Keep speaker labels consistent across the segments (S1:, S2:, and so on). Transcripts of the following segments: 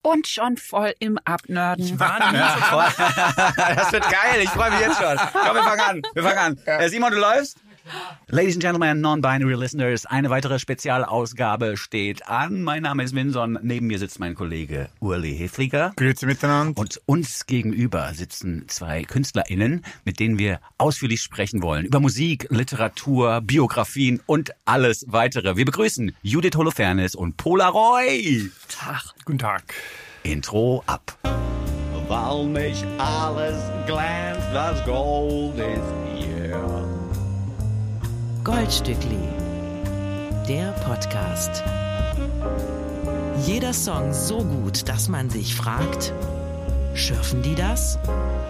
S1: und schon voll im Abnörden.
S2: Ich war nie so voll.
S3: Das wird geil, ich freue mich jetzt schon. Komm, wir fangen an. Ja. Simon, du läufst? Ladies and Gentlemen, Non-Binary Listeners, eine weitere Spezialausgabe steht an. Mein Name ist Vinson, neben mir sitzt mein Kollege Urli Hefliger.
S2: Grüezi miteinander.
S3: Und uns gegenüber sitzen zwei KünstlerInnen, mit denen wir ausführlich sprechen wollen. Über Musik, Literatur, Biografien und alles weitere. Wir begrüßen Judith Holofernes und Pola Roy.
S2: Guten Tag.
S3: Intro ab.
S4: Weil nicht alles glänzt, das Gold ist hier.
S5: Goldstückli, der Podcast. Jeder Song so gut, dass man sich fragt, schürfen die das?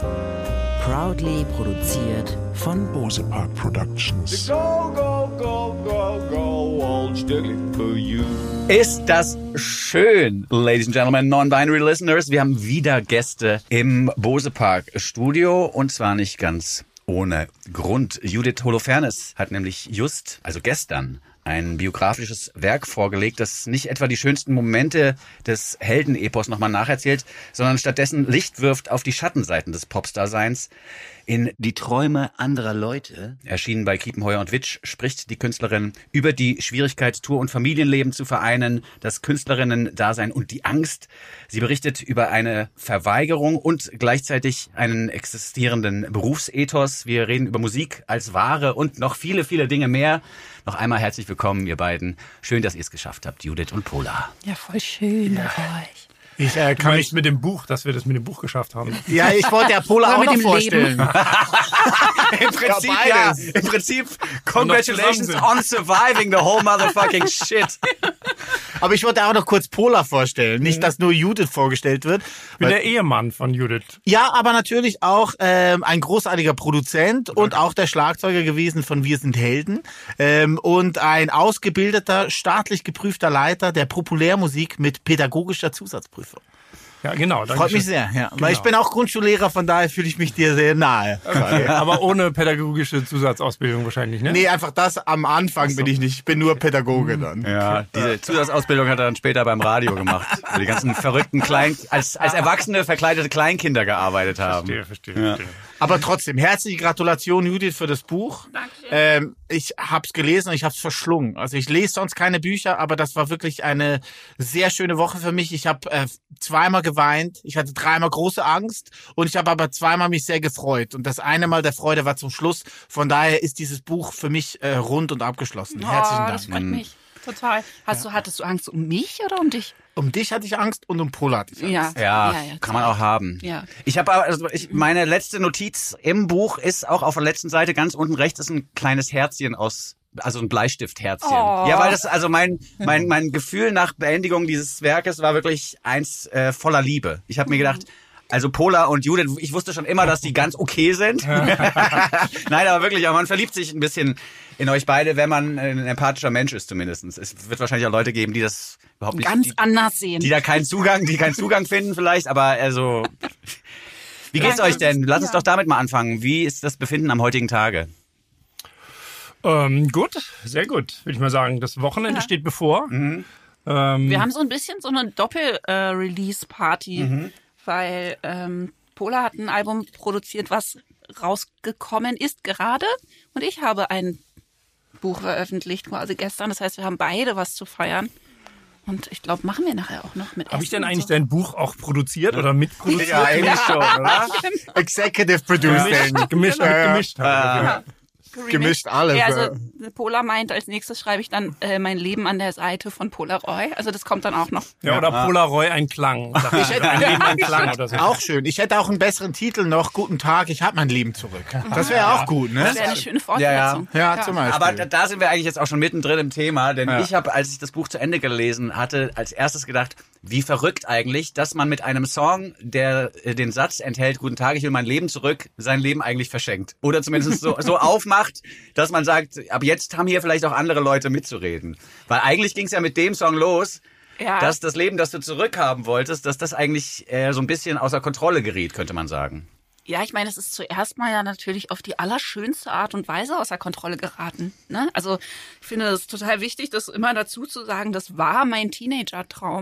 S5: Proudly produziert von
S6: Bose Park Productions.
S4: Go, go, go, go, go, old Stückli for you.
S3: Ist das schön, Ladies and Gentlemen, Non-Binary Listeners. Wir haben wieder Gäste im Bose Park Studio und zwar nicht ganz ohne Grund. Judith Holofernes hat nämlich just, also gestern, ein biografisches Werk vorgelegt, das nicht etwa die schönsten Momente des Heldenepos nochmal nacherzählt, sondern stattdessen Licht wirft auf die Schattenseiten des Popstar-Seins. In Die Träume anderer Leute, erschienen bei Kiepenheuer und Witsch, spricht die Künstlerin über die Schwierigkeit, Tour- und Familienleben zu vereinen, das Künstlerinnen-Dasein und die Angst. Sie berichtet über eine Verweigerung und gleichzeitig einen existierenden Berufsethos. Wir reden über Musik als Ware und noch viele, viele Dinge mehr. Noch einmal herzlich willkommen, ihr beiden. Schön, dass ihr es geschafft habt, Judith und Pola.
S1: Ja, voll schön bei euch.
S2: Ich kann nicht mit dem Buch, dass wir das mit dem Buch geschafft haben.
S7: Ja, ich wollte der Pola auch noch vorstellen.
S3: Im Prinzip, ja. Im Prinzip, congratulations on surviving the whole motherfucking shit.
S7: Aber ich wollte auch noch kurz Pola vorstellen. Nicht, dass nur Judith vorgestellt wird.
S2: Ich bin der Ehemann von Judith.
S7: Ja, aber natürlich auch ein großartiger Produzent und auch der Schlagzeuger gewesen von Wir sind Helden. Und ein ausgebildeter, staatlich geprüfter Leiter der Populärmusik mit pädagogischer Zusatzprüfung.
S2: Ja, genau.
S7: Freut mich sehr, ja. Weil ich bin auch Grundschullehrer, von daher fühle ich mich dir sehr nahe.
S2: Okay. Aber ohne pädagogische Zusatzausbildung wahrscheinlich, ne?
S7: Nee, einfach das am Anfang bin ich nicht. Ich bin nur Pädagoge dann.
S3: Ja, diese Zusatzausbildung hat er dann später beim Radio gemacht, wo die ganzen verrückten als Erwachsene verkleidete Kleinkinder gearbeitet haben.
S2: Verstehe.
S7: Aber trotzdem, herzliche Gratulation, Judith, für das Buch.
S1: Dankeschön.
S7: Ich hab's gelesen und ich hab's verschlungen. Also ich lese sonst keine Bücher, aber das war wirklich eine sehr schöne Woche für mich. Ich habe zweimal geweint, ich hatte 3-mal große Angst und ich habe aber 2-mal mich sehr gefreut. Und das eine Mal der Freude war zum Schluss. Von daher ist dieses Buch für mich rund und abgeschlossen. Herzlichen Dank.
S1: Das freut mich total. Hattest du Angst um mich oder um dich?
S7: Um dich hatte ich Angst und um Pola hatte ich Angst.
S3: Ja, kann man auch haben.
S1: Ja.
S3: Ich habe meine letzte Notiz im Buch ist auch auf der letzten Seite ganz unten rechts ist ein kleines Herzchen also ein Bleistiftherzchen.
S1: Oh.
S3: Ja, weil das, also mein Gefühl nach Beendigung dieses Werkes war wirklich eins voller Liebe. Ich habe mir gedacht, also Pola und Judith, ich wusste schon immer, dass die ganz okay sind. Nein, aber wirklich, man verliebt sich ein bisschen in euch beide, wenn man ein empathischer Mensch ist zumindest. Es wird wahrscheinlich auch Leute geben, die das überhaupt nicht...
S1: Ganz anders sehen.
S3: Die keinen Zugang finden vielleicht, aber also... Wie geht's euch denn? Lass uns doch damit mal anfangen. Wie ist das Befinden am heutigen Tage?
S2: Gut, sehr gut, würde ich mal sagen. Das Wochenende steht bevor.
S1: Wir haben so ein bisschen so eine Doppel-Release-Party, weil Pola hat ein Album produziert, was rausgekommen ist gerade und ich habe ein Buch veröffentlicht, quasi gestern. Das heißt, wir haben beide was zu feiern. Und ich glaube, machen wir nachher auch noch mit.
S2: Habe ich denn eigentlich dein Buch auch produziert oder mitproduziert?
S7: Ja, eigentlich schon, oder? Executive Producing.
S2: Gemischt.
S7: Gemischt alles.
S1: Ja, also Pola meint, als nächstes schreibe ich dann mein Leben an der Seite von Polaroid. Also das kommt dann auch noch.
S2: Ja, oder Polaroid ein Klang. Ich hätte mein Leben ein Klang oder so.
S7: Auch schön. Ich hätte auch einen besseren Titel noch. Guten Tag, ich habe mein Leben zurück. Das wäre auch gut, ne?
S1: Das wäre eine schöne Fortsetzung.
S7: Ja, zum Beispiel.
S3: Aber da sind wir eigentlich jetzt auch schon mittendrin im Thema, denn ich habe, als ich das Buch zu Ende gelesen hatte, als erstes gedacht, wie verrückt eigentlich, dass man mit einem Song, der den Satz enthält, Guten Tag, ich will mein Leben zurück, sein Leben eigentlich verschenkt. Oder zumindest so aufmacht, dass man sagt, ab jetzt haben hier vielleicht auch andere Leute mitzureden. Weil eigentlich ging es ja mit dem Song los, dass das Leben, das du zurückhaben wolltest, dass das eigentlich so ein bisschen außer Kontrolle geriet, könnte man sagen.
S1: Ja, ich meine, es ist zuerst mal ja natürlich auf die allerschönste Art und Weise außer Kontrolle geraten. Ne? Also ich finde es total wichtig, das immer dazu zu sagen, das war mein Teenager-Traum.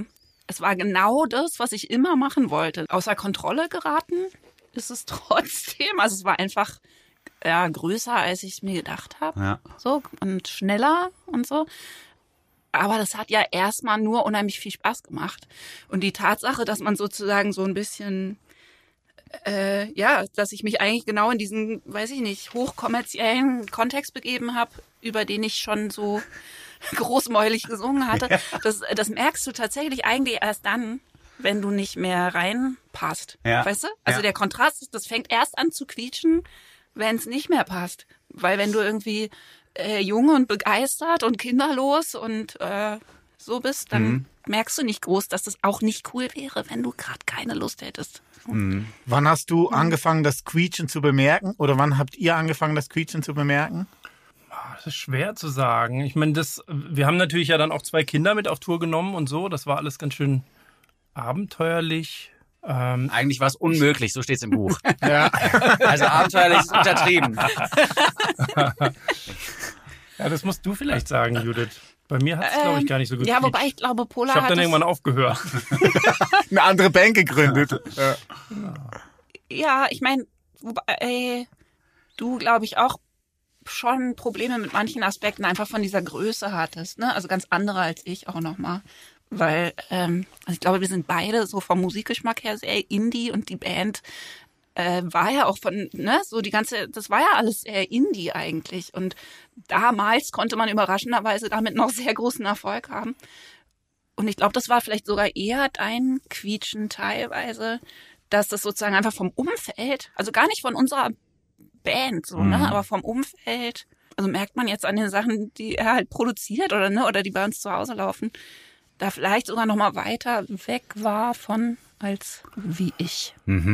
S1: es war genau das, was ich immer machen wollte. Außer Kontrolle geraten ist es trotzdem. Also es war einfach größer, als ich mir gedacht habe.
S3: Ja.
S1: So, und schneller und so. Aber das hat ja erstmal nur unheimlich viel Spaß gemacht. Und die Tatsache, dass man sozusagen so ein bisschen, dass ich mich eigentlich genau in diesen, weiß ich nicht, hochkommerziellen Kontext begeben habe, über den ich schon so großmäulig gesungen hatte, das merkst du tatsächlich eigentlich erst dann, wenn du nicht mehr reinpasst.
S3: Ja.
S1: Weißt du? Also der Kontrast, das fängt erst an zu quietschen, wenn es nicht mehr passt. Weil wenn du irgendwie jung und begeistert und kinderlos und so bist, dann merkst du nicht groß, dass das auch nicht cool wäre, wenn du gerade keine Lust hättest.
S7: Wann hast du angefangen, das Quietschen zu bemerken? Oder wann habt ihr angefangen, das Quietschen zu bemerken?
S2: Das ist schwer zu sagen. Ich meine, wir haben natürlich ja dann auch 2 Kinder mit auf Tour genommen und so. Das war alles ganz schön abenteuerlich.
S3: Eigentlich war es unmöglich, so steht es im Buch.
S7: Ja.
S3: Also abenteuerlich ist untertrieben.
S2: Ja, das musst du vielleicht sagen, Judith. Bei mir hat es, glaube ich, gar nicht so gut
S1: Ja, wobei ich glaube, Pola
S2: Ich habe
S1: hat
S2: dann
S1: es-
S2: irgendwann aufgehört.
S7: Eine andere Band gegründet.
S1: Ja, ich meine, wobei du, glaube ich, auch schon Probleme mit manchen Aspekten einfach von dieser Größe hattest, ne? Also ganz andere als ich auch nochmal. Weil, also ich glaube, wir sind beide so vom Musikgeschmack her sehr Indie und die Band war ja auch von, ne, so das war ja alles sehr Indie eigentlich. Und damals konnte man überraschenderweise damit noch sehr großen Erfolg haben. Und ich glaube, das war vielleicht sogar eher dein Quietschen teilweise, dass das sozusagen einfach vom Umfeld, also gar nicht von unserer Band, so, ne, aber vom Umfeld, also merkt man jetzt an den Sachen, die er halt produziert oder die bei uns zu Hause laufen, da vielleicht sogar noch mal weiter weg war von als wie ich.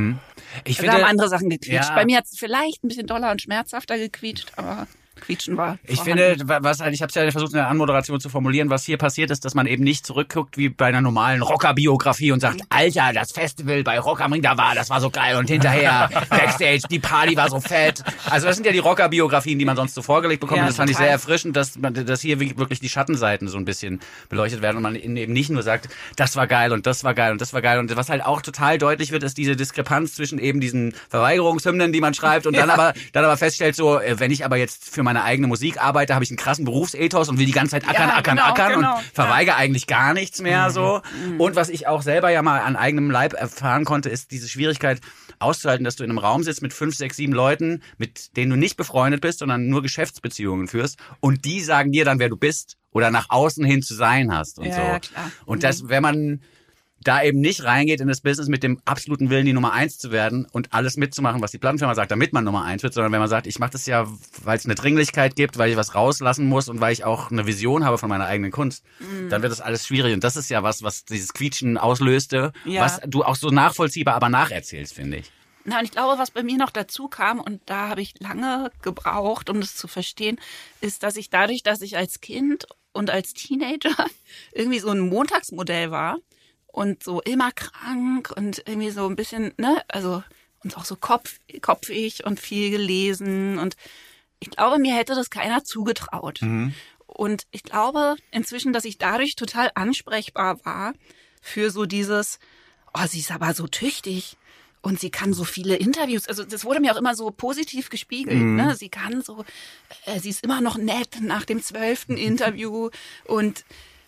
S3: Ich
S1: Da haben andere Sachen gequietscht.
S3: Ja.
S1: Bei mir hat es vielleicht ein bisschen doller und schmerzhafter gequietscht, aber Quietschen war
S3: Ich
S1: vorhanden.
S3: finde, ich habe es ja versucht in der Anmoderation zu formulieren, was hier passiert ist, dass man eben nicht zurückguckt wie bei einer normalen Rocker-Biografie und sagt, Alter, das Festival bei Rock am Ring, das war so geil und hinterher Backstage, die Party war so fett. Also das sind ja die Rocker-Biografien, die man sonst so vorgelegt bekommt.
S1: Ja,
S3: Und das fand ich
S1: total.
S3: sehr erfrischend, dass hier wirklich die Schattenseiten so ein bisschen beleuchtet werden und man eben nicht nur sagt, das war geil und das war geil und das war geil. Und was halt auch total deutlich wird, ist diese Diskrepanz zwischen eben diesen Verweigerungshymnen, die man schreibt und dann aber feststellt so, wenn ich aber jetzt für meine eigene Musik arbeite, habe ich einen krassen Berufsethos und will die ganze Zeit ackern
S1: genau.
S3: und verweigere eigentlich gar nichts mehr so. Und was ich auch selber ja mal an eigenem Leib erfahren konnte, ist diese Schwierigkeit auszuhalten, dass du in einem Raum sitzt mit 5, 6, 7 Leuten, mit denen du nicht befreundet bist, sondern nur Geschäftsbeziehungen führst und die sagen dir dann, wer du bist oder nach außen hin zu sein hast und
S1: Ja,
S3: so.
S1: ja, klar.
S3: Und das, wenn man da eben nicht reingeht in das Business mit dem absoluten Willen, die Nummer 1 zu werden und alles mitzumachen, was die Plattenfirma sagt, damit man Nummer 1 wird, sondern wenn man sagt, ich mache das ja, weil es eine Dringlichkeit gibt, weil ich was rauslassen muss und weil ich auch eine Vision habe von meiner eigenen Kunst, dann wird das alles schwierig. Und das ist ja was dieses Quietschen auslöste,
S1: Ja.
S3: was du auch so nachvollziehbar aber nacherzählst, finde ich.
S1: Na, und ich glaube, was bei mir noch dazu kam, und da habe ich lange gebraucht, um das zu verstehen, ist, dass ich dadurch, dass ich als Kind und als Teenager irgendwie so ein Montagsmodell war und so immer krank und irgendwie so ein bisschen, ne, also und auch so kopfig und viel gelesen und ich glaube, mir hätte das keiner zugetraut. Und ich glaube inzwischen, dass ich dadurch total ansprechbar war für so dieses, oh, sie ist aber so tüchtig. Und sie kann so viele Interviews, also das wurde mir auch immer so positiv gespiegelt, ne? Sie kann so, sie ist immer noch nett nach dem 12. Interview und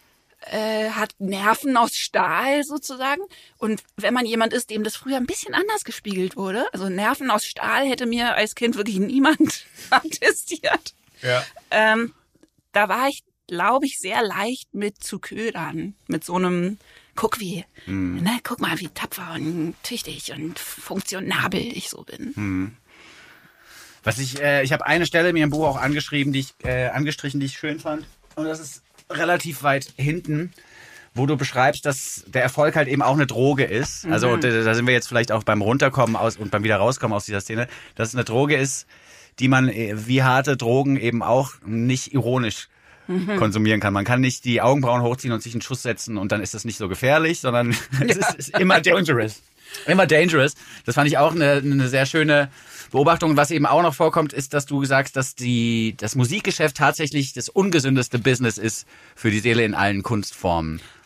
S1: hat Nerven aus Stahl sozusagen. Und wenn man jemand ist, dem das früher ein bisschen anders gespiegelt wurde, also Nerven aus Stahl hätte mir als Kind wirklich niemand attestiert.
S2: Ja.
S1: Da war ich, glaube ich, sehr leicht mit zu ködern, mit so einem guck mal, wie tapfer und tüchtig und funktionabel ich so bin.
S3: Was ich habe eine Stelle mir im Buch auch angestrichen, die ich schön fand. Und das ist relativ weit hinten, wo du beschreibst, dass der Erfolg halt eben auch eine Droge ist. Also da sind wir jetzt vielleicht auch beim Runterkommen und beim wieder rauskommen aus dieser Szene, dass es eine Droge ist, die man wie harte Drogen eben auch nicht ironisch konsumieren kann. Man kann nicht die Augenbrauen hochziehen und sich einen Schuss setzen und dann ist das nicht so gefährlich, sondern es ist immer dangerous. Immer dangerous. Das fand ich auch eine sehr schöne Beobachtung. Was eben auch noch vorkommt, ist, dass du sagst, dass das Musikgeschäft tatsächlich das ungesündeste Business ist für die Seele in allen Kunstformen.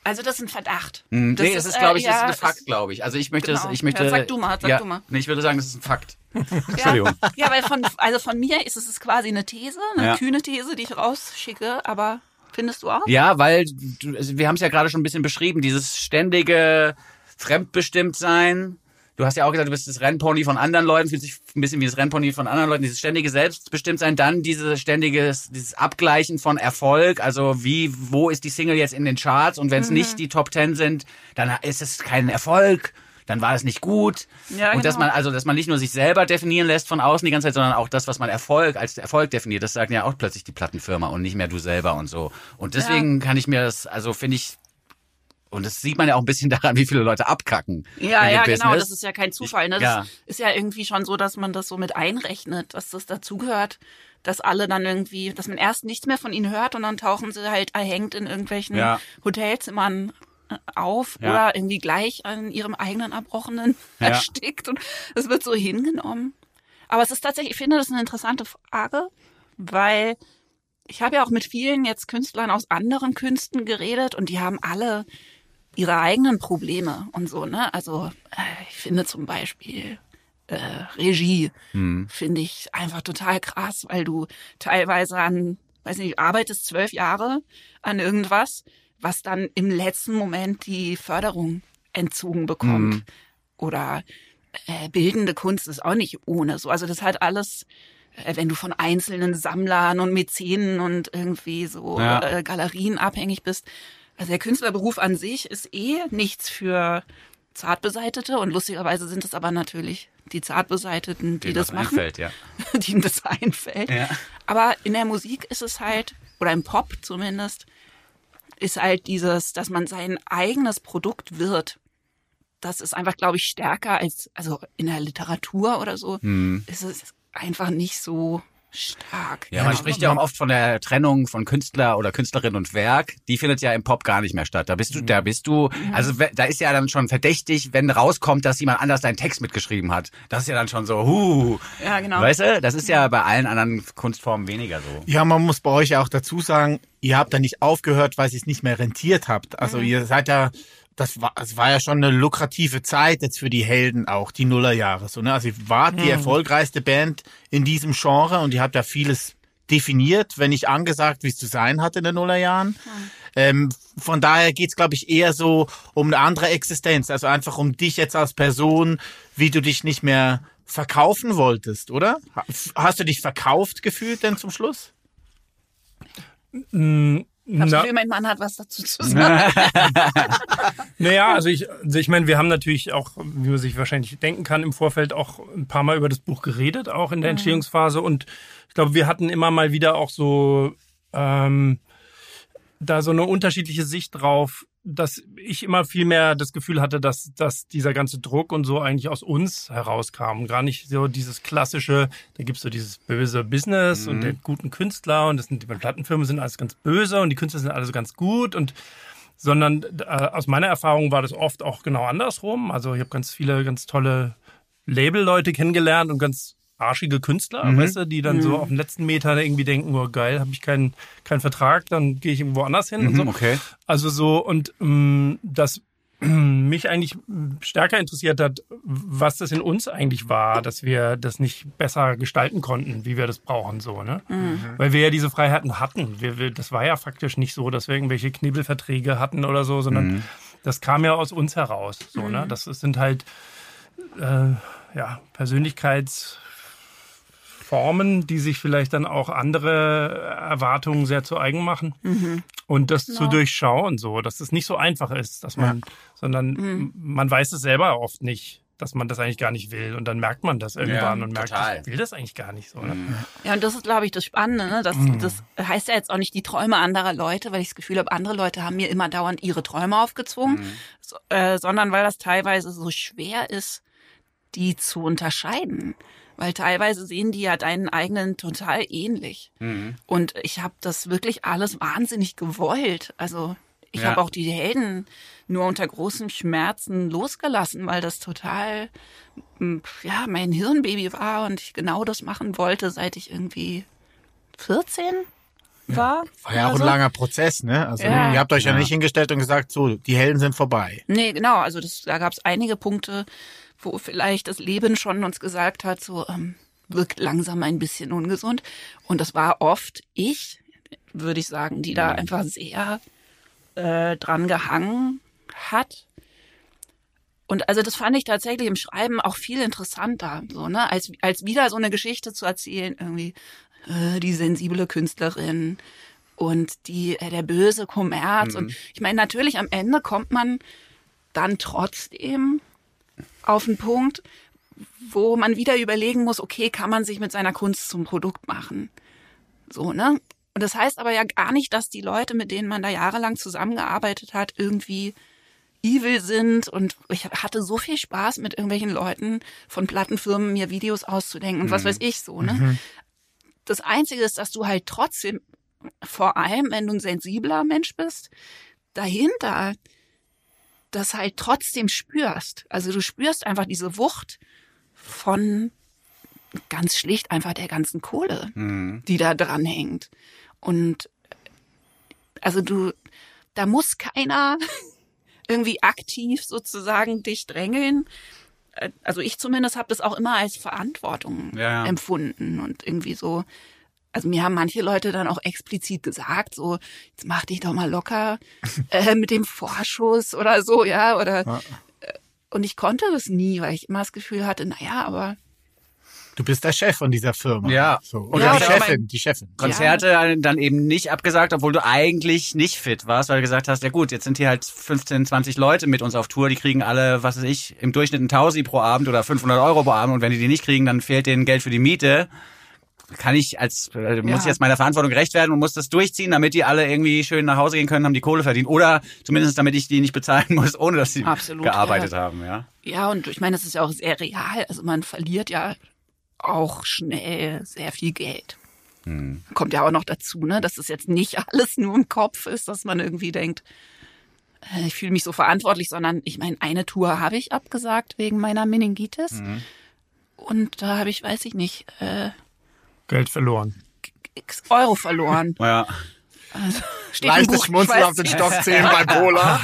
S1: Also das ist ein Verdacht.
S3: Nee, das ist, glaube ich, das ist
S1: ja,
S3: ein Fakt, glaube ich. Also ich möchte,
S1: genau.
S3: ich möchte.
S1: Ja, sag du mal.
S3: Nee, ich würde sagen, das ist ein Fakt. Entschuldigung.
S1: Ja, weil von mir ist es quasi eine These, eine kühne These, die ich rausschicke, aber findest du auch?
S3: Ja, weil wir haben es ja gerade schon ein bisschen beschrieben, dieses ständige Fremdbestimmtsein. Du hast ja auch gesagt, du bist das Rennpony von anderen Leuten, fühlt sich ein bisschen wie das Rennpony von anderen Leuten, dieses ständige Selbstbestimmtsein, dann dieses Abgleichen von Erfolg, also wo ist die Single jetzt in den Charts und wenn es nicht die Top 10 sind, dann ist es kein Erfolg, dann war es nicht gut.
S1: Ja,
S3: und
S1: genau.
S3: dass man nicht nur sich selber definieren lässt von außen die ganze Zeit, sondern auch das, was man als Erfolg definiert, das sagen ja auch plötzlich die Plattenfirma und nicht mehr du selber und so. Und deswegen kann ich mir das, also finde ich, und das sieht man ja auch ein bisschen daran, wie viele Leute abkacken.
S1: Ja,
S3: Business.
S1: genau, das ist ja kein Zufall. Ne? Das
S3: Ja.
S1: ist ja irgendwie schon so, dass man das so mit einrechnet, dass das dazugehört, dass alle dann irgendwie, dass man erst nichts mehr von ihnen hört und dann tauchen sie halt erhängt in irgendwelchen Hotelzimmern auf oder irgendwie gleich an ihrem eigenen Erbrochenen erstickt und es wird so hingenommen. Aber es ist tatsächlich, ich finde das eine interessante Frage, weil ich habe ja auch mit vielen jetzt Künstlern aus anderen Künsten geredet und die haben alle ihre eigenen Probleme und so, ne? Also ich finde zum Beispiel Regie finde ich einfach total krass, weil du teilweise arbeitest 12 Jahre an irgendwas, was dann im letzten Moment die Förderung entzogen bekommt. Oder bildende Kunst ist auch nicht ohne so. Also das hat alles, wenn du von einzelnen Sammlern und Mäzenen und irgendwie so Galerien abhängig bist. Also der Künstlerberuf an sich ist nichts für Zartbeseitete und lustigerweise sind es aber natürlich die Zartbeseiteten, die das machen, denen das einfällt. Ja. Aber in der Musik ist es halt, oder im Pop zumindest, ist halt dieses, dass man sein eigenes Produkt wird. Das ist einfach, glaube ich, stärker als, also in der Literatur oder so, ist es einfach nicht so stark.
S3: Ja, man spricht ja auch oft von der Trennung von Künstler oder Künstlerin und Werk. Die findet ja im Pop gar nicht mehr statt. Da bist du, also da ist ja dann schon verdächtig, wenn rauskommt, dass jemand anders deinen Text mitgeschrieben hat. Das ist ja dann schon so,
S1: Ja, genau.
S3: Weißt du, das ist ja bei allen anderen Kunstformen weniger so.
S7: Ja, man muss bei euch ja auch dazu sagen, ihr habt da nicht aufgehört, weil ihr es nicht mehr rentiert habt. Also ihr seid ja, das war ja schon eine lukrative Zeit jetzt für die Helden auch, die Nullerjahre. So, ne? Also ihr wart die erfolgreichste Band in diesem Genre und ihr habt ja vieles definiert, wenn nicht angesagt, wie es zu sein hat in den Nullerjahren. Von daher geht's, glaube ich, eher so um eine andere Existenz. Also einfach um dich jetzt als Person, wie du dich nicht mehr verkaufen wolltest, oder? Hast du dich verkauft gefühlt denn zum Schluss?
S1: Ich habe das Gefühl, mein Mann hat was dazu zu sagen.
S2: Naja, also ich meine, wir haben natürlich auch, wie man sich wahrscheinlich denken kann, im Vorfeld auch ein paar Mal über das Buch geredet, auch in der Entstehungsphase. Und ich glaube, wir hatten immer mal wieder auch so da so eine unterschiedliche Sicht drauf, dass ich immer viel mehr das Gefühl hatte, dass dieser ganze Druck und so eigentlich aus uns herauskam. Und gar nicht so dieses klassische, da gibt's so dieses böse Business und der guten Künstler und die Plattenfirmen sind alles ganz böse und die Künstler sind alle so ganz gut sondern aus meiner Erfahrung war das oft auch genau andersrum. Also ich habe ganz viele ganz tolle Label-Leute kennengelernt und ganz arschige Künstler, weißt du, die dann so auf den letzten Meter irgendwie denken, oh geil, habe ich keinen Vertrag, dann gehe ich irgendwo anders hin und so.
S3: Okay.
S2: Also so, und dass mich eigentlich stärker interessiert hat, was das in uns eigentlich war, dass wir das nicht besser gestalten konnten, wie wir das brauchen, so, ne? Weil wir ja diese Freiheiten hatten. Das war ja faktisch nicht so, dass wir irgendwelche Knebelverträge hatten oder so, sondern das kam ja aus uns heraus, so, ne? Das sind halt, Persönlichkeitsformen, die sich vielleicht dann auch andere Erwartungen sehr zu eigen machen. Und das zu durchschauen, so, dass es nicht so einfach ist, dass man, sondern man weiß es selber oft nicht, dass man das eigentlich gar nicht will. Und dann merkt man das irgendwann und merkt, ich will das eigentlich gar nicht so. Ne?
S1: Ja, und das ist, glaube ich, das Spannende. Ne? Das heißt ja jetzt auch nicht die Träume anderer Leute, weil ich das Gefühl habe, andere Leute haben mir immer dauernd ihre Träume aufgezwungen, sondern weil das teilweise so schwer ist, die zu unterscheiden. Weil teilweise sehen die ja deinen eigenen total ähnlich. Und ich habe das wirklich alles wahnsinnig gewollt. Also ich habe auch die Helden nur unter großen Schmerzen losgelassen, weil das total, mein Hirnbaby war und ich genau das machen wollte, seit ich irgendwie 14 war.
S7: War ja auch
S1: oder
S7: ein langer Prozess, ne? Also
S1: Ja.
S7: ihr habt euch ja nicht hingestellt und gesagt, so, die Helden sind vorbei.
S1: Nee, genau. Also da gab es einige Punkte, wo vielleicht das Leben schon uns gesagt hat, so wirkt langsam ein bisschen ungesund. Und das war oft würde ich sagen, die da einfach sehr dran gehangen hat. Und also das fand ich tatsächlich im Schreiben auch viel interessanter, so, ne, als wieder so eine Geschichte zu erzählen, irgendwie die sensible Künstlerin und der böse Kommerz. Und ich meine, natürlich am Ende kommt man dann trotzdem auf einen Punkt, wo man wieder überlegen muss, okay, kann man sich mit seiner Kunst zum Produkt machen? So, ne? Und das heißt aber ja gar nicht, dass die Leute, mit denen man da jahrelang zusammengearbeitet hat, irgendwie evil sind. Und ich hatte so viel Spaß mit irgendwelchen Leuten von Plattenfirmen, mir Videos auszudenken und was weiß ich so, ne? Das Einzige ist, dass du halt trotzdem, vor allem, wenn du ein sensibler Mensch bist, dahinter das halt trotzdem spürst. Also du spürst einfach diese Wucht von ganz schlicht einfach der ganzen Kohle, die da dran hängt. Und also da muss keiner irgendwie aktiv sozusagen dich drängeln. Also ich zumindest habe das auch immer als Verantwortung empfunden und irgendwie so. Also mir haben manche Leute dann auch explizit gesagt, so, jetzt mach dich doch mal locker mit dem Vorschuss oder so, ja, oder und ich konnte das nie, weil ich immer das Gefühl hatte, naja, aber
S7: Du bist der Chef von dieser Firma.
S3: Ja.
S7: So. Oder
S1: Ja,
S7: die
S1: oder
S7: Chefin, die Chefin.
S3: Konzerte dann eben nicht abgesagt, obwohl du eigentlich nicht fit warst, weil du gesagt hast, ja gut, jetzt sind hier halt 15, 20 Leute mit uns auf Tour, die kriegen alle, was weiß ich, im Durchschnitt 1.000 pro Abend oder 500 Euro pro Abend und wenn die nicht kriegen, dann fehlt denen Geld für die Miete. Muss ich jetzt meiner Verantwortung gerecht werden und muss das durchziehen, damit die alle irgendwie schön nach Hause gehen können, haben die Kohle verdient. Oder zumindest damit ich die nicht bezahlen muss, ohne dass sie gearbeitet haben. Ja.
S1: Ja, und ich meine, das ist ja auch sehr real. Also man verliert ja auch schnell sehr viel Geld. Kommt ja auch noch dazu, ne, dass es jetzt nicht alles nur im Kopf ist, dass man irgendwie denkt, ich fühle mich so verantwortlich, sondern ich meine, eine Tour habe ich abgesagt wegen meiner Meningitis. Und da habe ich, weiß ich nicht,
S2: Geld verloren.
S1: X Euro verloren.
S3: Ja.
S1: Also, steht im
S7: Leichtes
S1: Buch, ich
S7: Schmunzeln
S1: weiß
S7: auf den
S1: nicht.
S7: Stoffzählen bei Pola.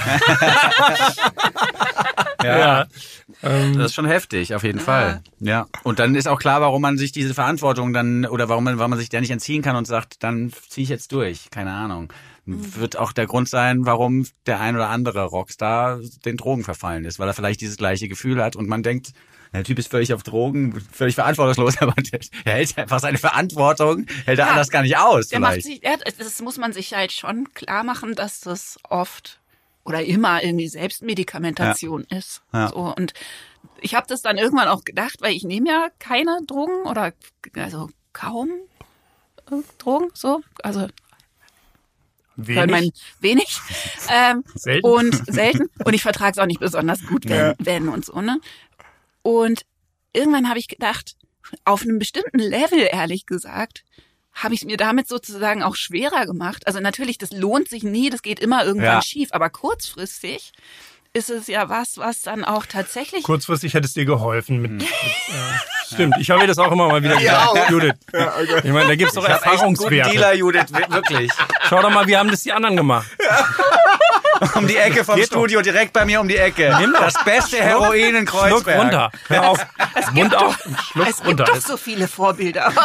S3: Ja.
S2: Ähm,
S3: Das ist schon heftig, auf jeden Fall. Ja. Und dann ist auch klar, warum man sich diese Verantwortung dann, oder warum man sich der nicht entziehen kann und sagt, dann ziehe ich jetzt durch. Keine Ahnung. Wird auch der Grund sein, warum der ein oder andere Rockstar den Drogen verfallen ist, weil er vielleicht dieses gleiche Gefühl hat und man denkt, der Typ ist völlig auf Drogen, völlig verantwortungslos, aber er hält einfach seine Verantwortung, hält er anders gar nicht aus.
S1: Der macht sich, das muss man sich halt schon klar machen, dass das oft oder immer irgendwie Selbstmedikamentation ist.
S3: Ja.
S1: So, und ich habe das dann irgendwann auch gedacht, weil ich nehme ja keine Drogen oder also kaum Drogen, so, also
S2: wenig.
S1: wenig.
S2: Selten.
S1: Und selten. Und ich vertrage es auch nicht besonders gut, wenn und so, ne? Und irgendwann habe ich gedacht, auf einem bestimmten Level, ehrlich gesagt, habe ich es mir damit sozusagen auch schwerer gemacht. Also natürlich, das lohnt sich nie, das geht immer irgendwann schief. Aber kurzfristig ist es ja was dann auch tatsächlich...
S2: Kurzfristig hätte es dir geholfen. Stimmt, ich habe mir das auch immer mal wieder gesagt, Judith. Ich meine, da gibt's doch Erfahrungswerte.
S3: Dealer, Judith, wirklich.
S2: Schau doch mal, wie haben das die anderen gemacht?
S3: Um die Ecke vom Studio, direkt bei mir um die Ecke.
S2: Nimm doch.
S3: Das beste Heroin in
S2: Schluck
S3: Kreuzberg.
S2: runter. Hör auf. Mund auf. Schluck
S1: Es gibt
S2: runter.
S1: doch so viele Vorbilder.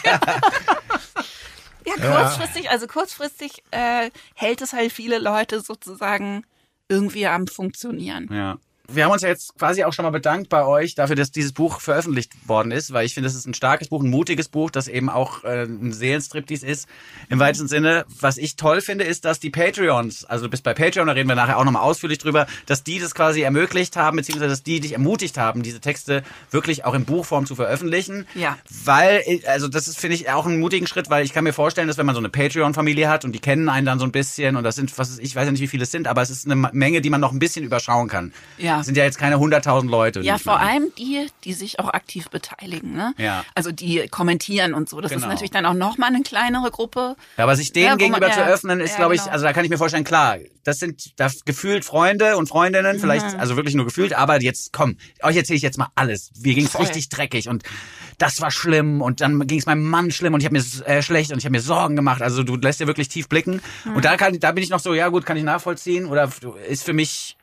S1: Kurzfristig hält es halt viele Leute sozusagen irgendwie am Funktionieren.
S3: Ja. Wir haben uns ja jetzt quasi auch schon mal bedankt bei euch dafür, dass dieses Buch veröffentlicht worden ist, weil ich finde, es ist ein starkes Buch, ein mutiges Buch, das eben auch ein Seelenstriptease ist, im weitesten Sinne. Was ich toll finde, ist, dass die Patreons, also du bist bei Patreon, da reden wir nachher auch nochmal ausführlich drüber, dass die das quasi ermöglicht haben, beziehungsweise dass die dich ermutigt haben, diese Texte wirklich auch in Buchform zu veröffentlichen.
S1: Ja.
S3: Weil, also das ist, finde ich, auch einen mutigen Schritt, weil ich kann mir vorstellen, dass wenn man so eine Patreon-Familie hat und die kennen einen dann so ein bisschen und das sind, ich weiß ja nicht, wie viele es sind, aber es ist eine Menge, die man noch ein bisschen überschauen kann.
S1: Ja.
S3: sind ja jetzt keine 100.000 Leute.
S1: Ja, vor allem die sich auch aktiv beteiligen, ne?
S3: Ja.
S1: Also die kommentieren und so. Das ist
S3: Genau.
S1: natürlich dann auch nochmal eine kleinere Gruppe.
S3: Ja, aber sich denen
S1: Ja, wo
S3: gegenüber
S1: man-
S3: zu öffnen, ist,
S1: ja,
S3: glaube ich,
S1: genau.
S3: also da kann ich mir vorstellen, klar, das sind gefühlt Freunde und Freundinnen, vielleicht, also wirklich nur gefühlt, aber jetzt, komm, euch erzähle ich jetzt mal alles. Mir ging's richtig dreckig und das war schlimm und dann ging's meinem Mann schlimm und ich habe mir schlecht und ich habe mir Sorgen gemacht. Also du lässt dir wirklich tief blicken. Und da bin ich noch so, ja gut, kann ich nachvollziehen oder ist für mich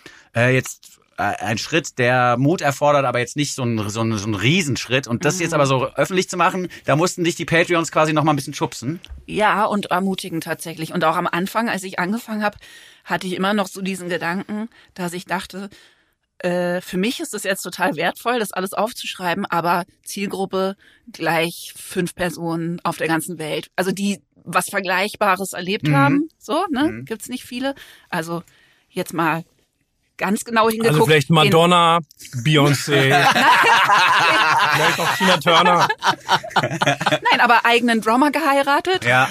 S3: jetzt ein Schritt, der Mut erfordert, aber jetzt nicht so ein Riesenschritt. Und das jetzt aber so öffentlich zu machen, da mussten dich die Patreons quasi noch mal ein bisschen schubsen.
S1: Ja, und ermutigen tatsächlich. Und auch am Anfang, als ich angefangen habe, hatte ich immer noch so diesen Gedanken, dass ich dachte, für mich ist es jetzt total wertvoll, das alles aufzuschreiben, aber Zielgruppe gleich 5 Personen auf der ganzen Welt. Also die was Vergleichbares erlebt haben, so, ne? Gibt's nicht viele. Also jetzt mal ganz genau hingeguckt.
S2: Also vielleicht Madonna, Beyoncé, vielleicht auch Tina Turner.
S1: Nein, aber eigenen Drummer geheiratet,
S3: Ja.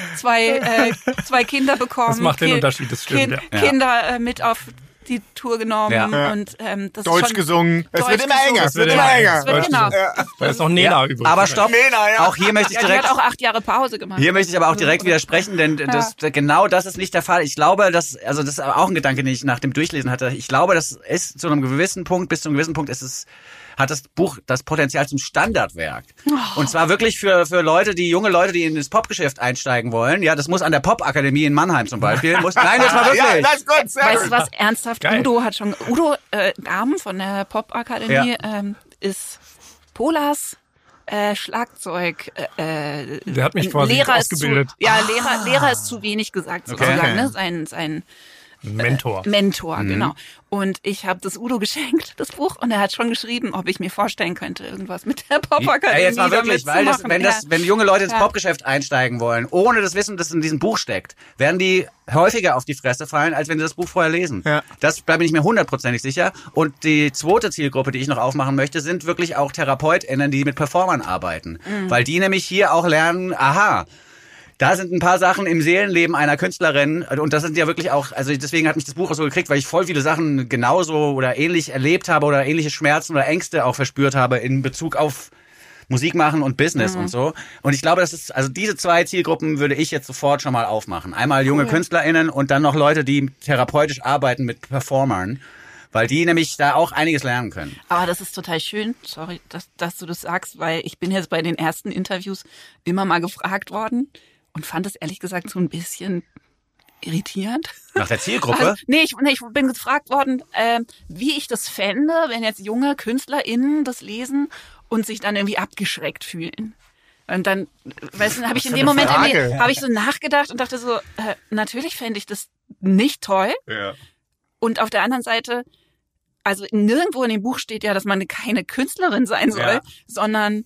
S1: zwei Kinder bekommen.
S2: Das macht den Unterschied, das stimmt, ja.
S1: Kinder mit auf die Tour genommen
S3: Ja.
S1: und das
S7: Deutsch
S1: ist schon
S7: gesungen. Es
S1: Deutsch
S7: wird immer
S1: gesungen.
S7: enger. Es wird immer enger.
S1: Es wird, genau.
S2: Da ist noch Nena übrig.
S3: Aber stopp, auch hier möchte ich
S1: Ja, die
S3: direkt...
S1: hat auch 8 Jahre Pause gemacht.
S3: Hier möchte ich aber auch direkt widersprechen, denn genau das ist nicht der Fall. Ich glaube, das ist aber auch ein Gedanke, den ich nach dem Durchlesen hatte. Ich glaube, das ist zu einem gewissen Punkt, bis zu einem gewissen Punkt hat das Buch das Potenzial zum Standardwerk. Und zwar wirklich für junge Leute, die in das Popgeschäft einsteigen wollen. Ja, das muss an der Popakademie in Mannheim zum Beispiel. Nein, jetzt mal wirklich.
S7: Ja, das ist gut. Sehr
S1: Weißt du
S7: gut.
S1: was, ernsthaft,
S2: Geil.
S1: Udo Dahm von der Popakademie ist Polas Schlagzeug
S2: Der hat mich quasi
S1: Lehrer
S2: ausgebildet.
S1: Lehrer ist zu wenig gesagt sozusagen,
S3: Okay.
S1: ne? Sein
S2: Mentor.
S1: Mentor, genau. Und ich habe das Udo geschenkt, das Buch, und er hat schon geschrieben, ob ich mir vorstellen könnte, irgendwas mit der Popakademie
S3: Ja, jetzt mal wirklich,
S1: damit
S3: weil
S1: zu machen.
S3: wenn junge Leute ins
S1: Ja.
S3: Popgeschäft einsteigen wollen, ohne das Wissen, das in diesem Buch steckt, werden die häufiger auf die Fresse fallen, als wenn sie das Buch vorher lesen.
S7: Ja.
S3: Da bin ich mir 100%ig sicher. Und die zweite Zielgruppe, die ich noch aufmachen möchte, sind wirklich auch TherapeutInnen, die mit Performern arbeiten. Weil die nämlich hier auch lernen, aha, da sind ein paar Sachen im Seelenleben einer Künstlerin und das sind ja wirklich auch, also deswegen hat mich das Buch auch so gekriegt, weil ich voll viele Sachen genauso oder ähnlich erlebt habe oder ähnliche Schmerzen oder Ängste auch verspürt habe in Bezug auf Musik machen und Business und so. Und ich glaube, also diese 2 Zielgruppen würde ich jetzt sofort schon mal aufmachen. Einmal junge KünstlerInnen und dann noch Leute, die therapeutisch arbeiten mit Performern, weil die nämlich da auch einiges lernen können.
S1: Aber das ist total schön, sorry, dass du das sagst, weil ich bin jetzt bei den ersten Interviews immer mal gefragt worden und fand es ehrlich gesagt so ein bisschen irritierend.
S3: Nach der Zielgruppe?
S1: Also, nee, ich bin gefragt worden, wie ich das fände, wenn jetzt junge KünstlerInnen das lesen und sich dann irgendwie abgeschreckt fühlen. Und dann, weißt du, habe ich in dem Moment irgendwie, habe ich so nachgedacht und dachte so, natürlich fände ich das nicht toll.
S3: Ja.
S1: Und auf der anderen Seite, also nirgendwo in dem Buch steht ja, dass man keine Künstlerin sein soll,
S3: Ja.
S1: sondern,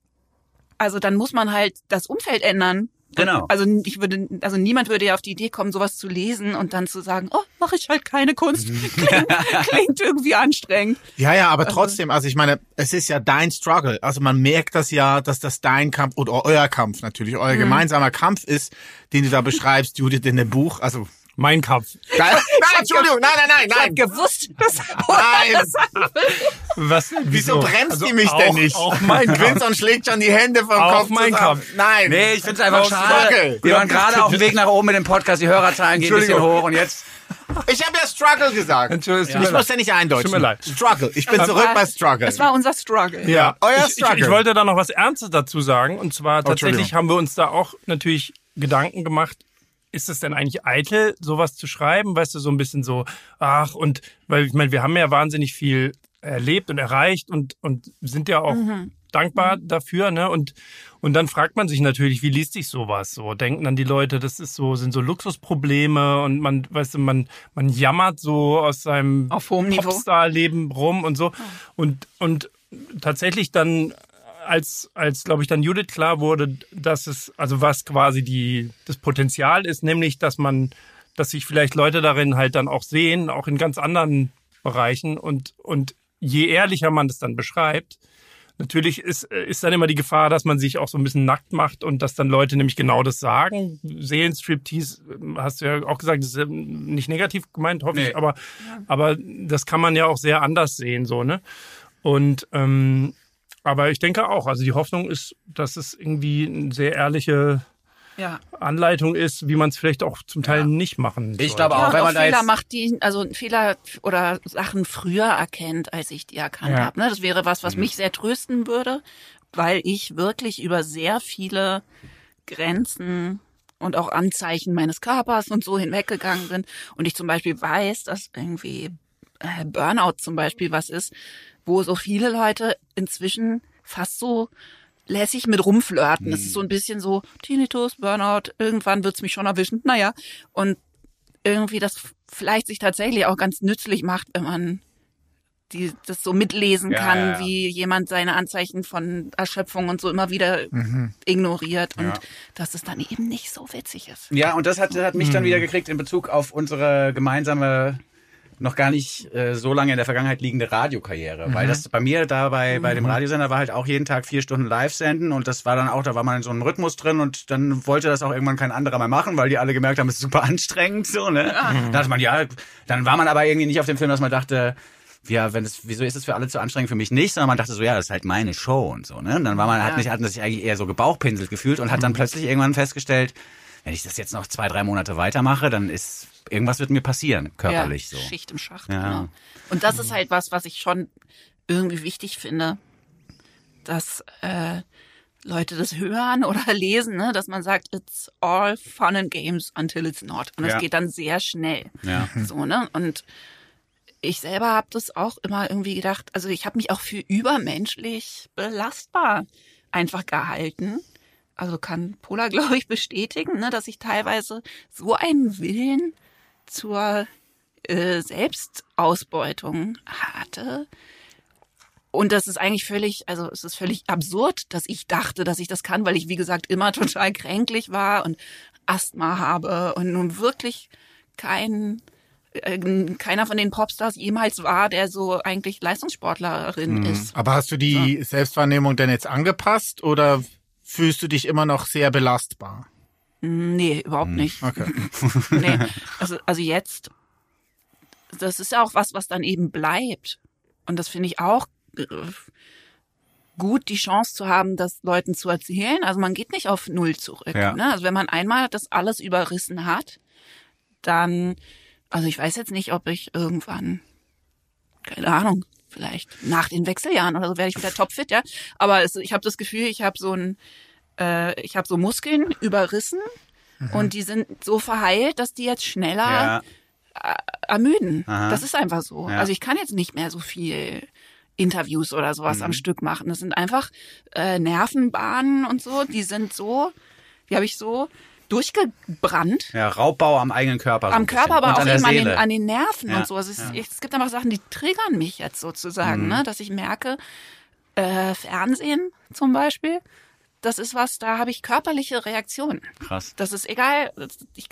S1: also dann muss man halt das Umfeld ändern.
S3: Genau.
S1: Also niemand würde ja auf die Idee kommen, sowas zu lesen und dann zu sagen, oh, mache ich halt keine Kunst. Klingt irgendwie anstrengend.
S7: Ja, aber trotzdem, also ich meine, es ist ja dein Struggle. Also man merkt das ja, dass das dein Kampf oder euer Kampf natürlich, euer gemeinsamer Kampf ist, den du da beschreibst, Judith, in dem Buch. Also
S2: Mein Kampf.
S7: nein, Entschuldigung, nein.
S1: Ich hab gewusst, dass
S7: Nein.
S2: Was?
S7: Wieso bremst
S2: Also
S7: die mich
S2: auch,
S7: denn nicht?
S2: Auch mein Kampf.
S7: Vincent schlägt schon die Hände vom
S2: Auch
S7: Kopf
S2: mein
S7: zusammen.
S2: Kampf.
S7: Nein.
S3: Nee, ich finde es einfach schade.
S7: Struggle.
S3: Wir waren gerade auf dem Weg nach oben mit dem Podcast, die Hörerzahlen gehen ein bisschen
S7: Entschuldigung.
S3: hoch und jetzt...
S7: Ich habe ja Struggle gesagt.
S2: Entschuldigung,
S7: Ich muss ja nicht eindeutschen.
S2: Tut mir leid.
S7: Struggle. Ich bin zurück bei Struggle.
S1: es war unser Struggle.
S2: Ja,
S7: Euer
S2: ich
S7: Struggle.
S2: wollte da noch was Ernstes dazu sagen. Und zwar tatsächlich
S7: Entschuldigung.
S2: haben wir uns da auch natürlich Gedanken gemacht, ist es denn eigentlich eitel, sowas zu schreiben? Weißt du, so ein bisschen so, weil ich meine, wir haben ja wahnsinnig viel erlebt und erreicht und sind ja auch dankbar dafür, ne? Und dann fragt man sich natürlich, wie liest sich sowas so? Denken dann die Leute, sind so Luxusprobleme und man jammert so aus seinem
S1: Auf hohem Niveau.
S2: Popstar-Leben rum und so. Und tatsächlich dann, als glaube ich dann Judith klar wurde, dass es, also was quasi das Potenzial ist, nämlich, dass sich vielleicht Leute darin halt dann auch sehen, auch in ganz anderen Bereichen und je ehrlicher man das dann beschreibt, Natürlich ist dann immer die Gefahr, dass man sich auch so ein bisschen nackt macht und dass dann Leute nämlich genau das sagen. Seelenstriptease, hast du ja auch gesagt, das ist nicht negativ gemeint, hoffe ich, aber das kann man ja auch sehr anders sehen, so, ne? Und aber ich denke auch, also die Hoffnung ist, dass es irgendwie eine sehr ehrliche Anleitung ist, wie man es vielleicht auch zum Teil nicht machen sollte.
S3: Ich glaube auch, wenn man da
S1: Fehler
S3: jetzt...
S1: macht, Fehler oder Sachen früher erkennt, als ich die erkannt habe. Ne? Das wäre was mich sehr trösten würde, weil ich wirklich über sehr viele Grenzen und auch Anzeichen meines Körpers und so hinweggegangen bin. Und ich zum Beispiel weiß, dass irgendwie Burnout zum Beispiel was ist, wo so viele Leute inzwischen fast so lässig mit rumflirten. Das ist so ein bisschen so Tinnitus, Burnout, irgendwann wird's mich schon erwischen. Naja, und irgendwie das vielleicht sich tatsächlich auch ganz nützlich macht, wenn man das so mitlesen kann, wie jemand seine Anzeichen von Erschöpfung und so immer wieder ignoriert und dass es dann eben nicht so witzig ist.
S3: Ja, und das hat mich dann wieder gekriegt in Bezug auf unsere gemeinsame, noch gar nicht so lange in der Vergangenheit liegende Radiokarriere. Weil das bei mir da bei dem Radiosender war halt auch jeden Tag 4 Stunden live senden und das war dann auch, da war man in so einem Rhythmus drin und dann wollte das auch irgendwann kein anderer mehr machen, weil die alle gemerkt haben, es ist super anstrengend, so, ne? Da dachte man, dann war man aber irgendwie nicht auf dem Film, dass man dachte, wieso ist es für alle zu anstrengend, für mich nicht, sondern man dachte so, das ist halt meine Show und so, ne? Und dann hat sich eigentlich eher so gebauchpinselt gefühlt und hat dann plötzlich irgendwann festgestellt, wenn ich das jetzt noch 2-3 Monate weitermache, dann irgendwas wird mir passieren, körperlich so.
S1: Schicht im Schacht,
S3: Ja.
S1: genau. Und das ist halt was ich schon irgendwie wichtig finde, dass Leute das hören oder lesen, ne? Dass man sagt, it's all fun and games until it's not. Und das geht dann sehr schnell.
S3: Ja.
S1: So, ne? Und ich selber habe das auch immer irgendwie gedacht, also ich habe mich auch für übermenschlich belastbar einfach gehalten. Also kann Pola, glaube ich, bestätigen, ne, dass ich teilweise so einen Willen zur Selbstausbeutung hatte. Und das ist eigentlich es ist völlig absurd, dass ich dachte, dass ich das kann, weil ich, wie gesagt, immer total kränklich war und Asthma habe und nun wirklich keiner von den Popstars jemals war, der so eigentlich Leistungssportlerin ist.
S7: Aber hast du die Selbstwahrnehmung denn jetzt angepasst oder fühlst du dich immer noch sehr belastbar?
S1: Nee, überhaupt nicht.
S7: Okay.
S1: Nee, also jetzt, das ist ja auch was dann eben bleibt. Und das finde ich auch gut, die Chance zu haben, das Leuten zu erzählen. Also man geht nicht auf Null zurück.
S3: Ja.
S1: Ne? Also wenn man einmal das alles überrissen hat, dann, also ich weiß jetzt nicht, ob ich irgendwann, keine Ahnung, vielleicht nach den Wechseljahren oder so werde ich wieder topfit, ja. Aber ich habe das Gefühl, ich habe so Muskeln überrissen und die sind so verheilt, dass die jetzt schneller ermüden.
S3: Aha.
S1: Das ist einfach so.
S3: Ja.
S1: Also ich kann jetzt nicht mehr so viel Interviews oder sowas am Stück machen. Das sind einfach Nervenbahnen und so, die habe ich so durchgebrannt.
S3: Ja, Raubbau am eigenen Körper.
S1: Am Körper, aber auch eben
S3: Seele.
S1: an den Nerven
S3: Ja,
S1: und so. Also es gibt einfach Sachen, die triggern mich jetzt sozusagen, ne? Dass ich merke, Fernsehen zum Beispiel, das ist was, da habe ich körperliche Reaktionen.
S3: Krass.
S1: Das ist egal, ich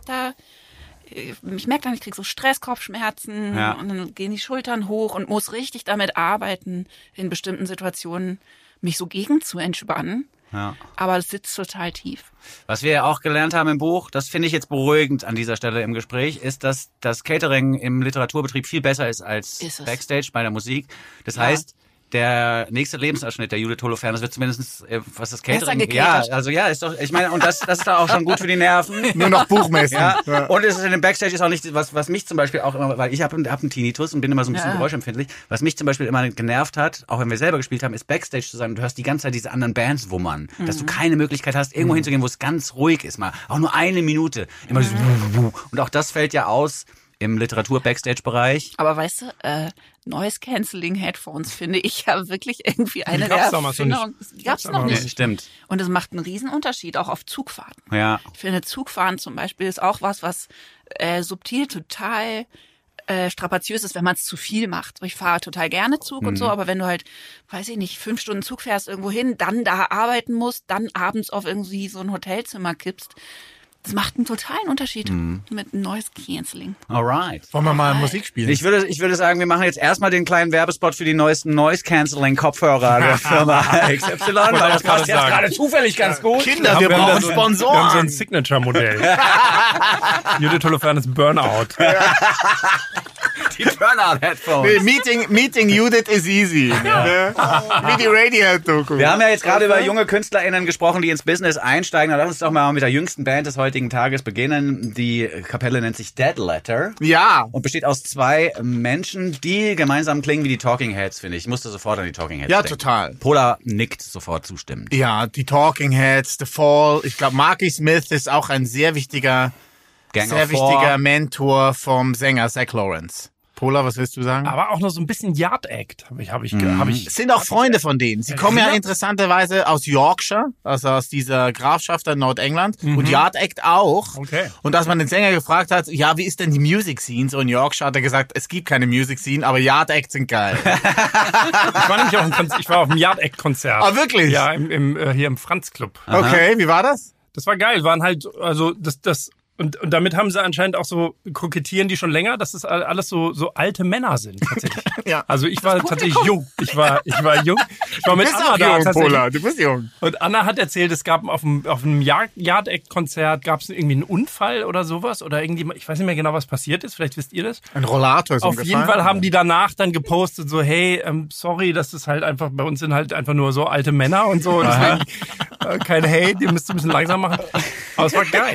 S1: merke dann, ich kriege so Stresskopfschmerzen und dann gehen die Schultern hoch und muss richtig damit arbeiten, in bestimmten Situationen mich so gegen zu entspannen.
S3: Ja.
S1: Aber es sitzt total tief.
S3: Was wir ja auch gelernt haben im Buch, das finde ich jetzt beruhigend an dieser Stelle im Gespräch, ist, dass das Catering im Literaturbetrieb viel besser ist als Backstage bei der Musik. Das heißt, der nächste Lebensabschnitt der Judith Holofernes wird zumindest, was das Catering... ist doch, ich meine, und das ist da auch schon gut für die Nerven.
S7: Nur noch Buchmessen.
S3: Ja. Und es ist in dem Backstage ist auch nicht, was mich zum Beispiel auch immer, weil ich hab einen Tinnitus und bin immer so ein bisschen geräuschempfindlich, was mich zum Beispiel immer genervt hat, auch wenn wir selber gespielt haben, ist Backstage zu sein und du hörst die ganze Zeit diese anderen Bands wummern, dass du keine Möglichkeit hast, irgendwo hinzugehen, wo es ganz ruhig ist, mal auch nur eine Minute, immer so, und auch das fällt ja aus im Literatur-Backstage-Bereich.
S1: Aber weißt du, Noise-Canceling-Headphones finde ich ja wirklich irgendwie eine der
S2: gab's damals noch nicht.
S1: Erfindungen. Die gab's noch nicht.
S3: Stimmt.
S1: Und es macht einen riesen Unterschied, auch auf Zugfahrten.
S3: Ja.
S1: Ich finde, Zugfahren zum Beispiel ist auch was subtil total strapaziös ist, wenn man es zu viel macht. Ich fahre total gerne Zug und so, aber wenn du halt, weiß ich nicht, 5 Stunden Zug fährst irgendwo hin, dann da arbeiten musst, dann abends auf irgendwie so ein Hotelzimmer kippst, Das macht einen totalen Unterschied mit Noise Cancelling.
S3: Alright.
S7: Wollen wir mal Musik spielen?
S3: Ich würde sagen, wir machen jetzt erstmal den kleinen Werbespot für die neuesten Noise-Canceling-Kopfhörer der Firma XY, weil das passt jetzt gerade zufällig ganz gut.
S7: Kinder, wir brauchen Sponsoren.
S2: Wir haben so ein Signature-Modell. Judith Holofernes Burnout.
S3: Die Turnout-Headphones.
S7: Nee, meeting Judith is easy. Ne? Wie die Radiohead-Doku.
S3: Wir haben ja jetzt gerade über junge KünstlerInnen gesprochen, die ins Business einsteigen. Lass uns doch mal mit der jüngsten Band des heutigen Tages beginnen. Die Kapelle nennt sich Dead Letter.
S7: Ja.
S3: Und besteht aus 2 Menschen, die gemeinsam klingen wie die Talking Heads, finde ich. Ich musste sofort an die Talking Heads denken.
S7: Total.
S3: Pola nickt sofort zustimmend.
S7: Ja, die Talking Heads, The Fall. Ich glaube, Marky Smith ist auch ein sehr wichtiger Mentor vom Sänger Zach Lawrence. Pola, was willst du sagen?
S2: Aber auch noch so ein bisschen Yard Act habe ich.
S7: Es sind auch Freunde von denen. Sie kommen ja interessanterweise aus Yorkshire, also aus dieser Grafschaft in Nordengland. Und Yard Act auch.
S2: Okay.
S7: Und als man den Sänger gefragt hat, ja, wie ist denn die Music Scene so in Yorkshire, hat er gesagt, es gibt keine Music Scene, aber Yard Act sind geil.
S2: Ich war auf dem Yard Act Konzert.
S7: Ah, wirklich?
S2: Ja, hier im Franz Club.
S7: Okay, wie war das?
S2: Das war geil. Waren halt, also und damit haben sie anscheinend auch so, kokettieren die schon länger, dass es alles so alte Männer sind, tatsächlich.
S7: Ja.
S2: Also ich war tatsächlich jung. Ich war jung. Ich war mit Anna da tatsächlich.
S7: Pola, du bist jung.
S2: Und Anna hat erzählt, es gab auf einem Yard Act Konzert, gab es irgendwie einen Unfall oder sowas oder irgendjemand, ich weiß nicht mehr genau, was passiert ist, vielleicht wisst ihr das.
S7: Ein Rollator ist
S2: Auf jeden Fall haben die danach dann gepostet, so, hey, sorry, das ist halt einfach, bei uns sind halt einfach nur so alte Männer und so. Deswegen, kein Hate, ihr müsst ein bisschen langsam machen. Aber es war geil.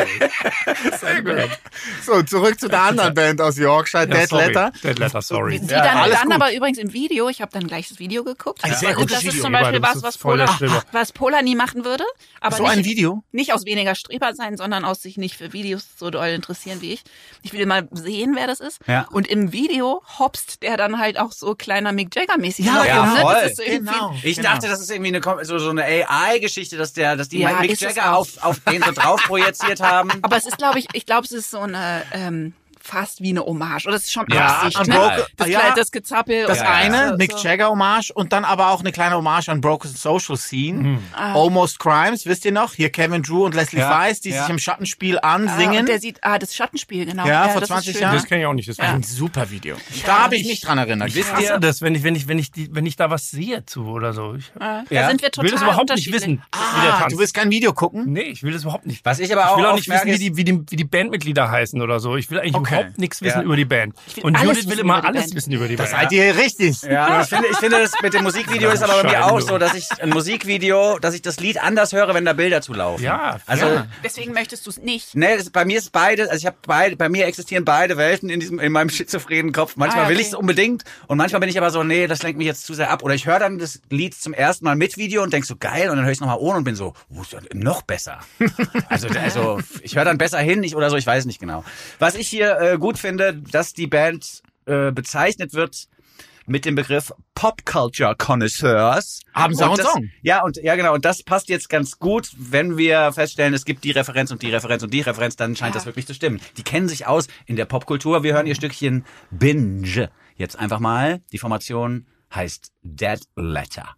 S7: Sehr gut. So, zurück zu der anderen Band aus Yorkshire, Dead Letter.
S2: Dead Letter, sorry.
S1: Die dann aber übrigens im Video, ich habe dann gleich das Video geguckt.
S7: Ein sehr gutes
S1: das ist
S7: Video.
S1: zum Beispiel
S2: Das ist
S1: was
S2: voll der Streber.
S1: Pola nie machen würde. Aber
S7: So
S1: nicht,
S7: ein Video?
S1: Nicht aus weniger Streber sein, sondern aus sich nicht für Videos so doll interessieren wie ich. Ich will mal sehen, wer das ist.
S3: Ja.
S1: Und im Video hopst der dann halt auch so kleiner Mick Jagger-mäßig.
S7: Ja,
S1: noch
S3: ja,
S1: rum, ne?
S3: voll.
S1: Das ist so irgendwie,
S7: Genau.
S3: Ich dachte, das ist irgendwie so eine AI-Geschichte, dass die
S1: Ja,
S3: Mick
S1: ist es
S3: Jagger
S1: auch.
S3: auf den so drauf projiziert haben.
S1: Aber es ist, ich glaube, es ist so eine, fast wie eine Hommage. Oder es ist schon
S7: Ja,
S1: Absicht,
S7: an
S1: ne?
S7: Broken- ja,
S1: Das Gezappel.
S7: Das
S1: und-
S7: eine,
S1: so,
S7: Mick
S1: so.
S7: Jagger Hommage und dann aber auch eine kleine Hommage an Broken Social Scene. Almost Crimes, wisst ihr noch? Hier Kevin Drew und Leslie
S3: Ja,
S7: Weiss, die
S3: ja.
S7: sich im Schattenspiel
S1: Und
S7: ansingen.
S1: der sieht, das Schattenspiel, genau.
S7: Ja, vor
S1: das ist
S7: 20
S1: schön.
S7: Jahren.
S2: Das kenne ich auch nicht. Das
S7: Ein super Video. Da habe ich mich dran erinnert.
S2: Wisst ihr das, wenn ich da was sehe zu oder so?
S1: Da
S3: Ja.
S1: sind wir
S2: Ich
S1: total
S2: will das überhaupt nicht
S1: unterschiedlich.
S2: wissen, wie der tanzt.
S7: Du willst kein Video gucken?
S2: Nee, ich will das überhaupt nicht.
S3: Was ich aber
S2: Ich will
S3: auch
S2: auch nicht wissen,
S3: merke,
S2: wie die Bandmitglieder heißen oder so. Ich will eigentlich
S7: Okay.
S2: überhaupt nichts wissen
S3: Ja.
S2: über die Band.
S1: will
S2: Und
S1: alles
S2: Judith will
S1: wissen
S2: immer
S1: über die
S2: alles
S1: Band.
S2: wissen über die Band.
S7: Seid ihr richtig?
S3: Ja, ich finde das mit dem Musikvideo ist aber bei mir auch
S2: Scheinbar.
S3: so, dass ich ein Musikvideo, dass ich das Lied anders höre, wenn da Bilder zu laufen.
S2: Ja,
S3: Also,
S2: ja.
S1: Deswegen möchtest du es nicht.
S3: ne, bei mir ist beides, also bei mir existieren beide Welten in meinem schizophrenen Kopf. Manchmal will
S1: okay.
S3: ich es unbedingt und manchmal bin ich aber so, nee, das lenkt mich jetzt zu sehr ab. Oder ich höre dann das Lied zum ersten Mal mit Video und denk so, geil, und dann höre ich es nochmal ohne und bin so, ist ja noch besser. also ich höre dann besser hin, oder so, ich weiß nicht genau. Was ich hier gut finde, dass die Band bezeichnet wird mit dem Begriff Pop Culture Connoisseurs.
S7: Haben sie auch einen Song?
S3: Ja, genau. Und das passt jetzt ganz gut, wenn wir feststellen, es gibt die Referenz und die Referenz und die Referenz, dann scheint das wirklich zu stimmen. Die kennen sich aus in der Popkultur. Wir hören ihr Stückchen Binge. Jetzt einfach mal. Die Formation heißt Dead Letter.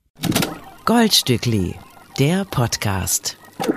S5: Goldstückli, der Podcast.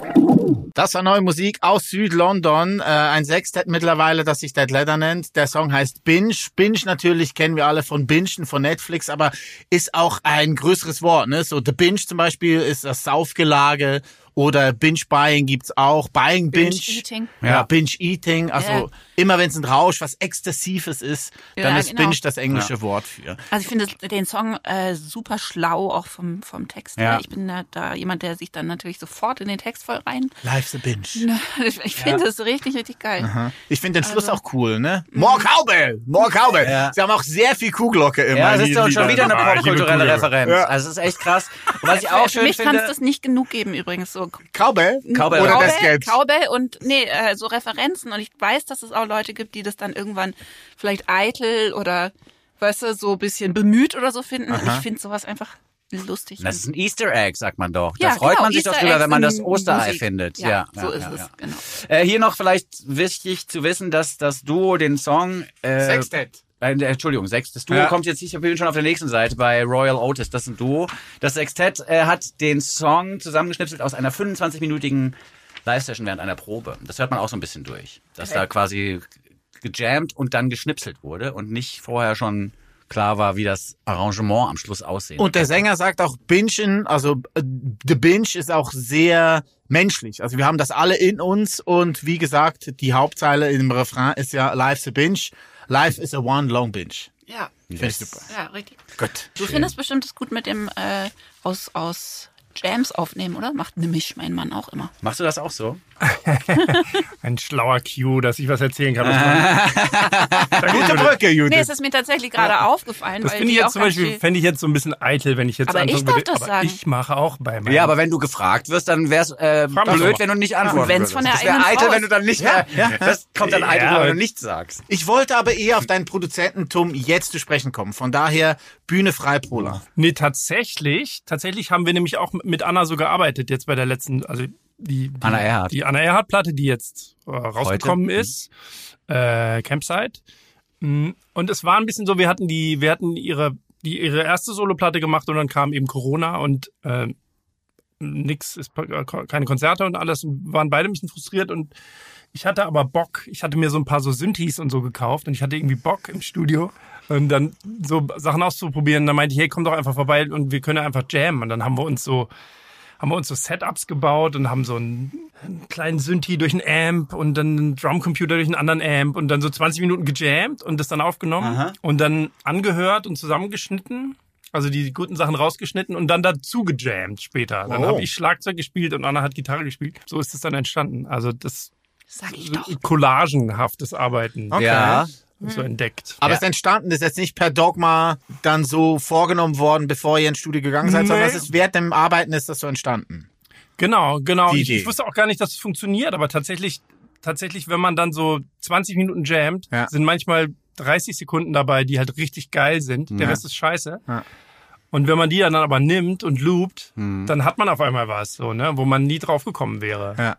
S7: Das war neue Musik aus Südlondon. Ein Sextett mittlerweile, das sich Dead Letter nennt. Der Song heißt Binge. Binge natürlich kennen wir alle von Bingen, von Netflix, aber ist auch ein größeres Wort. Ne? So The Binge zum Beispiel ist das Saufgelage. Oder Binge-Buying gibt's auch. Buying Binge.
S1: Binge-Eating.
S7: Ja, Binge-Eating. Also
S1: Ja.
S7: immer wenn es ein Rausch, was Exzessives ist, dann
S1: Ja,
S7: ist
S1: genau.
S7: Binge das englische Wort für.
S1: Also ich finde den Song super schlau, auch vom Text her.
S3: Ja.
S1: Ich bin da jemand, der sich dann natürlich sofort in den Text voll rein.
S7: Life's a Binge.
S1: Ich finde das richtig, richtig geil.
S7: Ich finde den Schluss auch cool, ne? More Cowbell! More Cowbell!
S3: Ja.
S7: Sie haben auch sehr viel Kuhglocke immer.
S3: Ja,
S7: in
S3: es ist
S7: den
S3: doch schon
S7: Liedern.
S3: wieder eine
S2: Ah, ich liebe
S3: popkulturelle
S2: Kugel.
S3: Referenz.
S7: Ja.
S3: Also es ist echt krass. Und was ich auch
S1: Für
S3: schön
S1: mich kann es
S3: finde...
S1: das nicht genug geben übrigens. So
S7: Cowbell?
S3: Cowbell.
S7: Oder das Sketch?
S1: Cowbell und so Referenzen. Und ich weiß, dass es auch Leute gibt, die das dann irgendwann vielleicht eitel oder, weißt du, so ein bisschen bemüht oder so finden. Und ich finde sowas einfach lustig.
S3: Das ist ein Easter Egg, sagt man doch.
S1: Ja,
S3: Da freut
S1: genau,
S3: man sich
S1: Easter
S3: doch drüber,
S1: Eggs
S3: wenn man das
S1: in
S3: Osterei
S1: Musik.
S3: findet.
S1: Ja, so ist es, genau.
S3: Hier noch vielleicht wichtig zu wissen, dass das Duo den Song...
S7: Sextett.
S3: Entschuldigung, das Duo
S7: Ja.
S3: kommt jetzt, ich bin schon auf der nächsten Seite bei Royal Otis, das ist ein Duo. Das Sextett hat den Song zusammengeschnipselt aus einer 25-minütigen Live-Session während einer Probe. Das hört man auch so ein bisschen durch. Dass da quasi gejammt und dann geschnipselt wurde und nicht vorher schon klar war, wie das Arrangement am Schluss aussehen
S7: Und der Sänger sagt auch, Bingen, also The Binge ist auch sehr menschlich. Also wir haben das alle in uns und wie gesagt, die Hauptzeile im Refrain ist ja Life's a Binge, Life is a one long binge.
S1: Ja.
S7: Finde ich super.
S1: Ja, richtig.
S7: Gut.
S1: Du findest bestimmt es gut mit dem aus Jams aufnehmen, oder? Macht nämlich mein Mann auch immer.
S3: Machst du das auch so?
S2: Ein schlauer Cue, dass ich was erzählen kann. Was
S7: Gute Brücke, Judith.
S1: Nee, es ist mir tatsächlich gerade aufgefallen.
S2: Das
S1: weil
S2: finde ich
S1: die
S2: jetzt
S1: auch
S2: zum
S1: ganz
S2: Beispiel,
S1: viel-
S2: fände ich jetzt so ein bisschen eitel, wenn ich jetzt
S1: Aber ich
S2: antworten
S1: darf
S2: würde.
S1: das
S2: Aber
S1: sagen.
S2: ich mache auch bei meinem.
S3: Ja, aber wenn du gefragt wirst, dann wär's
S2: mich
S3: blöd,
S2: doch.
S3: wenn du nicht antworten
S1: wenn's
S3: würdest.
S1: von der
S3: Das wäre
S1: eigenen
S3: eitel,
S1: Frau
S3: wenn du dann nicht das kommt dann eitel,
S2: Ja,
S3: wenn du nichts sagst.
S7: Ich wollte aber eher auf deinen Produzententum jetzt zu sprechen kommen. Von daher Bühne frei, Pola.
S2: Nee, tatsächlich haben wir nämlich auch mit Anna so gearbeitet, jetzt bei der letzten, also die
S3: Anna Erhardt.
S2: Die Anna Erhardt-Platte, die jetzt rausgekommen ist, Campsite. Und es war ein bisschen so, wir hatten ihre erste Soloplatte gemacht und dann kam eben Corona und keine Konzerte und alles, waren beide ein bisschen frustriert und ich hatte aber Bock, ich hatte mir so ein paar so Synthes und so gekauft und ich hatte irgendwie Bock im Studio und dann so Sachen auszuprobieren. Dann meinte ich, hey, komm doch einfach vorbei und wir können einfach jammen. Und dann haben wir uns so Setups gebaut und haben so einen kleinen Synthi durch einen Amp und dann einen Drumcomputer durch einen anderen Amp und dann so 20 Minuten gejammt und das dann aufgenommen und dann angehört und zusammengeschnitten. Also die guten Sachen rausgeschnitten und dann dazu gejammt später. Dann habe ich Schlagzeug gespielt und Anna hat Gitarre gespielt. So ist es dann entstanden. Also das
S1: Sag ich doch.
S2: collagenhaftes Arbeiten
S7: Okay.
S3: Ja.
S2: so entdeckt.
S7: Aber es ist entstanden, ist jetzt nicht per Dogma dann so vorgenommen worden, bevor ihr ins Studio gegangen seid, sondern
S2: Nee.
S7: es ist während dem Arbeiten ist das so entstanden.
S2: Genau.
S7: Die
S2: Ich
S7: Idee.
S2: wusste auch gar nicht, dass es funktioniert, aber tatsächlich, wenn man dann so 20 Minuten jammt,
S7: Ja.
S2: sind manchmal 30 Sekunden dabei, die halt richtig geil sind. Der Rest ist scheiße.
S7: Ja.
S2: Und wenn man die dann aber nimmt und loopt, dann hat man auf einmal was, so, ne, wo man nie drauf gekommen wäre.
S7: Ja.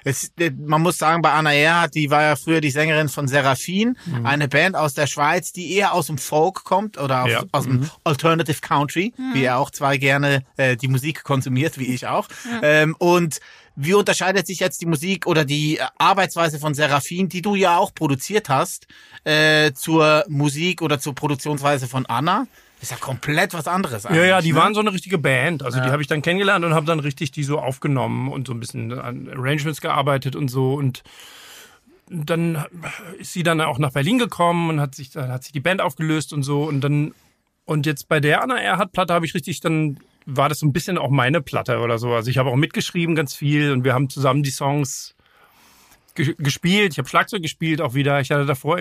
S7: Man muss sagen, bei Anna Erhardt, die war ja früher die Sängerin von Seraphin, eine Band aus der Schweiz, die eher aus dem Folk kommt oder
S2: Ja.
S7: aus dem Alternative Country, wie er auch zwar gerne die Musik konsumiert, wie ich auch. Und wie unterscheidet sich jetzt die Musik oder die Arbeitsweise von Seraphin, die du ja auch produziert hast, zur Musik oder zur Produktionsweise von Anna? Ist ja komplett was anderes eigentlich.
S2: Ja, die
S7: ne?
S2: waren so eine richtige Band. Also die habe ich dann kennengelernt und habe dann richtig die so aufgenommen und so ein bisschen an Arrangements gearbeitet und so. Und dann ist sie dann auch nach Berlin gekommen und hat sich die Band aufgelöst und so. Und jetzt bei der Anna Erhardt-Platte habe ich richtig, dann war das so ein bisschen auch meine Platte oder so. Also ich habe auch mitgeschrieben ganz viel und wir haben zusammen die Songs gespielt. Ich habe Schlagzeug gespielt auch wieder. Ich hatte davor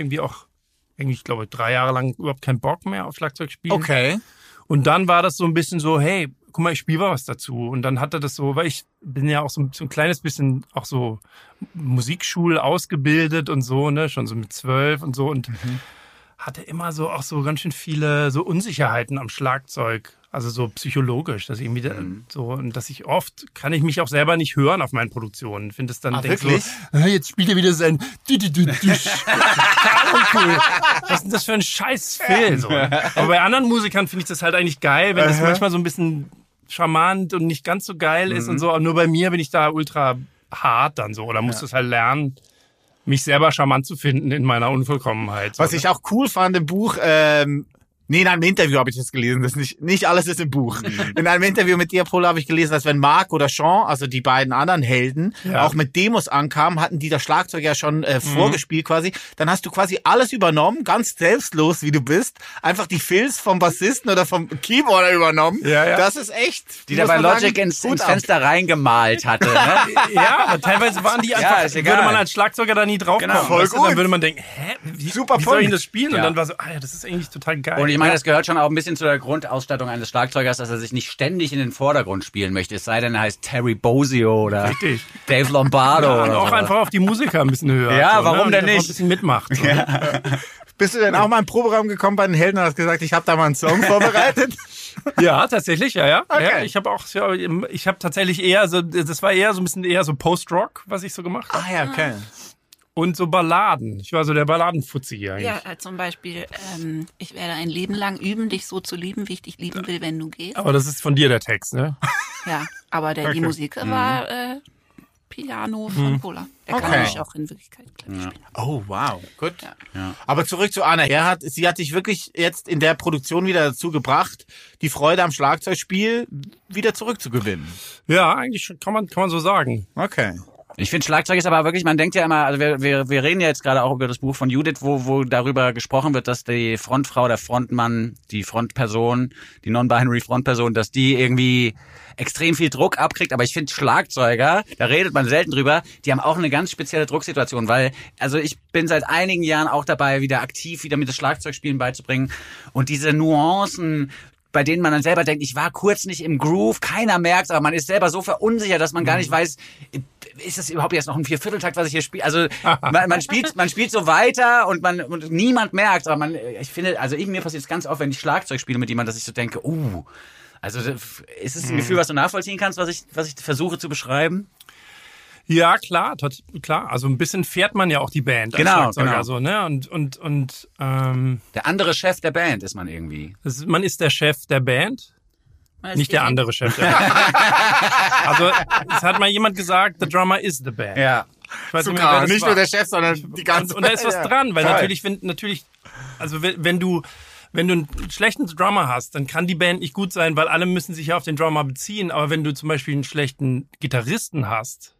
S2: ich glaube, 3 Jahre lang überhaupt keinen Bock mehr auf Schlagzeug spielen.
S7: Okay.
S2: Und dann war das so ein bisschen so, hey, guck mal, ich spiele was dazu. Und dann hatte das so, weil ich bin ja auch so ein kleines bisschen auch so Musikschul ausgebildet und so, ne, schon so mit 12 und so und hatte immer so auch so ganz schön viele so Unsicherheiten am Schlagzeug. Also so psychologisch, dass ich irgendwie so, und dass ich oft kann ich mich auch selber nicht hören auf meinen Produktionen. Finde es dann, denk
S7: wirklich?
S2: so, jetzt spielt er wieder sein total uncool. Was ist denn das für ein scheiß Film? So. Aber bei anderen Musikern finde ich das halt eigentlich geil, wenn das manchmal so ein bisschen charmant und nicht ganz so geil ist und so. Und nur bei mir bin ich da ultra hart dann so. Oder muss das halt lernen, mich selber charmant zu finden in meiner Unvollkommenheit. So,
S7: Was ich auch cool fand im Buch, in einem Interview habe ich das gelesen. Das ist nicht alles ist im Buch. In einem Interview mit dir, Paula, habe ich gelesen, dass wenn Marc oder Sean, also die beiden anderen Helden, auch mit Demos ankamen, hatten die das Schlagzeug ja schon vorgespielt quasi. Dann hast du quasi alles übernommen, ganz selbstlos, wie du bist. Einfach die Fills vom Bassisten oder vom Keyboarder übernommen.
S2: Ja.
S7: Das ist echt.
S3: Die da bei Logic ins Fenster reingemalt hatte. Ne?
S2: Ja, aber teilweise waren die einfach,
S3: ist egal.
S2: würde man als Schlagzeuger da nie draufkommen.
S3: Genau.
S7: Voll
S2: weißt du?
S7: gut.
S2: Dann würde man denken, wie
S7: Super
S2: soll ich
S7: Punkt.
S2: das spielen?
S3: Ja.
S2: Und dann war so, ja, das ist eigentlich total geil.
S3: Und ich meine, das gehört schon auch ein bisschen zu der Grundausstattung eines Schlagzeugers, dass er sich nicht ständig in den Vordergrund spielen möchte. Es sei denn, er heißt Terry Bozzio oder
S2: Richtig.
S3: Dave Lombardo.
S2: Ja, und
S3: oder
S2: auch
S3: so.
S2: einfach auf die Musiker ein bisschen höher.
S3: Ja, warum
S2: und
S3: denn
S2: einfach
S3: nicht?
S2: ein bisschen mitmacht. So.
S7: Bist du denn auch mal im Proberaum gekommen bei den Helden und hast gesagt, ich habe da mal einen Song vorbereitet?
S2: Ja, tatsächlich, ja.
S7: Okay.
S2: Ja, ich habe tatsächlich eher so, das war eher so ein bisschen eher so Post-Rock, was ich so gemacht habe.
S7: Ah ja, okay.
S2: Und so Balladen. Ich war so der Balladenfutzi hier eigentlich.
S1: Ja, zum Beispiel, ich werde ein Leben lang üben, dich so zu lieben, wie ich dich lieben will, wenn du gehst.
S2: Aber das ist von dir der Text, ne?
S1: Ja, aber die Musik war Piano von Pola. Er kann
S7: Okay.
S1: nämlich auch in Wirklichkeit Klavier spielen.
S7: Oh, wow. Gut.
S3: Ja.
S7: Aber zurück zu Anna Erhardt. Sie hat dich wirklich jetzt in der Produktion wieder dazu gebracht, die Freude am Schlagzeugspiel wieder zurückzugewinnen.
S2: Ja, eigentlich kann man so sagen.
S7: Okay.
S3: Ich finde, Schlagzeug ist aber wirklich, man denkt ja immer, also wir reden ja jetzt gerade auch über das Buch von Judith, wo darüber gesprochen wird, dass die Frontfrau, der Frontmann, die Frontperson, die non-binary Frontperson, dass die irgendwie extrem viel Druck abkriegt. Aber ich finde Schlagzeuger, da redet man selten drüber, die haben auch eine ganz spezielle Drucksituation, weil, also ich bin seit einigen Jahren auch dabei, wieder aktiv, wieder mit das Schlagzeugspielen beizubringen. Und diese Nuancen, bei denen man dann selber denkt, ich war kurz nicht im Groove, keiner merkt's, aber man ist selber so verunsichert, dass man gar nicht weiß, ist das überhaupt jetzt noch ein Viervierteltakt, was ich hier spiele? Also man spielt so weiter und niemand merkt, aber ich finde, also mir passiert es ganz oft, wenn ich Schlagzeug spiele mit jemandem, dass ich so denke, also ist es ein Gefühl, was du nachvollziehen kannst, was ich versuche zu beschreiben?
S2: Ja, klar. Also ein bisschen fährt man ja auch die Band. Als
S3: Genau,
S2: Schlagzeuger,
S3: genau.
S2: so, ne? Und
S3: Der andere Chef der Band ist man irgendwie.
S2: man ist der Chef der Band.
S1: Man ist
S2: Nicht der andere Chef der Band. Also, es hat mal jemand gesagt, the drummer is the band.
S3: Ja.
S2: Ich weiß nicht mehr, wer
S7: Sogar
S2: das
S7: nicht
S2: war.
S7: nur der Chef, sondern die ganze
S2: Und da ist was dran, weil
S7: Voll.
S2: natürlich, also wenn du einen schlechten Drummer hast, dann kann die Band nicht gut sein, weil alle müssen sich ja auf den Drummer beziehen. Aber wenn du zum Beispiel einen schlechten Gitarristen hast,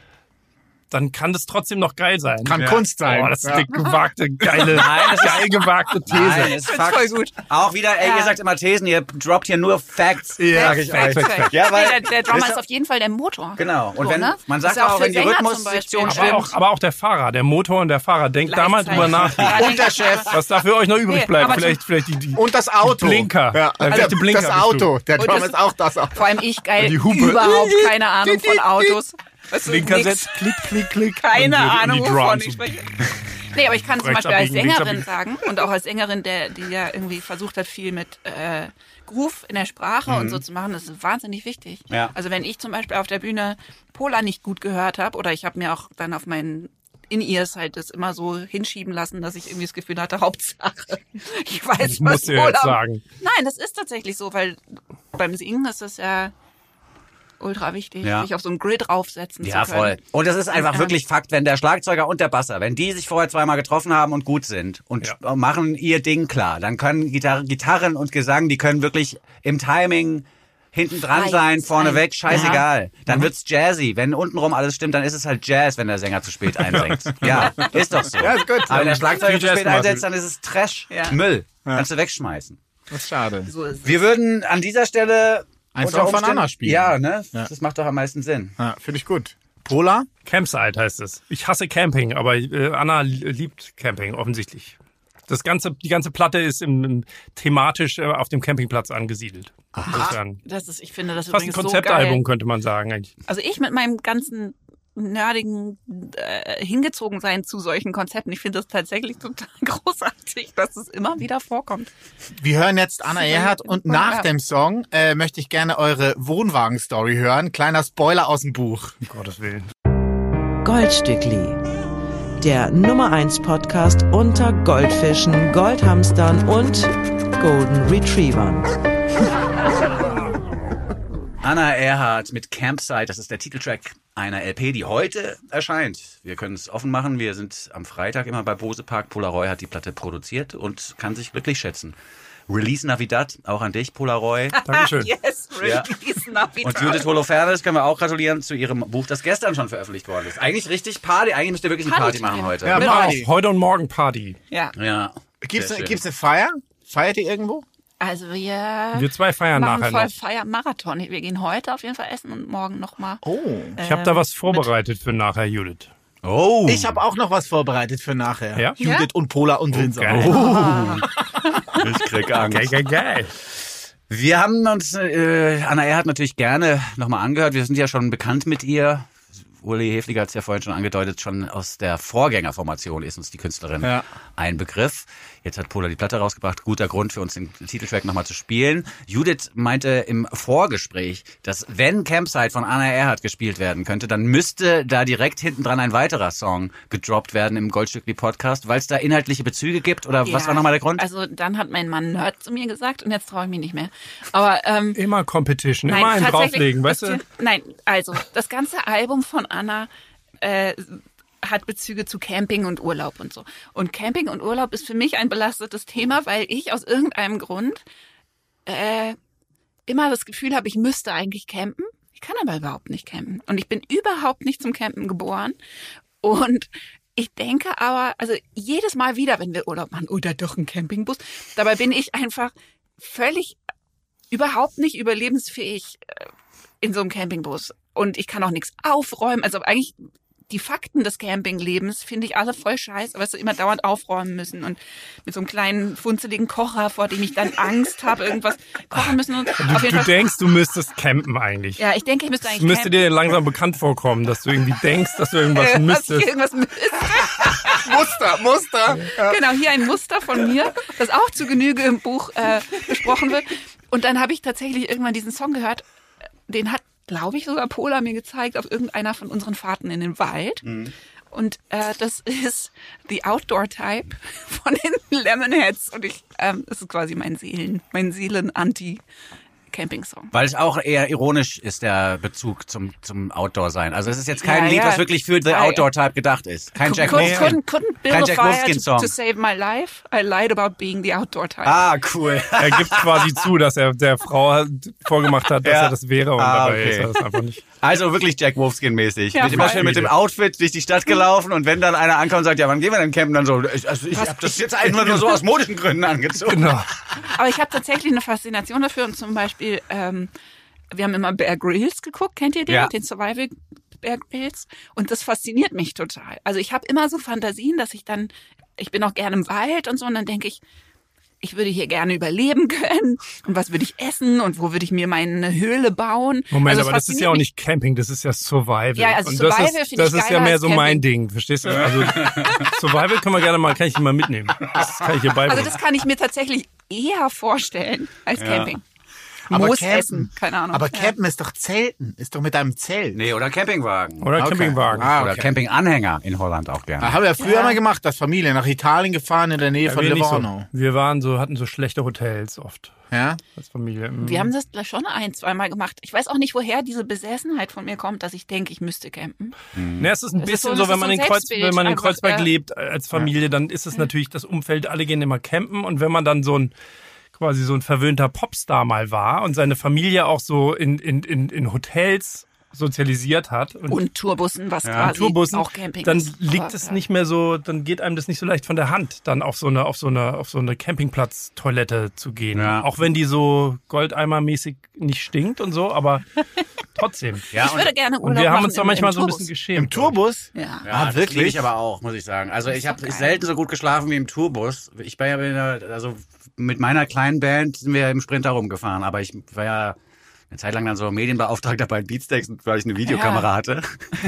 S2: dann kann das trotzdem noch geil sein.
S7: Kann Kunst sein.
S2: Oh, das ist eine gewagte, geil gewagte These.
S3: Nein, ist Fakt.
S1: voll gut.
S3: Auch wieder, ihr sagt immer Thesen, ihr droppt hier nur Facts.
S2: Ja,
S3: sag ich
S1: Fact,
S3: euch.
S1: Fact.
S3: Ja, weil
S1: Nee, der Drummer
S3: wisst
S1: ist
S3: ihr-
S1: auf jeden Fall der Motor.
S3: Genau. Und
S1: So,
S3: wenn
S1: ne?
S3: man
S1: Das
S3: sagt
S1: ist
S3: auch,
S1: für
S3: wenn die
S1: Sänger
S3: Rhythmussektion
S1: zum Beispiel.
S3: stimmt.
S2: Aber auch der Fahrer, der Motor und der Fahrer. Denkt da mal drüber nach.
S1: Ja,
S7: Und der Chef.
S2: Was da für euch noch übrig
S1: Nee,
S2: bleibt.
S1: aber
S2: Vielleicht die
S7: Und das Auto.
S2: Blinker.
S7: Ja,
S2: Vielleicht die Blinker
S7: das
S2: bist du.
S7: Auto. Der
S1: Und
S7: Drum
S1: das-
S7: ist auch das Auto.
S1: Vor allem ich, geil,
S2: Die Hupe.
S1: überhaupt keine Ahnung von Autos. Weißt du,
S2: Blinker
S1: nix.
S2: setzt, klick, klick, klick.
S1: Keine
S2: und
S1: Ahnung,
S2: die
S1: wovon
S2: Drums.
S1: ich spreche. Nee, aber ich kann zum
S2: Rechts
S1: Beispiel als
S2: abbiegen, links
S1: Sängerin
S2: abbiegen.
S1: sagen und auch als Sängerin, die ja irgendwie versucht hat, viel mit Groove in der Sprache und so zu machen, das ist wahnsinnig wichtig.
S3: Ja.
S1: Also wenn ich zum Beispiel auf der Bühne Pola nicht gut gehört habe oder ich habe mir auch dann auf meinen In-Ears halt das immer so hinschieben lassen, dass ich irgendwie das Gefühl hatte, Hauptsache, ich weiß,
S2: Das musst du ja
S1: Pola...
S2: jetzt sagen.
S1: Nein, das ist tatsächlich so, weil beim Singen ist das ja ultra wichtig,
S3: Ja.
S1: sich auf so ein Grid draufsetzen
S3: Ja,
S1: zu können.
S3: voll. Und das ist einfach
S1: Ja.
S3: wirklich Fakt, wenn der Schlagzeuger und der Basser, wenn die sich vorher zweimal getroffen haben und gut sind und machen ihr Ding klar, dann können Gitarren und Gesang, die können wirklich im Timing hinten dran
S1: Frei
S3: sein, vorne
S1: sein.
S3: weg, scheißegal. Dann wird's jazzy. Wenn untenrum alles stimmt, dann ist es halt Jazz, wenn der Sänger zu spät einsingt. Ja, ist doch so.
S7: Ja, ist gut.
S3: Aber wenn der Schlagzeuger
S2: Viel
S3: zu
S2: Jazz
S3: spät
S2: machen.
S3: einsetzt, dann ist es Trash,
S1: Ja.
S3: Müll. Kannst du wegschmeißen.
S7: Das ist schade.
S1: So ist es.
S3: Wir würden an dieser Stelle
S7: Ein
S3: unter
S7: Song von
S3: Umständen-
S7: Anna spielen.
S3: Ja, ne?
S7: Ja.
S3: Das macht doch am meisten Sinn.
S7: Ja, finde ich gut. Pola?
S2: Campsite heißt es. Ich hasse Camping, aber Anna liebt Camping offensichtlich. Die ganze Platte ist thematisch auf dem Campingplatz angesiedelt. Insofern
S1: Ich finde das
S2: fast ein
S1: übrigens so
S2: Konzeptalbum,
S1: geil.
S2: könnte man sagen eigentlich.
S1: Also ich mit meinem ganzen nerdigen hingezogen sein zu solchen Konzepten. Ich finde das tatsächlich total großartig, dass es immer wieder vorkommt.
S7: Wir hören jetzt Anna Erhardt und nach
S1: Ja.
S7: dem Song möchte ich gerne eure Wohnwagen-Story hören. Kleiner Spoiler aus dem Buch.
S2: Um Gottes Willen.
S5: Goldstückli. Der Nummer 1 Podcast unter Goldfischen, Goldhamstern und Golden Retrievern.
S3: Anna Erhardt mit Campsite, das ist der Titeltrack einer LP, die heute erscheint. Wir können es offen machen, wir sind am Freitag immer bei Bose Park. Polaroid hat die Platte produziert und kann sich glücklich schätzen. Release Navidad, auch an dich, Polaroid.
S2: Dankeschön.
S1: Yes, release Navidad.
S3: Und Judith Holofernes können wir auch gratulieren zu ihrem Buch, das gestern schon veröffentlicht worden ist. Eigentlich richtig Party, eigentlich müsst ihr wirklich eine Party machen heute.
S7: Ja,
S1: Mit
S7: Party.
S2: Heute und morgen Party.
S1: Ja,
S3: Ja.
S7: Gibt's
S3: Sehr schön.
S7: eine Feier? Feiert ihr irgendwo?
S1: also wir
S2: Wir zwei feiern
S1: machen
S2: nachher
S1: voll
S2: noch.
S1: Feiermarathon. Wir gehen heute auf jeden Fall essen und morgen nochmal.
S7: Oh.
S2: Ich habe da was vorbereitet für nachher, Judith.
S3: Oh.
S7: Ich habe auch noch was vorbereitet für nachher.
S2: Ja?
S7: Judith und Pola und Vince.
S2: geil.
S3: Ich krieg Angst.
S2: Geil.
S3: Wir haben uns Anna Erhardt natürlich gerne nochmal angehört. Wir sind ja schon bekannt mit ihr. Uli Hefliger hat es ja vorhin schon angedeutet, schon aus der Vorgängerformation ist uns die Künstlerin
S7: Ja.
S3: ein Begriff. Jetzt hat Pola die Platte rausgebracht. Guter Grund für uns, den Titeltrack nochmal zu spielen. Judith meinte im Vorgespräch, dass wenn Campsite von Anna Erhardt gespielt werden könnte, dann müsste da direkt hinten dran ein weiterer Song gedroppt werden im Goldstückli-Podcast, weil es da inhaltliche Bezüge gibt? Oder was war nochmal der Grund?
S1: Also dann hat mein Mann Nerd zu mir gesagt und jetzt traue ich mich nicht mehr. Aber
S2: immer Competition, immer einen drauflegen, weißt du?
S1: Nein, also das ganze Album von Anna hat Bezüge zu Camping und Urlaub und so. Und Camping und Urlaub ist für mich ein belastetes Thema, weil ich aus irgendeinem Grund immer das Gefühl habe, ich müsste eigentlich campen. Ich kann aber überhaupt nicht campen. Und ich bin überhaupt nicht zum Campen geboren. Und ich denke aber, also jedes Mal wieder, wenn wir Urlaub machen, oder doch ein Campingbus, dabei bin ich einfach völlig überhaupt nicht überlebensfähig in so einem Campingbus. Und ich kann auch nichts aufräumen. Also eigentlich die Fakten des Campinglebens finde ich alle voll scheiße, weil wir immer dauernd aufräumen müssen und mit so einem kleinen funzeligen Kocher, vor dem ich dann Angst habe, irgendwas kochen müssen. Und
S2: Du denkst, du müsstest campen eigentlich.
S1: Ja, ich denke, ich müsste eigentlich
S2: campen. Es müsste dir langsam bekannt vorkommen, dass du irgendwie denkst, dass du irgendwas müsstest.
S7: Muster.
S1: Ja. Genau, hier ein Muster von mir, das auch zu Genüge im Buch besprochen wird. Und dann habe ich tatsächlich irgendwann diesen Song gehört, den hat, glaube ich, sogar Pola mir gezeigt auf irgendeiner von unseren Fahrten in den Wald. Mhm. Und das ist The Outdoor Type von den Lemonheads. Und das ist quasi mein Seelen-Anti-Camping-Song.
S3: Weil es auch eher ironisch ist, der Bezug zum Outdoor-Sein. Also es ist jetzt kein Lied, was wirklich für The Outdoor Type gedacht ist. Kein Jack Wolfskin-Song.
S1: To save my life, I lied about being the Outdoor Type.
S3: Ah, cool.
S2: Er gibt quasi zu, dass er der Frau vorgemacht hat, dass er das wäre und dabei ist er das einfach nicht.
S3: Also wirklich Jack Wolfskin-mäßig.
S1: Ja,
S3: immer schön mit dem Outfit durch die Stadt gelaufen und wenn dann einer ankommt und sagt, ja, wann gehen wir denn campen? Dann so, ich habe das jetzt einfach nur so aus modischen Gründen angezogen.
S2: Genau.
S1: Aber ich habe tatsächlich eine Faszination dafür und zum Beispiel, wir haben immer Bear Grylls geguckt, kennt ihr den?
S3: Ja.
S1: Den Survival Bear Grylls. Und das fasziniert mich total. Also ich habe immer so Fantasien, dass ich bin auch gerne im Wald und so und dann denke ich würde hier gerne überleben können und was würde ich essen und wo würde ich mir meine Höhle bauen.
S2: Moment,
S1: also
S2: aber das ist ja auch nicht Camping, das ist ja Survival.
S1: Ja, also
S2: und
S1: Survival finde ich
S2: das ist ja mehr so
S1: Camping.
S2: mein Ding, verstehst du? Also Survival kann ich dir mal mitnehmen. Das kann ich hier beibringen.
S1: Also das kann ich mir tatsächlich eher vorstellen als Camping.
S7: Aber
S1: Moos
S7: campen,
S1: essen, keine Ahnung.
S7: Aber campen ist doch Zelten, ist doch mit einem Zelt.
S3: Nee, oder Campingwagen.
S2: Oder Campingwagen.
S3: Oder Campinganhänger in Holland auch gerne.
S7: Da haben wir ja früher mal gemacht, als Familie, nach Italien gefahren in der Nähe von
S2: wir nicht
S7: Livorno.
S2: so. Wir hatten so schlechte Hotels oft.
S7: Ja?
S2: Als Familie.
S1: Wir haben das schon 1-2 gemacht. Ich weiß auch nicht, woher diese Besessenheit von mir kommt, dass ich denke, ich müsste campen.
S2: Ja, es ist ein bisschen so, wenn man in Kreuzberg lebt als Familie, dann ist es natürlich das Umfeld, alle gehen immer campen und wenn man dann quasi so ein verwöhnter Popstar mal war und seine Familie auch so in Hotels sozialisiert hat. Und
S1: Tourbussen, was quasi
S2: Tourbussen,
S1: auch Camping
S2: dann
S1: ist.
S2: liegt es nicht mehr so, dann geht einem das nicht so leicht von der Hand, dann auf so eine Campingplatz-Toilette zu gehen. Ja. Auch wenn die so Goldeimer-mäßig nicht stinkt und so, aber trotzdem.
S1: Ja, ich würde gerne Urlaub
S2: und wir haben
S1: machen
S2: uns da manchmal so ein bisschen geschämt.
S7: Im Tourbus?
S1: Ja.
S3: Ja, wirklich? Liebe ich aber auch, muss ich sagen. Also ich habe selten so gut geschlafen wie im Tourbus. Ich war ja mit meiner kleinen Band sind wir ja im Sprinter rumgefahren, aber ich war ja eine Zeit lang dann so Medienbeauftragter bei Beatsteaks, weil ich eine Videokamera hatte.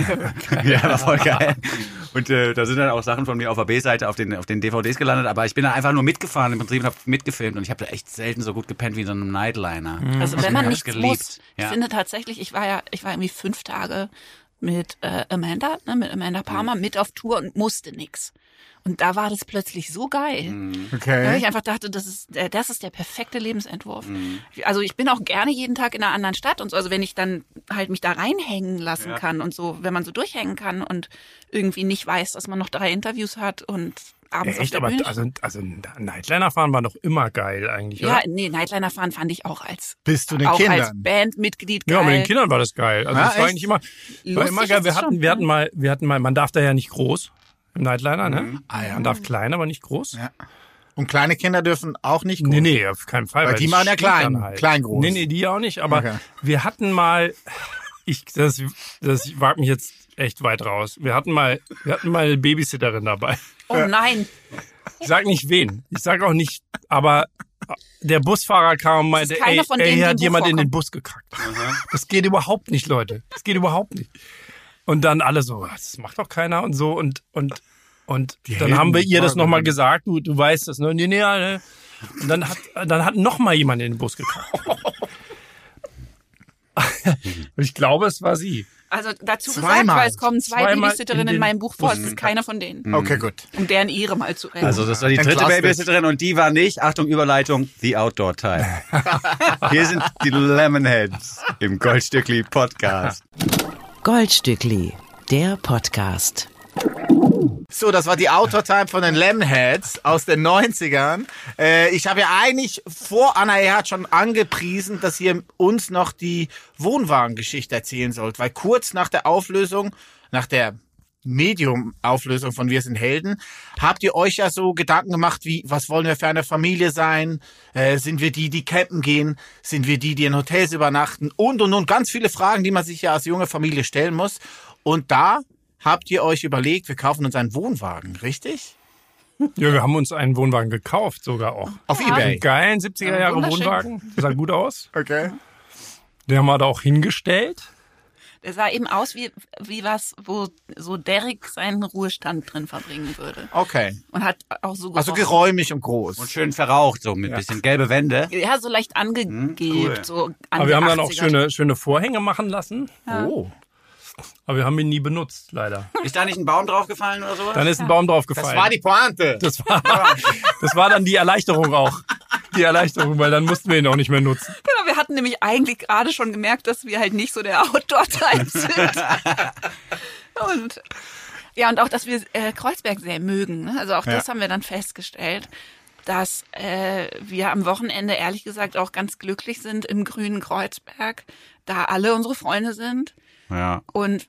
S3: Ja, war voll geil. Und da sind dann auch Sachen von mir auf der B-Seite auf den DVDs gelandet, aber ich bin da einfach nur mitgefahren im Prinzip und habe mitgefilmt und ich habe da echt selten so gut gepennt wie in so einem Nightliner.
S1: Also wenn man nichts muss, ich finde tatsächlich, ich war irgendwie 5 Tage mit Amanda Palmer mit auf Tour und musste nix. Und da war das plötzlich so geil, weil ich einfach dachte, das ist der perfekte Lebensentwurf. Also ich bin auch gerne jeden Tag in einer anderen Stadt und so. Also wenn ich dann halt mich da reinhängen lassen kann und so, wenn man so durchhängen kann und irgendwie nicht weiß, dass man noch 3 Interviews hat und abends auf der Bühne.
S2: Also Nightliner fahren war doch immer geil eigentlich, oder?
S1: Ja, nee, Nightliner fahren fand ich auch als Bandmitglied geil.
S2: Ja, mit den Kindern war das geil. Also das war eigentlich immer geil. Wir hatten mal, man darf da ja nicht groß im Nightliner, ne? Man darf klein, aber nicht groß.
S7: Ja. Und kleine Kinder dürfen auch nicht groß?
S2: Nee, auf keinen Fall.
S7: Weil die machen ja klein groß.
S2: Nee, die auch nicht. Aber wir hatten mal, das wagt mich jetzt echt weit raus. Wir hatten mal eine Babysitterin dabei.
S1: Oh nein.
S2: Ich sag nicht wen. Ich sag auch nicht, aber der Busfahrer kam und meinte, hier hat jemand in den Bus gekackt. Das geht überhaupt nicht, Leute. Das geht überhaupt nicht. Und dann alle so, das macht doch keiner und so. Und Und dann haben wir ihr das nochmal gesagt, du weißt das, ne? Nee. Und dann hat noch mal jemand in den Bus gekauft. Ich glaube, es war sie.
S1: Also dazu
S7: Zweimal.
S1: gesagt, weil es kommen zwei
S2: Zweimal
S1: Babysitterinnen in meinem Buch vor, es ist keiner von denen.
S7: Okay, gut.
S1: Um deren Ehre mal zu retten.
S3: Also das war die dritte
S7: Entlastet.
S3: Babysitterin und die war nicht, Achtung, Überleitung, The Outdoor Time. Hier sind die Lemonheads im Goldstückli Podcast.
S5: Goldstückli, der Podcast.
S7: So, das war die Outdoor-Time von den Lemonheads aus den 90ern. Ich habe ja eigentlich vor Anna Erhardt schon angepriesen, dass ihr uns noch die Wohnwagengeschichte erzählen sollt, weil kurz nach der Auflösung, nach der Medium-Auflösung von Wir sind Helden, habt ihr euch ja so Gedanken gemacht, wie, was wollen wir für eine Familie sein? Sind wir die campen gehen? Sind wir die in Hotels übernachten? Und. Ganz viele Fragen, die man sich ja als junge Familie stellen muss. Und da habt ihr euch überlegt, wir kaufen uns einen Wohnwagen, richtig?
S2: Ja, wir haben uns einen Wohnwagen gekauft sogar auch.
S7: Auf
S1: Ja.
S7: eBay.
S2: Einen geilen 70er Jahre
S1: wunderschön.
S2: Wohnwagen. Der sah gut aus.
S7: Okay.
S2: Den haben wir da auch hingestellt.
S1: Der sah eben aus wie was, wo so Derek seinen Ruhestand drin verbringen würde.
S7: Okay.
S1: Und hat auch so
S7: Also
S1: gerochen.
S7: geräumig und groß.
S3: Und schön verraucht, so mit bisschen gelbe Wände.
S1: Ja, so leicht angegebt.
S3: cool.
S1: So
S2: Aber wir haben dann auch
S1: 80er.
S2: schöne Vorhänge machen lassen.
S7: Oh.
S2: Aber wir haben ihn nie benutzt, leider.
S3: Ist da nicht ein Baum draufgefallen oder sowas?
S2: Dann ist ein Baum
S7: Das
S2: draufgefallen.
S7: war die Pointe.
S2: Das war dann die Erleichterung auch. Die Erleichterung, weil dann mussten wir ihn auch nicht mehr nutzen.
S1: Genau, wir hatten nämlich eigentlich gerade schon gemerkt, dass wir halt nicht so der Outdoor-Type sind. Und auch, dass wir Kreuzberg sehr mögen. Ne? Also auch das haben wir dann festgestellt, dass wir am Wochenende ehrlich gesagt auch ganz glücklich sind im grünen Kreuzberg, da alle unsere Freunde sind.
S3: Ja.
S1: Und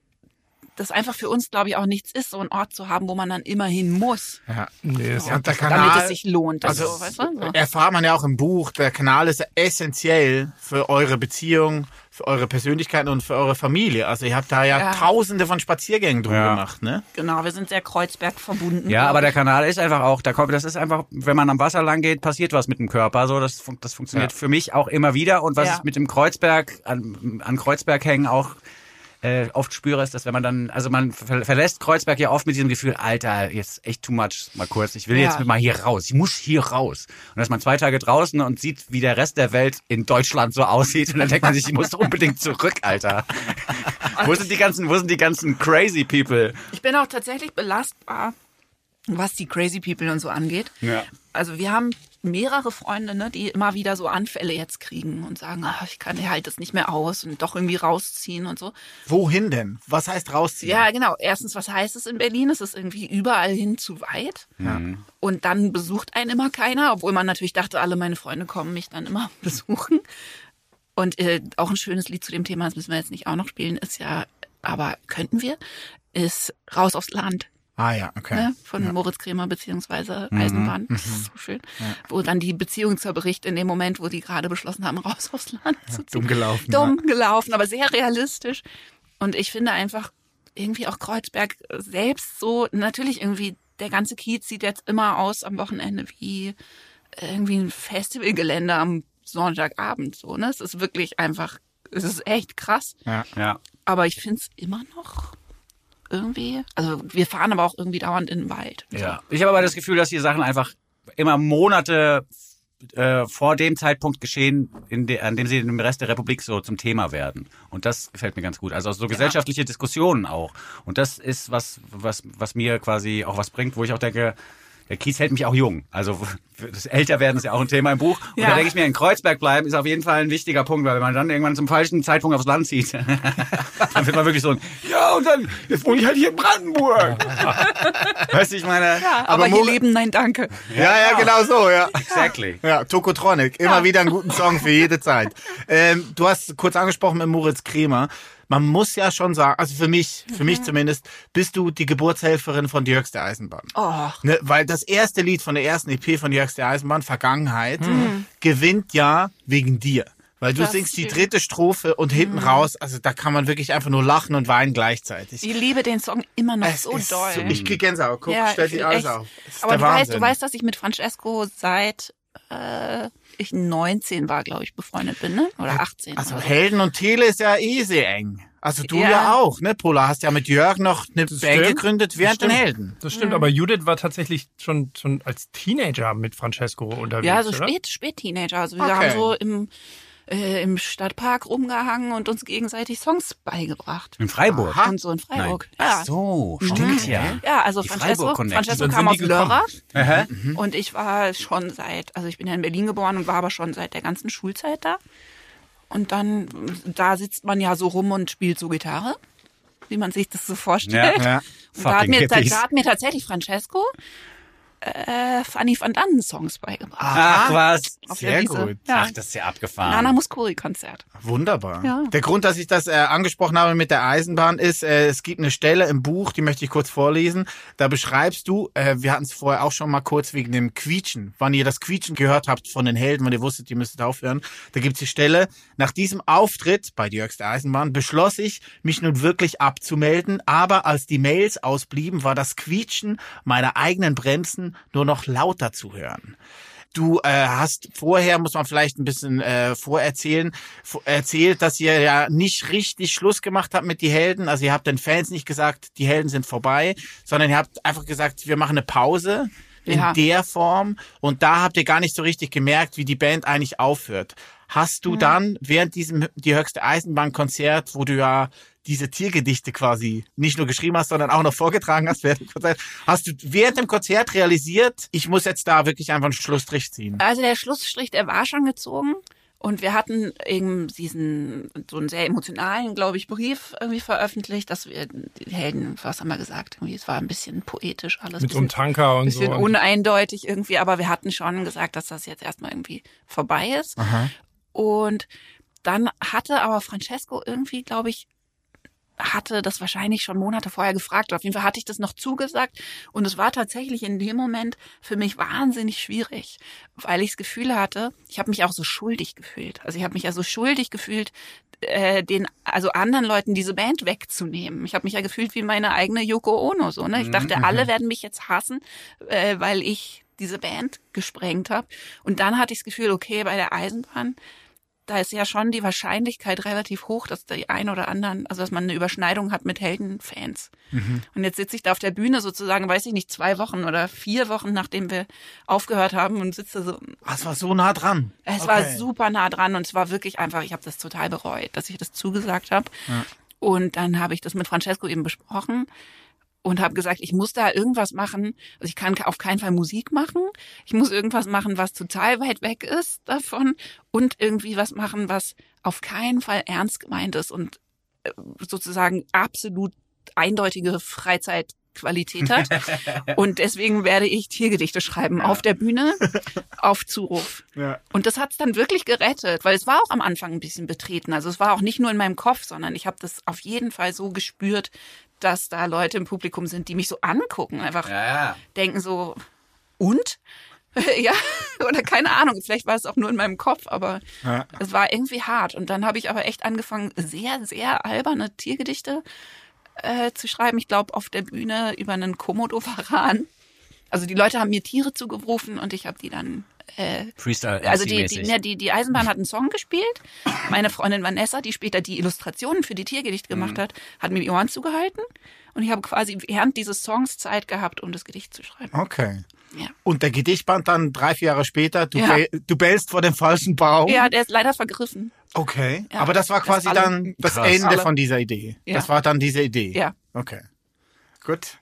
S1: das einfach für uns, glaube ich, auch nichts ist, so einen Ort zu haben, wo man dann immer hin muss,
S7: Ja.
S2: Nee, das
S7: Und der
S1: damit
S7: Kanal,
S1: es sich lohnt.
S7: also
S1: weißt du? So.
S7: erfahrt man ja auch im Buch, der Kanal ist ja essentiell für eure Beziehung, für eure Persönlichkeit und für eure Familie. Also ihr habt da ja tausende von Spaziergängen drum gemacht, ne?
S1: Genau, wir sind sehr Kreuzberg verbunden.
S3: Ja,
S1: glaub
S3: aber der
S1: ich.
S3: Kanal ist einfach auch, das ist einfach, wenn man am Wasser lang geht, passiert was mit dem Körper. So, das funktioniert für mich auch immer wieder. Und was
S1: Ja.
S3: ich mit dem Kreuzberg, an Kreuzberg hängen auch oft spüre, ist, dass wenn man dann, also man verlässt Kreuzberg ja oft mit diesem Gefühl, Alter, jetzt echt too much, mal kurz, ich will jetzt mal hier raus, ich muss hier raus. Und dann ist man 2 Tage draußen und sieht, wie der Rest der Welt in Deutschland so aussieht und dann denkt man sich, ich muss unbedingt zurück, Alter. Wo sind die ganzen crazy people?
S1: Ich bin auch tatsächlich belastbar, was die Crazy People und so angeht.
S3: Ja.
S1: Also wir haben mehrere Freunde, ne, die immer wieder so Anfälle jetzt kriegen und sagen, ich halte das nicht mehr aus und doch irgendwie rausziehen und so.
S7: Wohin denn? Was heißt rausziehen?
S1: Ja, genau. Erstens, was heißt es in Berlin? Es ist irgendwie überall hin zu weit.
S7: Ja.
S1: Und dann besucht einen immer keiner, obwohl man natürlich dachte, alle meine Freunde kommen mich dann immer besuchen. Und auch ein schönes Lied zu dem Thema, das müssen wir jetzt nicht auch noch spielen, ist ja, aber könnten wir, ist Raus aufs Land.
S7: Ah ja, okay.
S1: Ne, von Moritz Kremer beziehungsweise Eisenbahn. Das ist so schön. Wo dann die Beziehung zerbricht in dem Moment, wo die gerade beschlossen haben, raus aufs Land zu ziehen.
S7: Dumm gelaufen.
S1: Dumm gelaufen, aber sehr realistisch. Und ich finde einfach irgendwie auch Kreuzberg selbst so, natürlich irgendwie, der ganze Kiez sieht jetzt immer aus am Wochenende wie irgendwie ein Festivalgelände am Sonntagabend. So, ne? Es ist wirklich einfach, es ist echt krass.
S3: Ja.
S1: Aber ich finde es immer noch irgendwie, also wir fahren aber auch irgendwie dauernd in den Wald.
S3: Ja. Ich habe aber das Gefühl, dass die Sachen einfach immer Monate vor dem Zeitpunkt geschehen, an dem sie im Rest der Republik so zum Thema werden. Und das gefällt mir ganz gut. Also so gesellschaftliche Diskussionen auch. Und das ist was mir quasi auch was bringt, wo ich auch denke, der Kiez hält mich auch jung. Also das Älterwerden ist ja auch ein Thema im Buch. Und da denke ich mir, in Kreuzberg bleiben ist auf jeden Fall ein wichtiger Punkt, weil wenn man dann irgendwann zum falschen Zeitpunkt aufs Land zieht, dann wird man wirklich so ein, ja, und dann, jetzt wohne ich halt hier in Brandenburg. Weißt du, ich meine...
S1: Ja, aber hier leben, nein, danke.
S7: Ja, genau so, ja.
S3: Exactly.
S7: Ja, Tokotronic, immer wieder einen guten Song für jede Zeit. Du hast kurz angesprochen mit Moritz Kremer. Man muss ja schon sagen, also für mich zumindest, bist du die Geburtshelferin von Dirks der Eisenbahn.
S1: Oh.
S7: Ne, weil das erste Lied von der ersten EP von Dirks der Eisenbahn, Vergangenheit, gewinnt ja wegen dir. Weil du
S1: Das
S7: singst die
S1: stimmt.
S7: 3. Strophe und hinten raus, also da kann man wirklich einfach nur lachen und weinen gleichzeitig.
S1: Ich liebe den Song immer noch
S7: Es
S1: so
S7: ist
S1: doll.
S7: so, ich krieg Gänsehaut. Guck,
S1: Ja,
S7: stell
S1: ich
S7: dir
S1: find
S7: alles
S1: echt-
S7: auf. Das ist
S1: Aber
S7: der Wahnsinn.
S1: du weißt, dass ich mit Francesco seit ich 19 war, glaube ich, befreundet bin, ne? Oder 18.
S7: Also
S1: oder so.
S7: Helden und Tele ist ja eh sehr eng. Also du ja auch, ne, Pola? Hast ja mit Jörg noch eine Band
S2: stimmt.
S7: gegründet während den Helden.
S2: Das stimmt, aber Judith war tatsächlich schon als Teenager mit Francesco unterwegs,
S1: Ja, so
S2: oder?
S1: spät Teenager. Also wir
S7: Okay.
S1: haben so im Stadtpark rumgehangen und uns gegenseitig Songs beigebracht.
S3: In Freiburg.
S1: Und so in Freiburg.
S3: Nein.
S1: Ja.
S3: Ach so, stimmt ja.
S1: Ja, also
S3: Die
S1: Francesco
S3: Freiburg-Connection.
S2: Dann
S1: kam
S2: sind
S1: aus
S2: die gekommen.
S1: Lörrach
S3: Aha.
S1: und ich war schon also ich bin ja in Berlin geboren und war aber schon seit der ganzen Schulzeit da. Und dann, da sitzt man ja so rum und spielt so Gitarre, wie man sich das so vorstellt.
S3: Ja.
S1: Und da hat,
S3: Fucking Hippies.
S1: da hat mir tatsächlich Francesco Fanny van Dannen Songs beigebracht.
S3: Ach was.
S1: Auf
S7: sehr
S1: der Wiese.
S7: gut.
S1: Ja.
S3: Ach, das ist ja abgefahren.
S1: Nana Mouskouri-Konzert.
S7: Wunderbar.
S1: Ja.
S7: Der Grund, dass ich das angesprochen habe mit der Eisenbahn ist, es gibt eine Stelle im Buch, die möchte ich kurz vorlesen. Da beschreibst du, wir hatten es vorher auch schon mal kurz wegen dem Quietschen. Wann ihr das Quietschen gehört habt von den Helden, wann ihr wusstet, ihr müsstet aufhören. Da gibt's die Stelle, nach diesem Auftritt bei Jörgs der Eisenbahn beschloss ich, mich nun wirklich abzumelden, aber als die Mails ausblieben, war das Quietschen meiner eigenen Bremsen nur noch lauter zu hören. Du hast vorher, muss man vielleicht ein bisschen erzählt, dass ihr ja nicht richtig Schluss gemacht habt mit die Helden. Also ihr habt den Fans nicht gesagt, die Helden sind vorbei, sondern ihr habt einfach gesagt, wir machen eine Pause in
S1: Ja.
S7: der Form. Und da habt ihr gar nicht so richtig gemerkt, wie die Band eigentlich aufhört. Hast du dann während diesem Die höchste Eisenbahn-Konzert, wo du ja diese Tiergedichte quasi nicht nur geschrieben hast, sondern auch noch vorgetragen hast während dem Konzert, hast du während dem Konzert realisiert, ich muss jetzt da wirklich einfach einen Schlussstrich ziehen?
S1: Also der Schlussstrich, der war schon gezogen. Und wir hatten eben so einen sehr emotionalen, glaube ich, Brief irgendwie veröffentlicht, dass wir die Helden, was haben wir gesagt? Irgendwie, es war ein bisschen poetisch alles.
S2: Mit so einem Tanker und so.
S1: Bisschen uneindeutig irgendwie, aber wir hatten schon gesagt, dass das jetzt erstmal irgendwie vorbei ist.
S7: Aha.
S1: Und dann hatte aber Francesco irgendwie, glaube ich, hatte das wahrscheinlich schon Monate vorher gefragt. Auf jeden Fall hatte ich das noch zugesagt. Und es war tatsächlich in dem Moment für mich wahnsinnig schwierig, weil ich das Gefühl hatte, ich habe mich auch so schuldig gefühlt. Also ich habe mich ja so schuldig gefühlt, also anderen Leuten diese Band wegzunehmen. Ich habe mich ja gefühlt wie meine eigene Yoko Ono. So, ne? Ich dachte, alle werden mich jetzt hassen, weil ich diese Band gesprengt habe. Und dann hatte ich das Gefühl, okay, bei der Eisenbahn, da ist ja schon die Wahrscheinlichkeit relativ hoch, dass die ein oder anderen, also dass man eine Überschneidung hat mit Heldenfans. Und jetzt sitze ich da auf der Bühne sozusagen, weiß ich nicht, 2 Wochen oder 4 Wochen, nachdem wir aufgehört haben und sitze so.
S7: Es war so nah dran.
S1: Es war super nah dran und es war wirklich einfach, ich habe das total bereut, dass ich das zugesagt habe. Ja. Und dann habe ich das mit Francesco eben besprochen. Und habe gesagt, ich muss da irgendwas machen. Also ich kann auf keinen Fall Musik machen. Ich muss irgendwas machen, was total weit weg ist davon. Und irgendwie was machen, was auf keinen Fall ernst gemeint ist und sozusagen absolut eindeutige Freizeitqualität hat. Und deswegen werde ich Tiergedichte schreiben auf der Bühne, auf Zuruf. Ja. Und das hat's dann wirklich gerettet, weil es war auch am Anfang ein bisschen betreten. Also es war auch nicht nur in meinem Kopf, sondern ich habe das auf jeden Fall so gespürt, dass da Leute im Publikum sind, die mich so angucken, einfach denken so, und? Ja, oder keine Ahnung, vielleicht war es auch nur in meinem Kopf, aber es war irgendwie hart. Und dann habe ich aber echt angefangen, sehr, sehr alberne Tiergedichte zu schreiben. Ich glaube, auf der Bühne über einen Komodo-Varan. Also die Leute haben mir Tiere zugerufen und ich habe die dann
S3: Freestyle.
S1: Also die Eisenbahn hat einen Song gespielt. Meine Freundin Vanessa, die später die Illustrationen für die Tiergedichte gemacht hat, hat mir die Ohren zugehalten. Und ich habe quasi während dieses Songs Zeit gehabt, um das Gedicht zu schreiben.
S7: Okay.
S1: Ja.
S7: Und der Gedichtband dann 3-4 Jahre später, du bellst vor dem falschen Baum.
S1: Ja, der ist leider vergriffen.
S7: Okay.
S1: Ja,
S7: Aber das war quasi dann das Ende von dieser Idee.
S1: Ja.
S7: Das war dann diese Idee.
S1: Ja.
S7: Okay. Gut.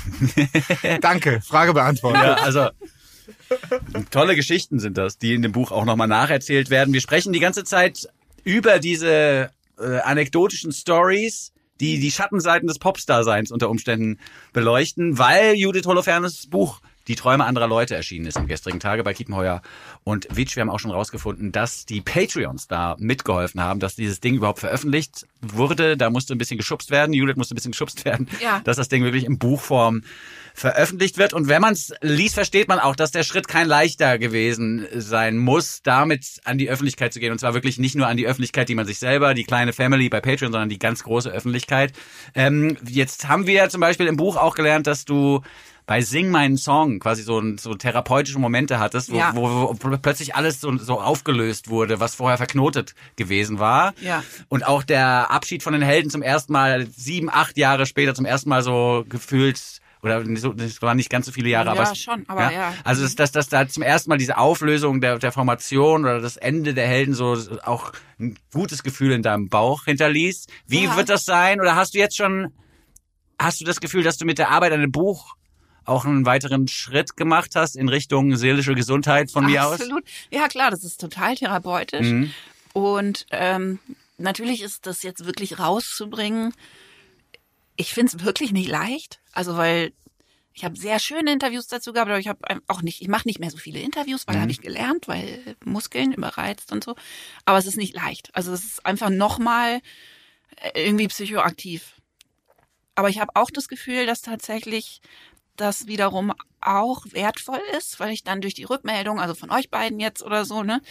S7: Danke. Frage beantwortet.
S3: Ja, also tolle Geschichten sind das, die in dem Buch auch nochmal nacherzählt werden. Wir sprechen die ganze Zeit über diese anekdotischen Stories, die die Schattenseiten des Popstar-Seins unter Umständen beleuchten, weil Judith Holofernes Buch Die Träume anderer Leute erschienen ist am gestrigen Tage bei Kiepenheuer und Witsch. Wir haben auch schon rausgefunden, dass die Patreons da mitgeholfen haben, dass dieses Ding überhaupt veröffentlicht wurde. Da musste ein bisschen geschubst werden. Judith musste ein bisschen geschubst werden, dass das Ding wirklich in Buchform veröffentlicht wird. Und wenn man es liest, versteht man auch, dass der Schritt kein leichter gewesen sein muss, damit an die Öffentlichkeit zu gehen. Und zwar wirklich nicht nur an die Öffentlichkeit, die man sich selber, die kleine Family bei Patreon, sondern die ganz große Öffentlichkeit. Jetzt haben wir zum Beispiel im Buch auch gelernt, dass du bei Sing meinen Song quasi so therapeutische Momente hattest, wo plötzlich alles so aufgelöst wurde, was vorher verknotet gewesen war.
S1: Ja.
S3: Und auch der Abschied von den Helden zum ersten Mal 7, 8 Jahre später zum ersten Mal so gefühlt, oder so, das waren nicht ganz so viele Jahre,
S1: Ja,
S3: aber
S1: schon, aber ja.
S3: Also dass da zum ersten Mal diese Auflösung der Formation oder das Ende der Helden so auch ein gutes Gefühl in deinem Bauch hinterließ. Wie wird das sein? Oder hast du das Gefühl, dass du mit der Arbeit an dem Buch auch einen weiteren Schritt gemacht hast in Richtung seelische Gesundheit von mir aus?
S1: Absolut. Ja, klar, das ist total therapeutisch. Und natürlich ist das jetzt wirklich rauszubringen. Ich finde es wirklich nicht leicht. Also, weil ich habe sehr schöne Interviews dazu gehabt, aber ich mache nicht mehr so viele Interviews, weil habe ich gelernt, weil Muskeln überreizt und so. Aber es ist nicht leicht. Also, es ist einfach nochmal irgendwie psychoaktiv. Aber ich habe auch das Gefühl, dass tatsächlich das wiederum auch wertvoll ist, weil ich dann durch die Rückmeldung, also von euch beiden jetzt oder so, ne,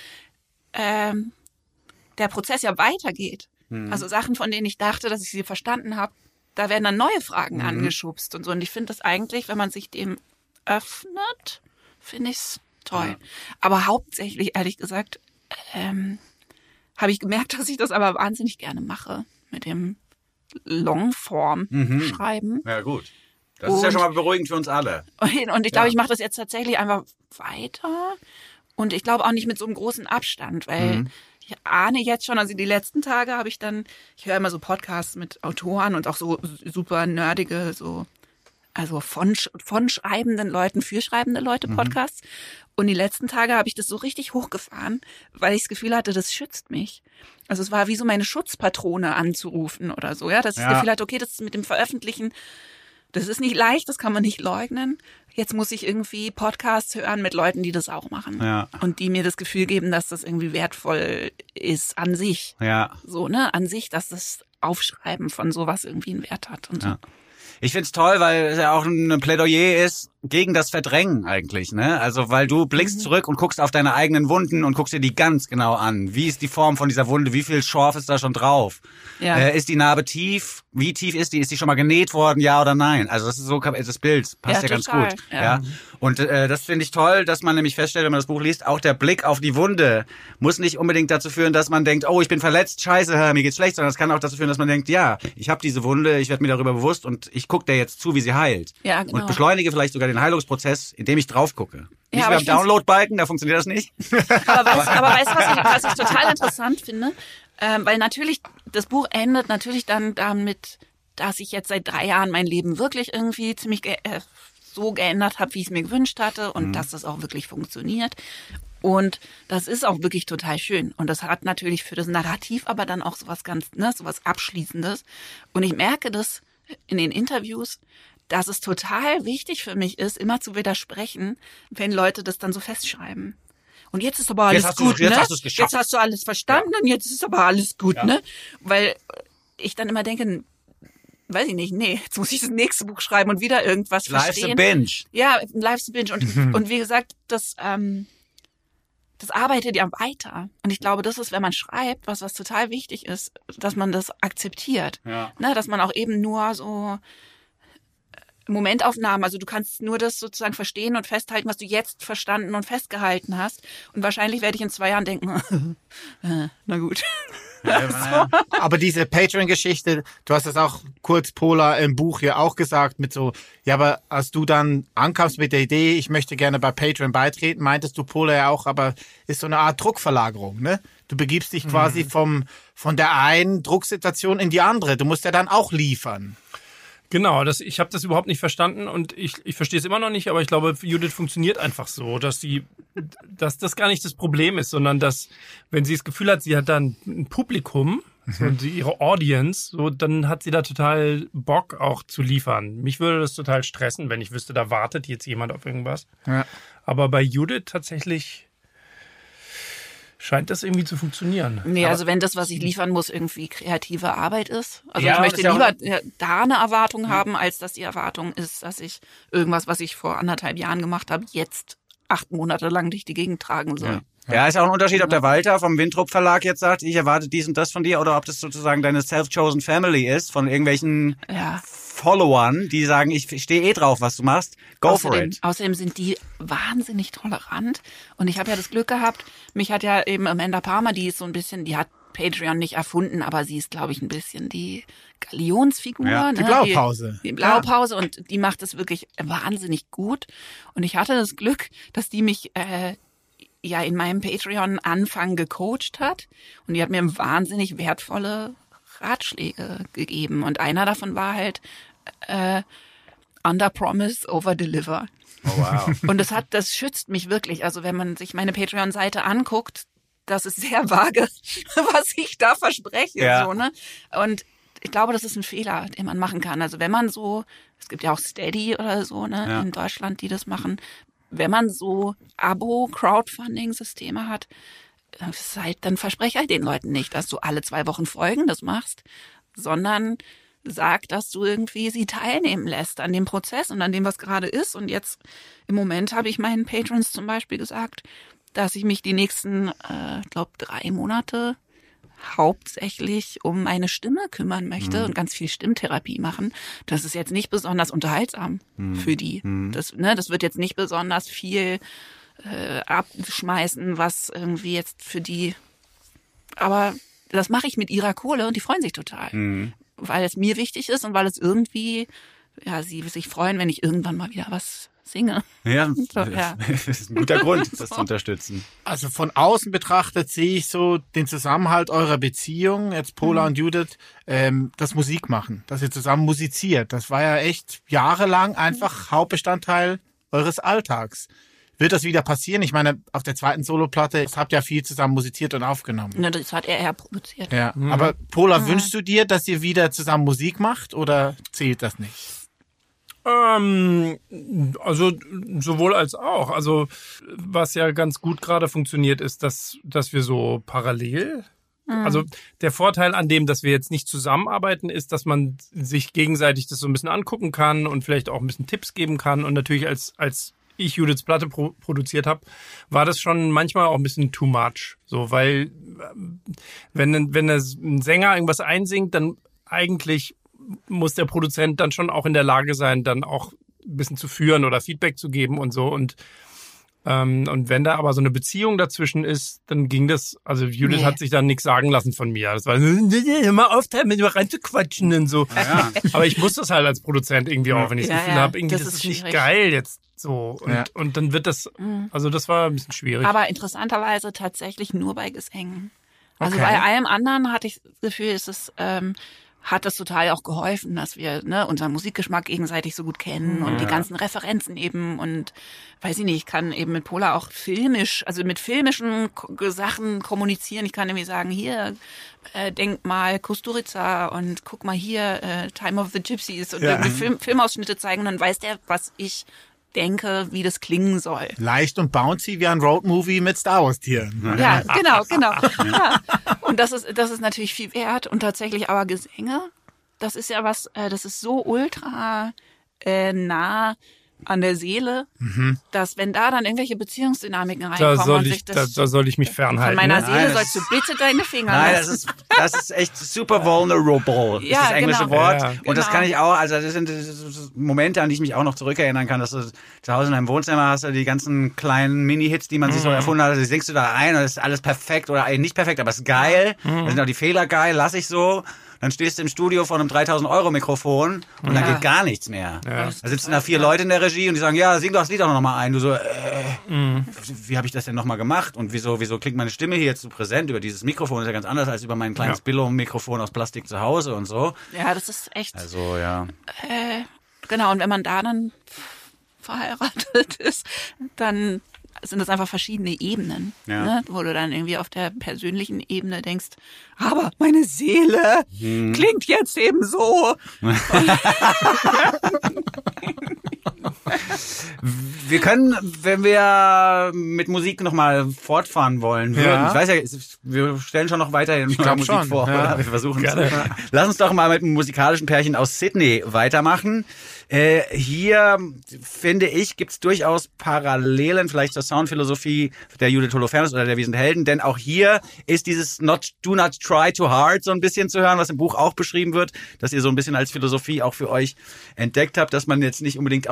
S1: der Prozess ja weitergeht. Also Sachen, von denen ich dachte, dass ich sie verstanden habe, da werden dann neue Fragen angeschubst und so. Und ich finde das eigentlich, wenn man sich dem öffnet, finde ich es toll. Ja. Aber hauptsächlich, ehrlich gesagt, habe ich gemerkt, dass ich das aber wahnsinnig gerne mache mit dem Longform-Schreiben.
S3: Ja, gut. Das ist ja schon mal beruhigend für uns alle.
S1: Und ich glaube, ich mache das jetzt tatsächlich einfach weiter. Und ich glaube auch nicht mit so einem großen Abstand, weil ich ahne jetzt schon, also die letzten Tage habe ich höre immer so Podcasts mit Autoren und auch so super nerdige, also von schreibenden Leuten, für schreibende Leute Podcasts. Und die letzten Tage habe ich das so richtig hochgefahren, weil ich das Gefühl hatte, das schützt mich. Also es war wie so meine Schutzpatrone anzurufen oder so, ja, dass ich das Gefühl hatte, okay, das ist mit dem Veröffentlichen, das ist nicht leicht, das kann man nicht leugnen. Jetzt muss ich irgendwie Podcasts hören mit Leuten, die das auch machen. Ja. Und die mir das Gefühl geben, dass das irgendwie wertvoll ist an sich. Ja. So, ne, an sich, dass das Aufschreiben von sowas irgendwie einen Wert hat und so.
S3: Ich find's toll, weil es ja auch ein Plädoyer ist gegen das Verdrängen eigentlich, ne? Also, weil du blickst zurück und guckst auf deine eigenen Wunden und guckst dir die ganz genau an. Wie ist die Form von dieser Wunde? Wie viel Schorf ist da schon drauf? Ja. Ist die Narbe tief? Wie tief ist die? Ist die schon mal genäht worden? Ja oder nein? Also, das ist so, das Bild passt ja ganz gut. Ja. Und das finde ich toll, dass man nämlich feststellt, wenn man das Buch liest, auch der Blick auf die Wunde muss nicht unbedingt dazu führen, dass man denkt, oh, ich bin verletzt, scheiße, mir geht's schlecht, sondern es kann auch dazu führen, dass man denkt, ja, ich habe diese Wunde, ich werde mir darüber bewusst und ich gucke der jetzt zu, wie sie heilt. Ja, genau. Und beschleunige vielleicht sogar den Heilungsprozess, indem ich drauf gucke. Nicht beim Download-Balken, da funktioniert das nicht.
S1: Aber weißt du, was ich total interessant finde? Weil natürlich, das Buch endet natürlich dann damit, dass ich jetzt seit 3 Jahren mein Leben wirklich irgendwie ziemlich so geändert habe, wie ich es mir gewünscht hatte und dass das auch wirklich funktioniert. Und das ist auch wirklich total schön. Und das hat natürlich für das Narrativ aber dann auch sowas sowas Abschließendes. Und ich merke das in den Interviews, dass es total wichtig für mich ist, immer zu widersprechen, wenn Leute das dann so festschreiben. Und jetzt ist aber alles gut, ne? Jetzt hast du alles verstanden und jetzt ist aber alles gut, ne? Weil ich dann immer denke, weiß ich nicht, jetzt muss ich das nächste Buch schreiben und wieder irgendwas verstehen.
S3: Life's a Binge.
S1: Ja, Life's a Binge. Und wie gesagt, das arbeitet ja weiter. Und ich glaube, das ist, wenn man schreibt, was total wichtig ist, dass man das akzeptiert. Ja. Ne, dass man auch eben nur so Momentaufnahmen, also du kannst nur das sozusagen verstehen und festhalten, was du jetzt verstanden und festgehalten hast. Und wahrscheinlich werde ich in 2 Jahren denken, na gut.
S7: Ja. Aber diese Patreon-Geschichte, du hast das auch kurz, Pola, im Buch hier auch gesagt, mit so, ja, aber als du dann ankamst mit der Idee, ich möchte gerne bei Patreon beitreten, meintest du, Pola, ja auch, aber ist so eine Art Druckverlagerung, ne? Du begibst dich quasi von der einen Drucksituation in die andere. Du musst ja dann auch liefern.
S2: Genau, ich habe das überhaupt nicht verstanden und ich verstehe es immer noch nicht, aber ich glaube, Judith funktioniert einfach so, dass das gar nicht das Problem ist, sondern dass, wenn sie das Gefühl hat, sie hat dann ein Publikum, so ihre Audience, so, dann hat sie da total Bock auch zu liefern. Mich würde das total stressen, wenn ich wüsste, da wartet jetzt jemand auf irgendwas. Ja. Aber bei Judith tatsächlich scheint das irgendwie zu funktionieren.
S1: Nee, also wenn das, was ich liefern muss, irgendwie kreative Arbeit ist. Also ich möchte lieber da eine Erwartung haben, als dass die Erwartung ist, dass ich irgendwas, was ich vor 1,5 Jahren gemacht habe, jetzt 8 Monate lang durch die Gegend tragen soll.
S3: Ja, ist auch ein Unterschied, ob der Walter vom Winthrop Verlag jetzt sagt, ich erwarte dies und das von dir, oder ob das sozusagen deine self-chosen family ist, von irgendwelchen Followern, die sagen, ich stehe drauf, was du machst, for it.
S1: Außerdem sind die wahnsinnig tolerant und ich habe ja das Glück gehabt, mich hat ja eben Amanda Palmer, die ist so ein bisschen, die hat Patreon nicht erfunden, aber sie ist, glaube ich, ein bisschen die Galionsfigur.
S3: Ja,
S7: Die Blaupause.
S1: Die Blaupause und die macht es wirklich wahnsinnig gut. Und ich hatte das Glück, dass die mich in meinem Patreon-Anfang gecoacht hat. Und die hat mir wahnsinnig wertvolle Ratschläge gegeben. Und einer davon war halt Under Promise, Over Deliver.
S3: Oh, wow.
S1: Und das schützt mich wirklich. Also wenn man sich meine Patreon-Seite anguckt, das ist sehr vage, was ich da verspreche.
S3: Ja.
S1: So, ne? Und ich glaube, das ist ein Fehler, den man machen kann. Also wenn man so, es gibt ja auch Steady oder so, ne, in Deutschland, die das machen. Wenn man so Abo-Crowdfunding-Systeme hat, dann verspreche halt den Leuten nicht, dass du alle 2 Wochen Folgendes machst, sondern sag, dass du irgendwie sie teilnehmen lässt an dem Prozess und an dem, was gerade ist. Und jetzt im Moment habe ich meinen Patrons zum Beispiel gesagt, dass ich mich die nächsten, 3 Monate hauptsächlich um meine Stimme kümmern möchte und ganz viel Stimmtherapie machen. Das ist jetzt nicht besonders unterhaltsam für die. Das wird jetzt nicht besonders viel abschmeißen, was irgendwie jetzt für die, aber das mache ich mit ihrer Kohle und die freuen sich total, weil es mir wichtig ist und weil es irgendwie, sie sich freuen, wenn ich irgendwann mal wieder was singe.
S3: Ja,
S1: So, ja.
S3: das ist ein guter Grund, das zu unterstützen.
S7: Also von außen betrachtet sehe ich so den Zusammenhalt eurer Beziehung, jetzt Pola und Judith, das Musikmachen, dass ihr zusammen musiziert. Das war ja echt jahrelang einfach Hauptbestandteil eures Alltags. Wird das wieder passieren? Ich meine, auf der zweiten Soloplatte habt ihr ja viel zusammen musiziert und aufgenommen.
S1: Ne, das hat er produziert.
S7: Ja, aber Pola, wünschst du dir, dass ihr wieder zusammen Musik macht oder zählt das nicht?
S2: Also sowohl als auch. Also was ja ganz gut gerade funktioniert, ist, dass wir so parallel. Also der Vorteil an dem, dass wir jetzt nicht zusammenarbeiten, ist, dass man sich gegenseitig das so ein bisschen angucken kann und vielleicht auch ein bisschen Tipps geben kann. Und natürlich als ich Judiths Platte produziert habe, war das schon manchmal auch ein bisschen too much. So, weil wenn ein Sänger irgendwas einsingt, dann eigentlich muss der Produzent dann schon auch in der Lage sein, dann auch ein bisschen zu führen oder Feedback zu geben und so. Und wenn da aber so eine Beziehung dazwischen ist, dann ging das, also Judith hat sich dann nichts sagen lassen von mir. Das war, hör mal auf, da mit mir reinzuquatschen und so.
S3: Ja.
S2: Aber ich muss das halt als Produzent irgendwie auch, wenn ich das Gefühl habe, irgendwie
S1: das
S2: das
S1: ist
S2: ist nicht
S1: schwierig.
S2: geil jetzt so. Und dann wird das, also das war ein bisschen schwierig.
S1: Aber interessanterweise tatsächlich nur bei Gesängen. Also
S7: Okay.
S1: bei allem anderen hatte ich das Gefühl, hat das total auch geholfen, dass wir unseren Musikgeschmack gegenseitig so gut kennen und die ganzen Referenzen eben und weiß ich nicht, ich kann eben mit Pola auch mit filmischen Sachen kommunizieren. Ich kann irgendwie sagen, hier, denk mal Kusturica und guck mal hier, Time of the Gypsies und irgendwie Filmausschnitte zeigen und dann weiß der, was ich denke, wie das klingen soll.
S7: Leicht und bouncy wie ein Roadmovie mit Star Wars Tieren.
S1: Ja, genau. Ja. Und das ist natürlich viel wert. Und tatsächlich aber Gesänge, das ist ja was, das ist so ultra nah an der Seele, dass wenn da dann irgendwelche Beziehungsdynamiken reinkommen
S2: Da soll ich mich
S1: von
S2: fernhalten.
S1: meiner
S2: Ne?
S1: Seele
S3: Nein,
S1: sollst du bitte deine Finger
S3: Nein,
S1: lassen.
S3: das ist echt super vulnerable, ist
S1: Ja,
S3: das englische
S1: genau.
S3: Wort.
S2: Ja.
S3: Und das
S1: Genau.
S3: kann ich auch, also das sind Momente, an die ich mich auch noch zurückerinnern kann, dass du zu Hause in deinem Wohnzimmer hast, du die ganzen kleinen Mini-Hits, die man sich so erfunden hat, die singst du da ein und das ist alles perfekt oder eigentlich nicht perfekt, aber es ist geil. Da sind auch die Fehler geil, lass ich so. Dann stehst du im Studio vor einem 3.000-Euro-Mikrofon und dann geht gar nichts mehr.
S2: Ja.
S3: Da sitzen da 4 Leute in der Regie und die sagen, ja, sing doch das Lied auch noch mal ein. Du so, wie habe ich das denn noch mal gemacht? Und wieso klingt meine Stimme hier jetzt so präsent über dieses Mikrofon? Das ist ja ganz anders als über mein kleines Billo-Mikrofon aus Plastik zu Hause und so.
S1: Ja, das ist echt,
S3: Also, ja.
S1: genau. Und wenn man da dann verheiratet ist, dann sind das einfach verschiedene Ebenen,
S3: Ja.
S1: wo du dann irgendwie auf der persönlichen Ebene denkst, aber meine Seele klingt jetzt eben so.
S3: Wir können, wenn wir mit Musik nochmal fortfahren wollen würden,
S7: Ja.
S3: ich weiß ja, wir stellen schon noch weiterhin
S7: glaub
S3: Musik
S7: schon,
S3: vor,
S7: ja.
S3: oder? Wir versuchen es. Lass uns doch mal mit einem musikalischen Pärchen aus Sydney weitermachen. Hier, finde ich, gibt's durchaus Parallelen vielleicht zur Soundphilosophie der Judith Holofernes oder der Wir sind Helden, denn auch hier ist dieses Do not try too hard so ein bisschen zu hören, was im Buch auch beschrieben wird, dass ihr so ein bisschen als Philosophie auch für euch entdeckt habt, dass man jetzt nicht unbedingt auf Perfektion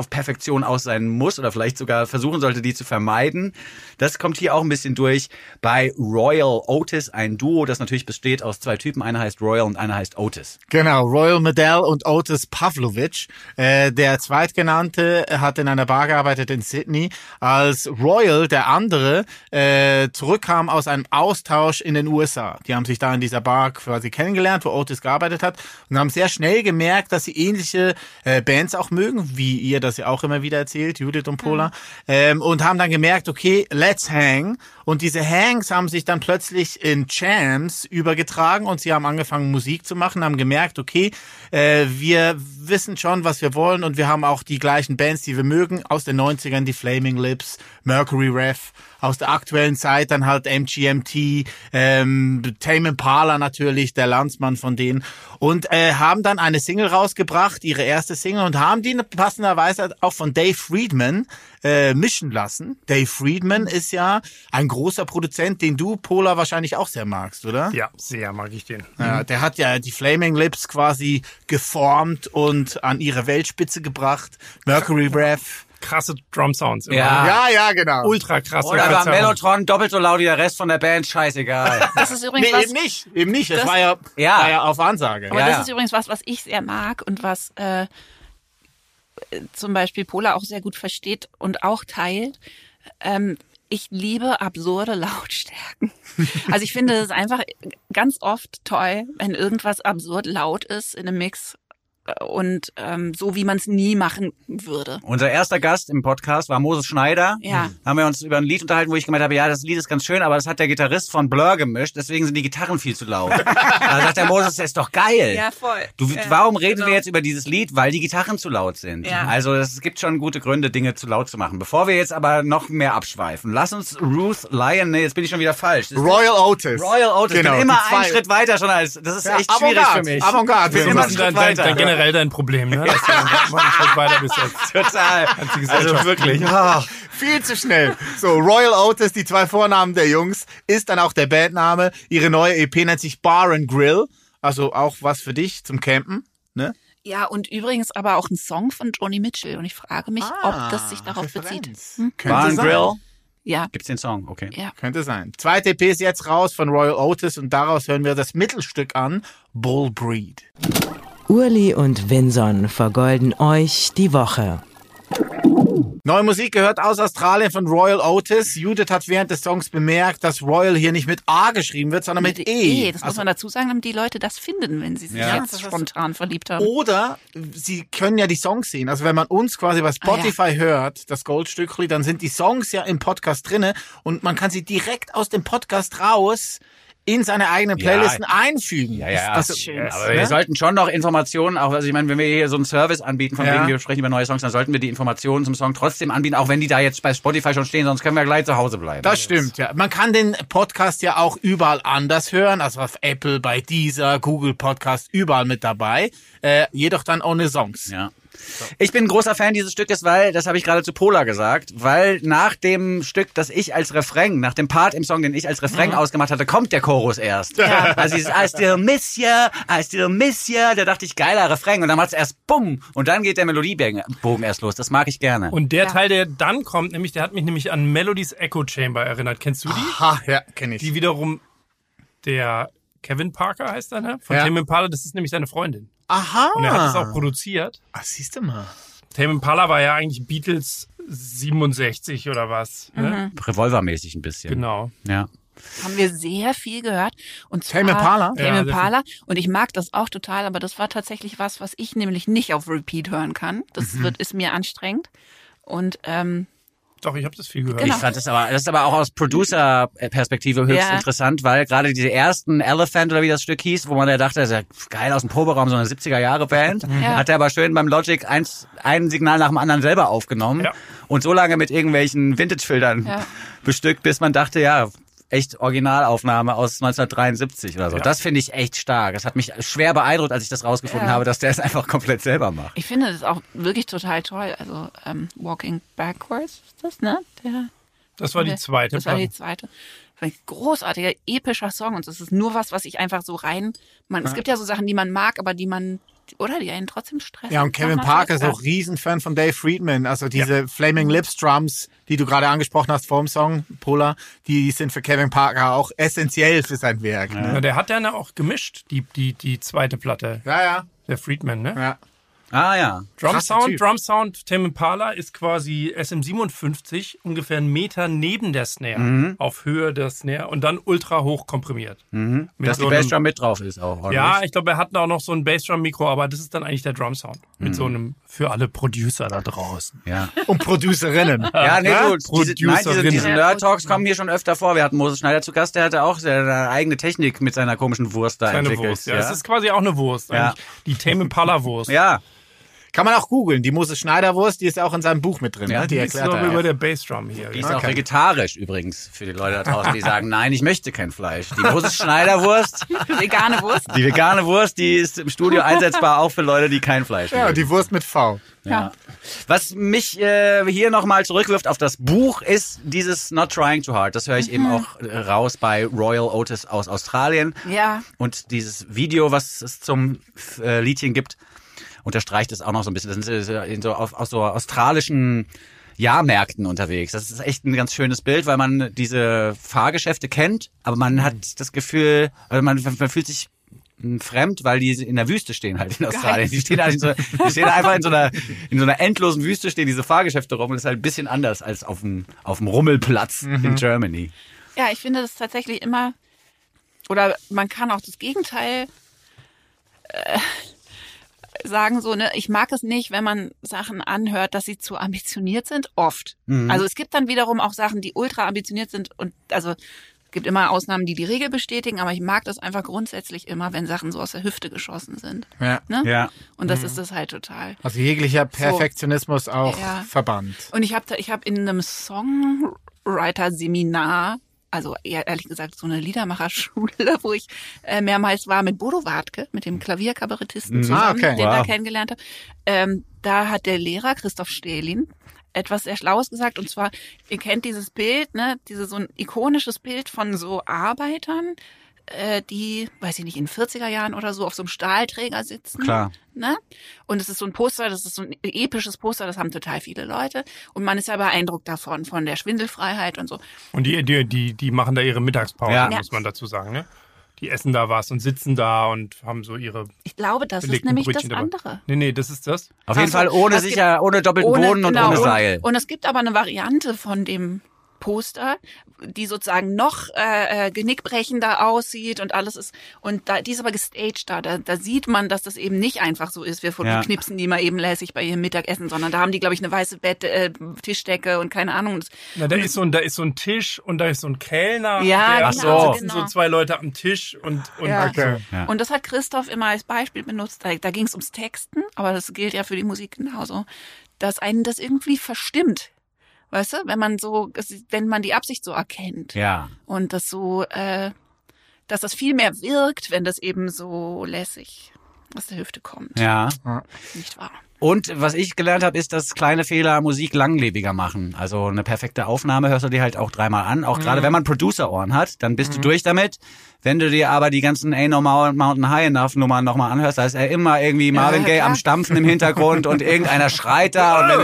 S3: Information aus sein muss oder vielleicht sogar versuchen sollte, die zu vermeiden. Das kommt hier auch ein bisschen durch. Bei Royal Otis, ein Duo, das natürlich besteht aus zwei Typen. Einer heißt Royal und einer heißt Otis.
S7: Genau, Royal Medel und Otis Pavlovich. Der Zweitgenannte hat in einer Bar gearbeitet in Sydney, als Royal, der andere, zurückkam aus einem Austausch in den USA. Die haben sich da in dieser Bar quasi kennengelernt, wo Otis gearbeitet hat, und haben sehr schnell gemerkt, dass sie ähnliche Bands auch mögen, wie ihr das ja auch immer wieder erzählt, Judith und Pola, und haben dann gemerkt, okay, let's hang. Und diese Hangs haben sich dann plötzlich in Jams übergetragen und sie haben angefangen, Musik zu machen, haben gemerkt, okay, wir wissen schon, was wir wollen, und wir haben auch die gleichen Bands, die wir mögen, aus den 90ern, die Flaming Lips, Mercury Rev, aus der aktuellen Zeit dann halt MGMT, Tame Impala natürlich, der Landsmann von denen, und haben dann eine Single rausgebracht, ihre erste Single, und haben die passenderweise auch von Dave Friedman mischen lassen. Dave Friedman ist ja ein großer Produzent, den du, Pola, wahrscheinlich auch sehr magst, oder?
S2: Ja, sehr mag ich den.
S7: Ja, der hat ja die Flaming Lips quasi geformt und an ihre Weltspitze gebracht. Mercury Rev.
S2: Krasse Drum-Sounds. immer.
S7: Ja, genau.
S2: Ultra krasse
S3: Oder war
S2: Verzerrung.
S3: Mellotron doppelt so laut wie der Rest von der Band, scheißegal.
S1: Das ist übrigens
S7: Nee,
S1: was,
S7: eben nicht. Das
S1: Das-
S7: war ja auf Ansage.
S1: aber
S3: Ja,
S1: das
S3: ja.
S1: ist übrigens was ich sehr mag und was zum Beispiel Pola auch sehr gut versteht und auch teilt. Ich liebe absurde Lautstärken. Also ich finde es einfach ganz oft toll, wenn irgendwas absurd laut ist in einem Mix und so, wie man es nie machen würde.
S3: Unser erster Gast im Podcast war Moses Schneider.
S1: Ja.
S3: Haben wir uns über ein Lied unterhalten, wo ich gemeint habe, ja, das Lied ist ganz schön, aber das hat der Gitarrist von Blur gemischt, deswegen sind die Gitarren viel zu laut. Da sagt der Moses, das ist doch geil.
S1: Ja, voll.
S3: Warum reden
S1: genau.
S3: wir jetzt über dieses Lied? Weil die Gitarren zu laut sind.
S1: Ja.
S3: Also es gibt schon gute Gründe, Dinge zu laut zu machen. Bevor wir jetzt aber noch mehr abschweifen, lass uns Ruth Lyon, nee, jetzt bin ich schon wieder falsch. Das ist
S7: Royal Otis.
S3: Royal Otis.
S7: Genau,
S3: ich bin immer
S7: die zwei-
S3: einen Schritt weiter schon als, das ist echt schwierig
S7: Avantgarde,
S3: für mich.
S7: Avantgarde.
S3: Ich bin immer einen Schritt weiter.
S2: Dann generell dein Problem, ne? Dass du dann mal einen Schritt weiter bist jetzt.
S3: Total.
S2: die Gesellschaft.
S3: Also wirklich.
S7: Viel zu schnell. So, Royal Otis, die zwei Vornamen der Jungs, ist dann auch der Bandname. Ihre neue EP nennt sich Bar and Grill. Also auch was für dich zum Campen, ne?
S1: Ja, und übrigens aber auch ein Song von Joni Mitchell. Und ich frage mich, ob das sich darauf bezieht. Hm?
S3: Bar and Grill.
S1: Ja,
S3: Gibt's den Song? Okay.
S1: ja.
S7: Könnte sein. Zweite EP ist jetzt raus von Royal Otis und daraus hören wir das Mittelstück an, Bull Breed.
S5: Urli und Vinson vergolden euch die Woche.
S7: Neue Musik gehört aus Australien von Royal Otis. Judith hat während des Songs bemerkt, dass Royal hier nicht mit A geschrieben wird, sondern mit E.
S1: Das muss man dazu sagen, damit die Leute das finden, wenn sie sich
S3: Ja.
S1: jetzt spontan verliebt haben.
S7: Oder sie können ja die Songs sehen. Also wenn man uns quasi bei Spotify hört, das Goldstückli, dann sind die Songs ja im Podcast drinne und man kann sie direkt aus dem Podcast raus in seine eigenen Playlisten einfügen.
S3: Ja, ja,
S7: Das ist schön.
S3: aber wir sollten schon noch Informationen, auch, also ich meine, wenn wir hier so einen Service anbieten, von wegen wir sprechen über neue Songs, dann sollten wir die Informationen zum Song trotzdem anbieten, auch wenn die da jetzt bei Spotify schon stehen, sonst können wir gleich zu Hause bleiben.
S7: Das stimmt, ja. Man kann den Podcast ja auch überall anders hören, also auf Apple, bei Deezer, Google Podcast, überall mit dabei. Jedoch dann ohne Songs.
S3: Ja. Ich bin ein großer Fan dieses Stückes, weil, das habe ich gerade zu Pola gesagt, weil nach dem Stück, das ich als Refrain, nach dem Part im Song, den ich als Refrain ausgemacht hatte, kommt der Chorus erst.
S1: Ja.
S3: Also dieses I still miss ya, da dachte ich, geiler Refrain, und dann macht's erst bumm, und dann geht der Melodiebogen erst los. Das mag ich gerne.
S2: Und der Teil, der dann kommt, nämlich, der hat mich nämlich an Melodies Echo Chamber erinnert. Kennst du die?
S7: Ha, ja, kenne ich.
S2: Die wiederum der Kevin Parker heißt er, ne? Von
S7: Ja.
S2: Tame Impala, das ist nämlich seine Freundin.
S7: Aha.
S2: Und er hat das auch produziert.
S7: Ach, siehst du mal.
S2: Tame Impala war ja eigentlich Beatles 67 oder was. Ne?
S3: Revolvermäßig ein bisschen.
S2: Genau.
S3: Ja.
S1: Haben wir sehr viel gehört. Und zwar
S7: Tame Impala?
S1: Tame
S2: Ja,
S1: Impala. Und ich mag das auch total, aber das war tatsächlich was ich nämlich nicht auf Repeat hören kann. Das ist mir anstrengend. Und
S2: Doch, ich habe das viel gehört.
S1: Genau.
S3: Ich fand das ist aber auch aus Producer-Perspektive höchst
S1: Ja.
S3: interessant, weil gerade diese ersten Elephant oder wie das Stück hieß, wo man ja dachte, das ist ja geil aus dem Proberaum, so eine 70er-Jahre-Band,
S1: Ja.
S3: hat er aber schön beim Logic ein Signal nach dem anderen selber aufgenommen
S2: Ja.
S3: und so lange mit irgendwelchen Vintage-Filtern
S1: Ja.
S3: bestückt, bis man dachte, ja, echt Originalaufnahme aus 1973 oder so.
S2: Ja.
S3: Das finde ich echt stark. Das hat mich schwer beeindruckt, als ich das rausgefunden
S1: Ja.
S3: habe, dass der es einfach komplett selber macht.
S1: ich finde das auch wirklich total toll. Also Walking Backwards ist das, ne?
S2: Das war die zweite.
S1: Das war die zweite. Ein großartiger, epischer Song. Und das ist nur was ich einfach so es gibt ja so Sachen, die man mag, aber die man oder? Die einen trotzdem stressen.
S7: Ja, und Kevin
S1: Sag mal
S7: Parker ist
S1: vielleicht.
S7: auch Riesenfan von Dave Friedman. Also diese Flaming Lips Drums, die du gerade angesprochen hast vor dem Song, Pola, die sind für Kevin Parker auch essentiell für sein Werk.
S2: Ja,
S7: Ne?
S2: der hat ja auch gemischt, die zweite Platte.
S7: Ja.
S2: Der Friedman, ne?
S7: Ja.
S3: Ah ja.
S7: Krasser Typ.
S2: Drum Sound, Tame Impala ist quasi SM57, ungefähr einen Meter neben der Snare, auf Höhe der Snare und dann ultra hoch komprimiert. Mit
S3: Dass die
S2: so einem-
S3: Bassdrum mit drauf ist auch. oder?
S2: Ja, ich glaube, er hat auch noch so ein Bassdrum-Mikro, aber das ist dann eigentlich der Drum Sound. Mit so einem, für alle Producer da draußen.
S3: Ja.
S7: Und Producerinnen.
S3: Ja, nee, gut. Diese
S2: Producerin.
S3: Nerd-Talks kommen hier schon öfter vor. Wir hatten Moses Schneider zu Gast, der hatte auch seine eigene Technik mit seiner komischen Wurst da
S2: Seine
S3: entwickelt.
S2: Wurst. Ja, es ist quasi auch eine Wurst.
S3: Ja.
S2: Eigentlich. Die Tame Impala-Wurst.
S3: Ja,
S7: Kann man auch googeln. Die Moses Schneider Wurst, die ist auch in seinem Buch mit drin.
S3: Ja,
S7: ne?
S2: Die ist
S7: erklärt
S2: noch
S7: er
S2: über
S7: auch.
S2: der Bassdrum hier.
S3: die ist
S2: Ja.
S3: auch vegetarisch übrigens für die Leute da draußen, die sagen, nein, ich möchte kein Fleisch. Die Moses Schneider Wurst,
S1: Vegane Wurst.
S3: die vegane Wurst, die ist im Studio einsetzbar auch für Leute, die kein Fleisch
S7: Ja,
S3: mögen.
S7: die Wurst mit V.
S1: Ja.
S3: Was mich hier nochmal zurückwirft auf das Buch, ist dieses Not Trying Too Hard. Das höre ich eben auch raus bei Royal Otis aus Australien.
S1: Ja.
S3: Und dieses Video, was es zum Liedchen gibt, unterstreicht es auch noch so ein bisschen. Das sind auf so australischen Jahrmärkten unterwegs. Das ist echt ein ganz schönes Bild, weil man diese Fahrgeschäfte kennt, aber man hat das Gefühl, also man fühlt sich fremd, weil die in der Wüste stehen halt in Australien. Die stehen einfach in so einer endlosen Wüste, stehen diese Fahrgeschäfte rum und das ist halt ein bisschen anders als auf dem Rummelplatz in Germany.
S1: Ja, ich finde das tatsächlich immer, oder man kann auch das Gegenteil sagen, so, ne, ich mag es nicht, wenn man Sachen anhört, dass sie zu ambitioniert sind, oft. Also es gibt dann wiederum auch Sachen, die ultra ambitioniert sind und also es gibt immer Ausnahmen, die die Regel bestätigen, aber ich mag das einfach grundsätzlich immer, wenn Sachen so aus der Hüfte geschossen sind.
S7: Ja.
S1: Ne?
S3: Ja.
S1: Und das ist es halt total.
S7: Also jeglicher Perfektionismus auch
S1: Ja.
S7: verbannt.
S1: Und ich hab in einem Songwriter-Seminar, also ehrlich gesagt so eine Liedermacherschule, wo ich mehrmals war mit Bodo Wartke, mit dem Klavierkabarettisten zusammen,
S7: okay.
S1: den da
S3: Wow.
S1: kennengelernt habe. Da hat der Lehrer Christoph Stählin etwas sehr Schlaues gesagt, und zwar, ihr kennt dieses Bild, ne, so ein ikonisches Bild von so Arbeitern, die, weiß ich nicht, in den 40er Jahren oder so auf so einem Stahlträger sitzen.
S3: Klar.
S1: Ne? Und es ist so ein Poster, das ist so ein episches Poster, das haben total viele Leute. Und man ist ja beeindruckt davon, von der Schwindelfreiheit und so.
S2: Und die machen da ihre Mittagspause,
S3: Ja.
S2: muss man dazu sagen, ne? Die essen da was und sitzen da und haben so ihre
S1: Ich glaube, das ist
S2: belegten
S1: nämlich
S2: Brötchen
S1: das
S2: dabei.
S1: andere.
S2: Nee, das ist das.
S3: Auf jeden
S1: Also,
S3: Fall ohne
S1: es gibt-
S3: ohne doppelten Boden und ohne Seil.
S1: Und es gibt aber eine Variante von dem Poster, die sozusagen noch genickbrechender aussieht und alles ist, und die ist aber gestaged da sieht man, dass das eben nicht einfach so ist, wir von
S3: Ja.
S1: knipsen die mal eben lässig bei ihrem Mittagessen, sondern da haben die, glaube ich, eine weiße Tischdecke und keine Ahnung.
S2: Na, da ist so ein Tisch und da ist so ein Kellner.
S1: Ja,
S2: der
S3: genau,
S2: sitzen
S1: genau.
S2: so zwei Leute am Tisch und
S1: Ja.
S7: Okay.
S3: Ja.
S1: Und das hat Christoph immer als Beispiel benutzt. Da ging es ums Texten, aber das gilt ja für die Musik genauso, dass einen das irgendwie verstimmt. Weißt du, wenn man die Absicht so erkennt.
S3: Ja.
S1: Und das so, dass das viel mehr wirkt, wenn das eben so lässig aus der Hüfte kommt.
S3: Ja.
S1: Nicht wahr?
S3: Und was ich gelernt habe, ist, dass kleine Fehler Musik langlebiger machen. Also eine perfekte Aufnahme hörst du dir halt auch dreimal an. Auch gerade wenn man Producer-Ohren hat, dann bist du durch damit. Wenn du dir aber die ganzen Ain't No Mountain High Enough Nummern nochmal anhörst, da ist ja immer irgendwie Marvin Gaye am Stampfen im Hintergrund und irgendeiner schreit da. Und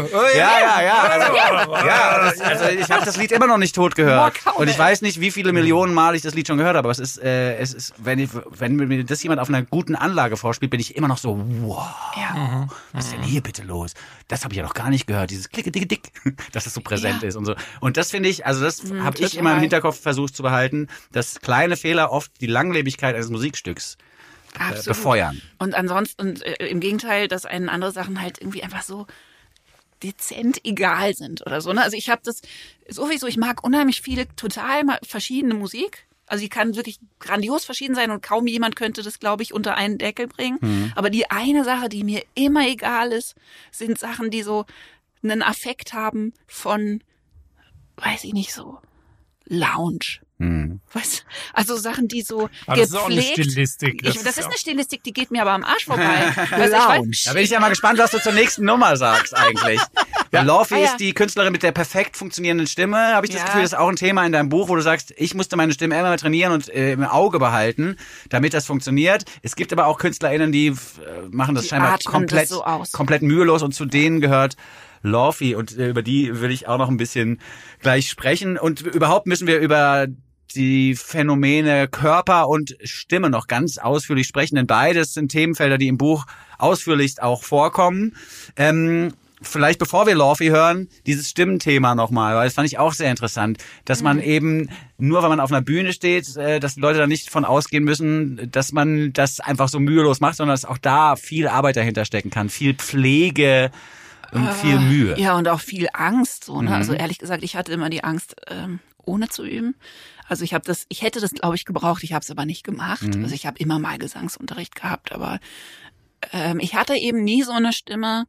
S3: also ich habe das Lied immer noch nicht tot gehört. Und ich weiß nicht, wie viele Millionen Mal ich das Lied schon gehört habe, aber es ist wenn mir das jemand auf einer guten Anlage vorspielt, bin ich immer noch so, wow.
S1: Ja.
S3: Was ist denn hier bitte los? Das habe ich ja noch gar nicht gehört, dieses Klicke, dicke, dick, dass es so präsent ist und so. Und das finde ich, also das habe ich
S1: total.
S3: immer im Hinterkopf versucht zu behalten, dass kleine Fehler oft die Langlebigkeit eines Musikstücks
S1: Absolut.
S3: befeuern.
S1: Und ansonsten, im Gegenteil, dass einen andere Sachen halt irgendwie einfach so dezent egal sind oder so. Ne? Also ich habe das sowieso, ich mag unheimlich viele total verschiedene Musik. Also die kann wirklich grandios verschieden sein und kaum jemand könnte das, glaube ich, unter einen Deckel bringen. Aber die eine Sache, die mir immer egal ist, sind Sachen, die so einen Affekt haben von, weiß ich nicht, so Lounge. Weißt du? Also Sachen, die so
S2: Aber das ist auch eine
S1: gepflegt.
S2: Stilistik.
S1: Das ist eine Stilistik, die geht mir aber am Arsch vorbei.
S7: Lounge.
S3: Da bin ich ja mal gespannt, was du zur nächsten Nummer sagst eigentlich. Ja, Lorfi
S1: Ah, ja.
S3: ist die Künstlerin mit der perfekt funktionierenden Stimme. Habe ich das
S1: Ja.
S3: Gefühl, das ist auch ein Thema in deinem Buch, wo du sagst, ich musste meine Stimme immer trainieren und im Auge behalten, damit das funktioniert. Es gibt aber auch KünstlerInnen, die machen das
S1: Die
S3: scheinbar
S1: atmen
S3: komplett,
S1: das so aus.
S3: komplett mühelos und zu denen gehört Lorfi und über die will ich auch noch ein bisschen gleich sprechen. Und überhaupt müssen wir über die Phänomene Körper und Stimme noch ganz ausführlich sprechen, denn beides sind Themenfelder, die im Buch ausführlichst auch vorkommen. Vielleicht bevor wir Lorfi hören, dieses Stimmenthema nochmal, weil das fand ich auch sehr interessant, dass man eben nur, wenn man auf einer Bühne steht, dass die Leute da nicht von ausgehen müssen, dass man das einfach so mühelos macht, sondern dass auch da viel Arbeit dahinter stecken kann, viel Pflege und viel Mühe.
S1: Ja, und auch viel Angst. So, ne? Also ehrlich gesagt, ich hatte immer die Angst, ohne zu üben. Also ich hätte das, glaube ich, gebraucht, ich habe es aber nicht gemacht. Also ich habe immer mal Gesangsunterricht gehabt, aber ich hatte eben nie so eine Stimme,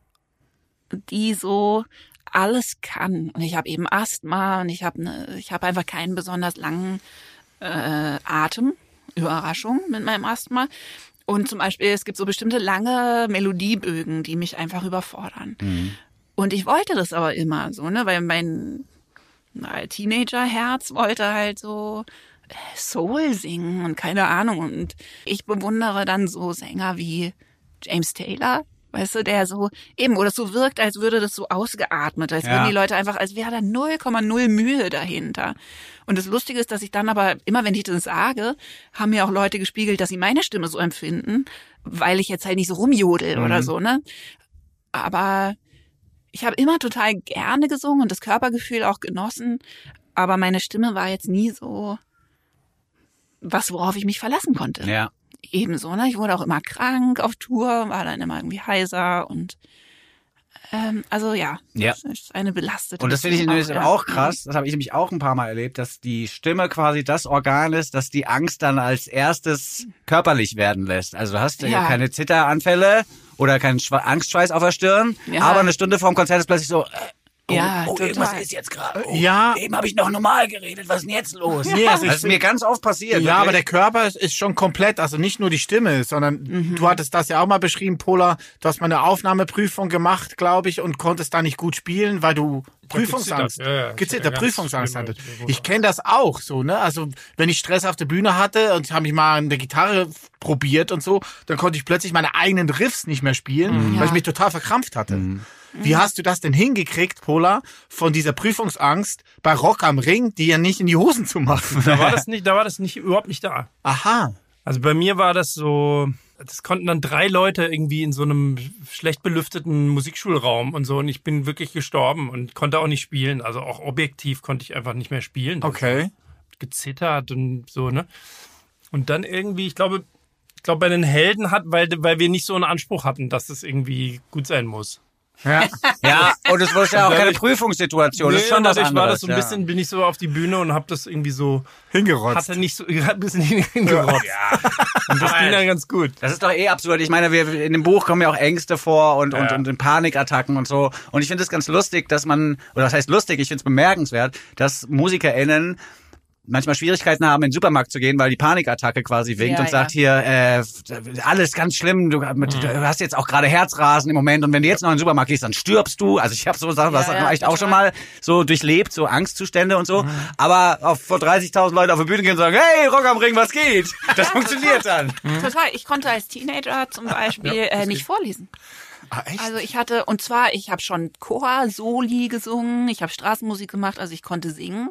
S1: die so alles kann. Und ich habe eben Asthma und ich habe einfach keinen besonders langen Atem. Überraschung mit meinem Asthma. Und zum Beispiel, es gibt so bestimmte lange Melodiebögen, die mich einfach überfordern. Und ich wollte das aber immer so, ne, weil mein Teenager-Herz wollte halt so Soul singen und keine Ahnung. Und ich bewundere dann so Sänger wie James Taylor, weißt du, der so eben, wo das so wirkt, als würde das so ausgeatmet, als würden die Leute einfach, als wäre da 0,0 Mühe dahinter. Und das Lustige ist, dass ich dann aber, immer wenn ich das sage, haben mir auch Leute gespiegelt, dass sie meine Stimme so empfinden, weil ich jetzt halt nicht so rumjodel oder so, ne? Aber ich habe immer total gerne gesungen und das Körpergefühl auch genossen, aber meine Stimme war jetzt nie so was, worauf ich mich verlassen konnte.
S3: Ja.
S1: Ebenso, ne? Ich wurde auch immer krank auf Tour, war dann immer irgendwie heiser und also ja, das ist eine belastete.
S3: Und das finde ich
S1: Beziehung
S3: nämlich auch krass, das habe ich nämlich auch ein paar Mal erlebt, dass die Stimme quasi das Organ ist, das die Angst dann als erstes körperlich werden lässt. Also du hast ja keine Zitteranfälle oder keinen Angstschweiß auf der Stirn, aber eine Stunde vorm Konzert ist plötzlich so, irgendwas ist jetzt gerade. Eben habe ich noch normal geredet, was ist denn jetzt los?
S7: Nee, also
S3: das ist mir ganz oft passiert.
S7: Ja, aber der Körper ist schon komplett, also nicht nur die Stimme, sondern du hattest das ja auch mal beschrieben, Pola, du hast mal eine Aufnahmeprüfung gemacht, glaube ich, und konntest da nicht gut spielen, weil du Prüfungsangst, Prüfungsangst hattest. Ich kenne das auch so, ne? Also wenn ich Stress auf der Bühne hatte und habe mich mal an der Gitarre probiert und so, dann konnte ich plötzlich meine eigenen Riffs nicht mehr spielen, weil ich mich total verkrampft hatte. Wie hast du das denn hingekriegt, Pola, von dieser Prüfungsangst bei Rock am Ring, die ja nicht in die Hosen zu machen?
S2: Da war das überhaupt nicht da.
S7: Aha.
S2: Also bei mir war das so, das konnten dann 3 Leute irgendwie in so einem schlecht belüfteten Musikschulraum und so und ich bin wirklich gestorben und konnte auch nicht spielen. Also auch objektiv konnte ich einfach nicht mehr spielen.
S7: Okay.
S2: Gezittert und so, ne? Und dann irgendwie, ich glaube bei den Helden weil wir nicht so einen Anspruch hatten, dass das irgendwie gut sein muss.
S7: Ja.
S3: Ja, und es war ja auch keine Prüfungssituation. Das ist schon was
S2: dadurch
S3: anderes.
S2: war das so ein bisschen, bin ich so auf die Bühne und habe das irgendwie so
S7: Hingerotzt.
S2: Hatte nicht so, ein bisschen hingerotzt.
S3: Ja.
S2: Und das ging dann ganz gut.
S3: Das ist doch absurd. Ich meine, in dem Buch kommen ja auch Ängste vor und Panikattacken und so. Und ich finde es ganz lustig, dass man, oder was heißt lustig, ich finde es bemerkenswert, dass MusikerInnen manchmal Schwierigkeiten haben, in den Supermarkt zu gehen, weil die Panikattacke quasi winkt und sagt hier, alles ganz schlimm, du hast jetzt auch gerade Herzrasen im Moment und wenn du jetzt noch in den Supermarkt gehst, dann stirbst du. Also ich habe so Sachen, das hat man echt auch schon mal so durchlebt, so Angstzustände und so. Aber vor 30.000 Leuten auf die Bühne gehen und sagen, hey, Rock am Ring, was geht? Das funktioniert dann.
S1: Total. Ich konnte als Teenager zum Beispiel nicht vorlesen.
S7: Ah, echt?
S1: Also ich habe schon Chor-Soli gesungen, ich habe Straßenmusik gemacht, also ich konnte singen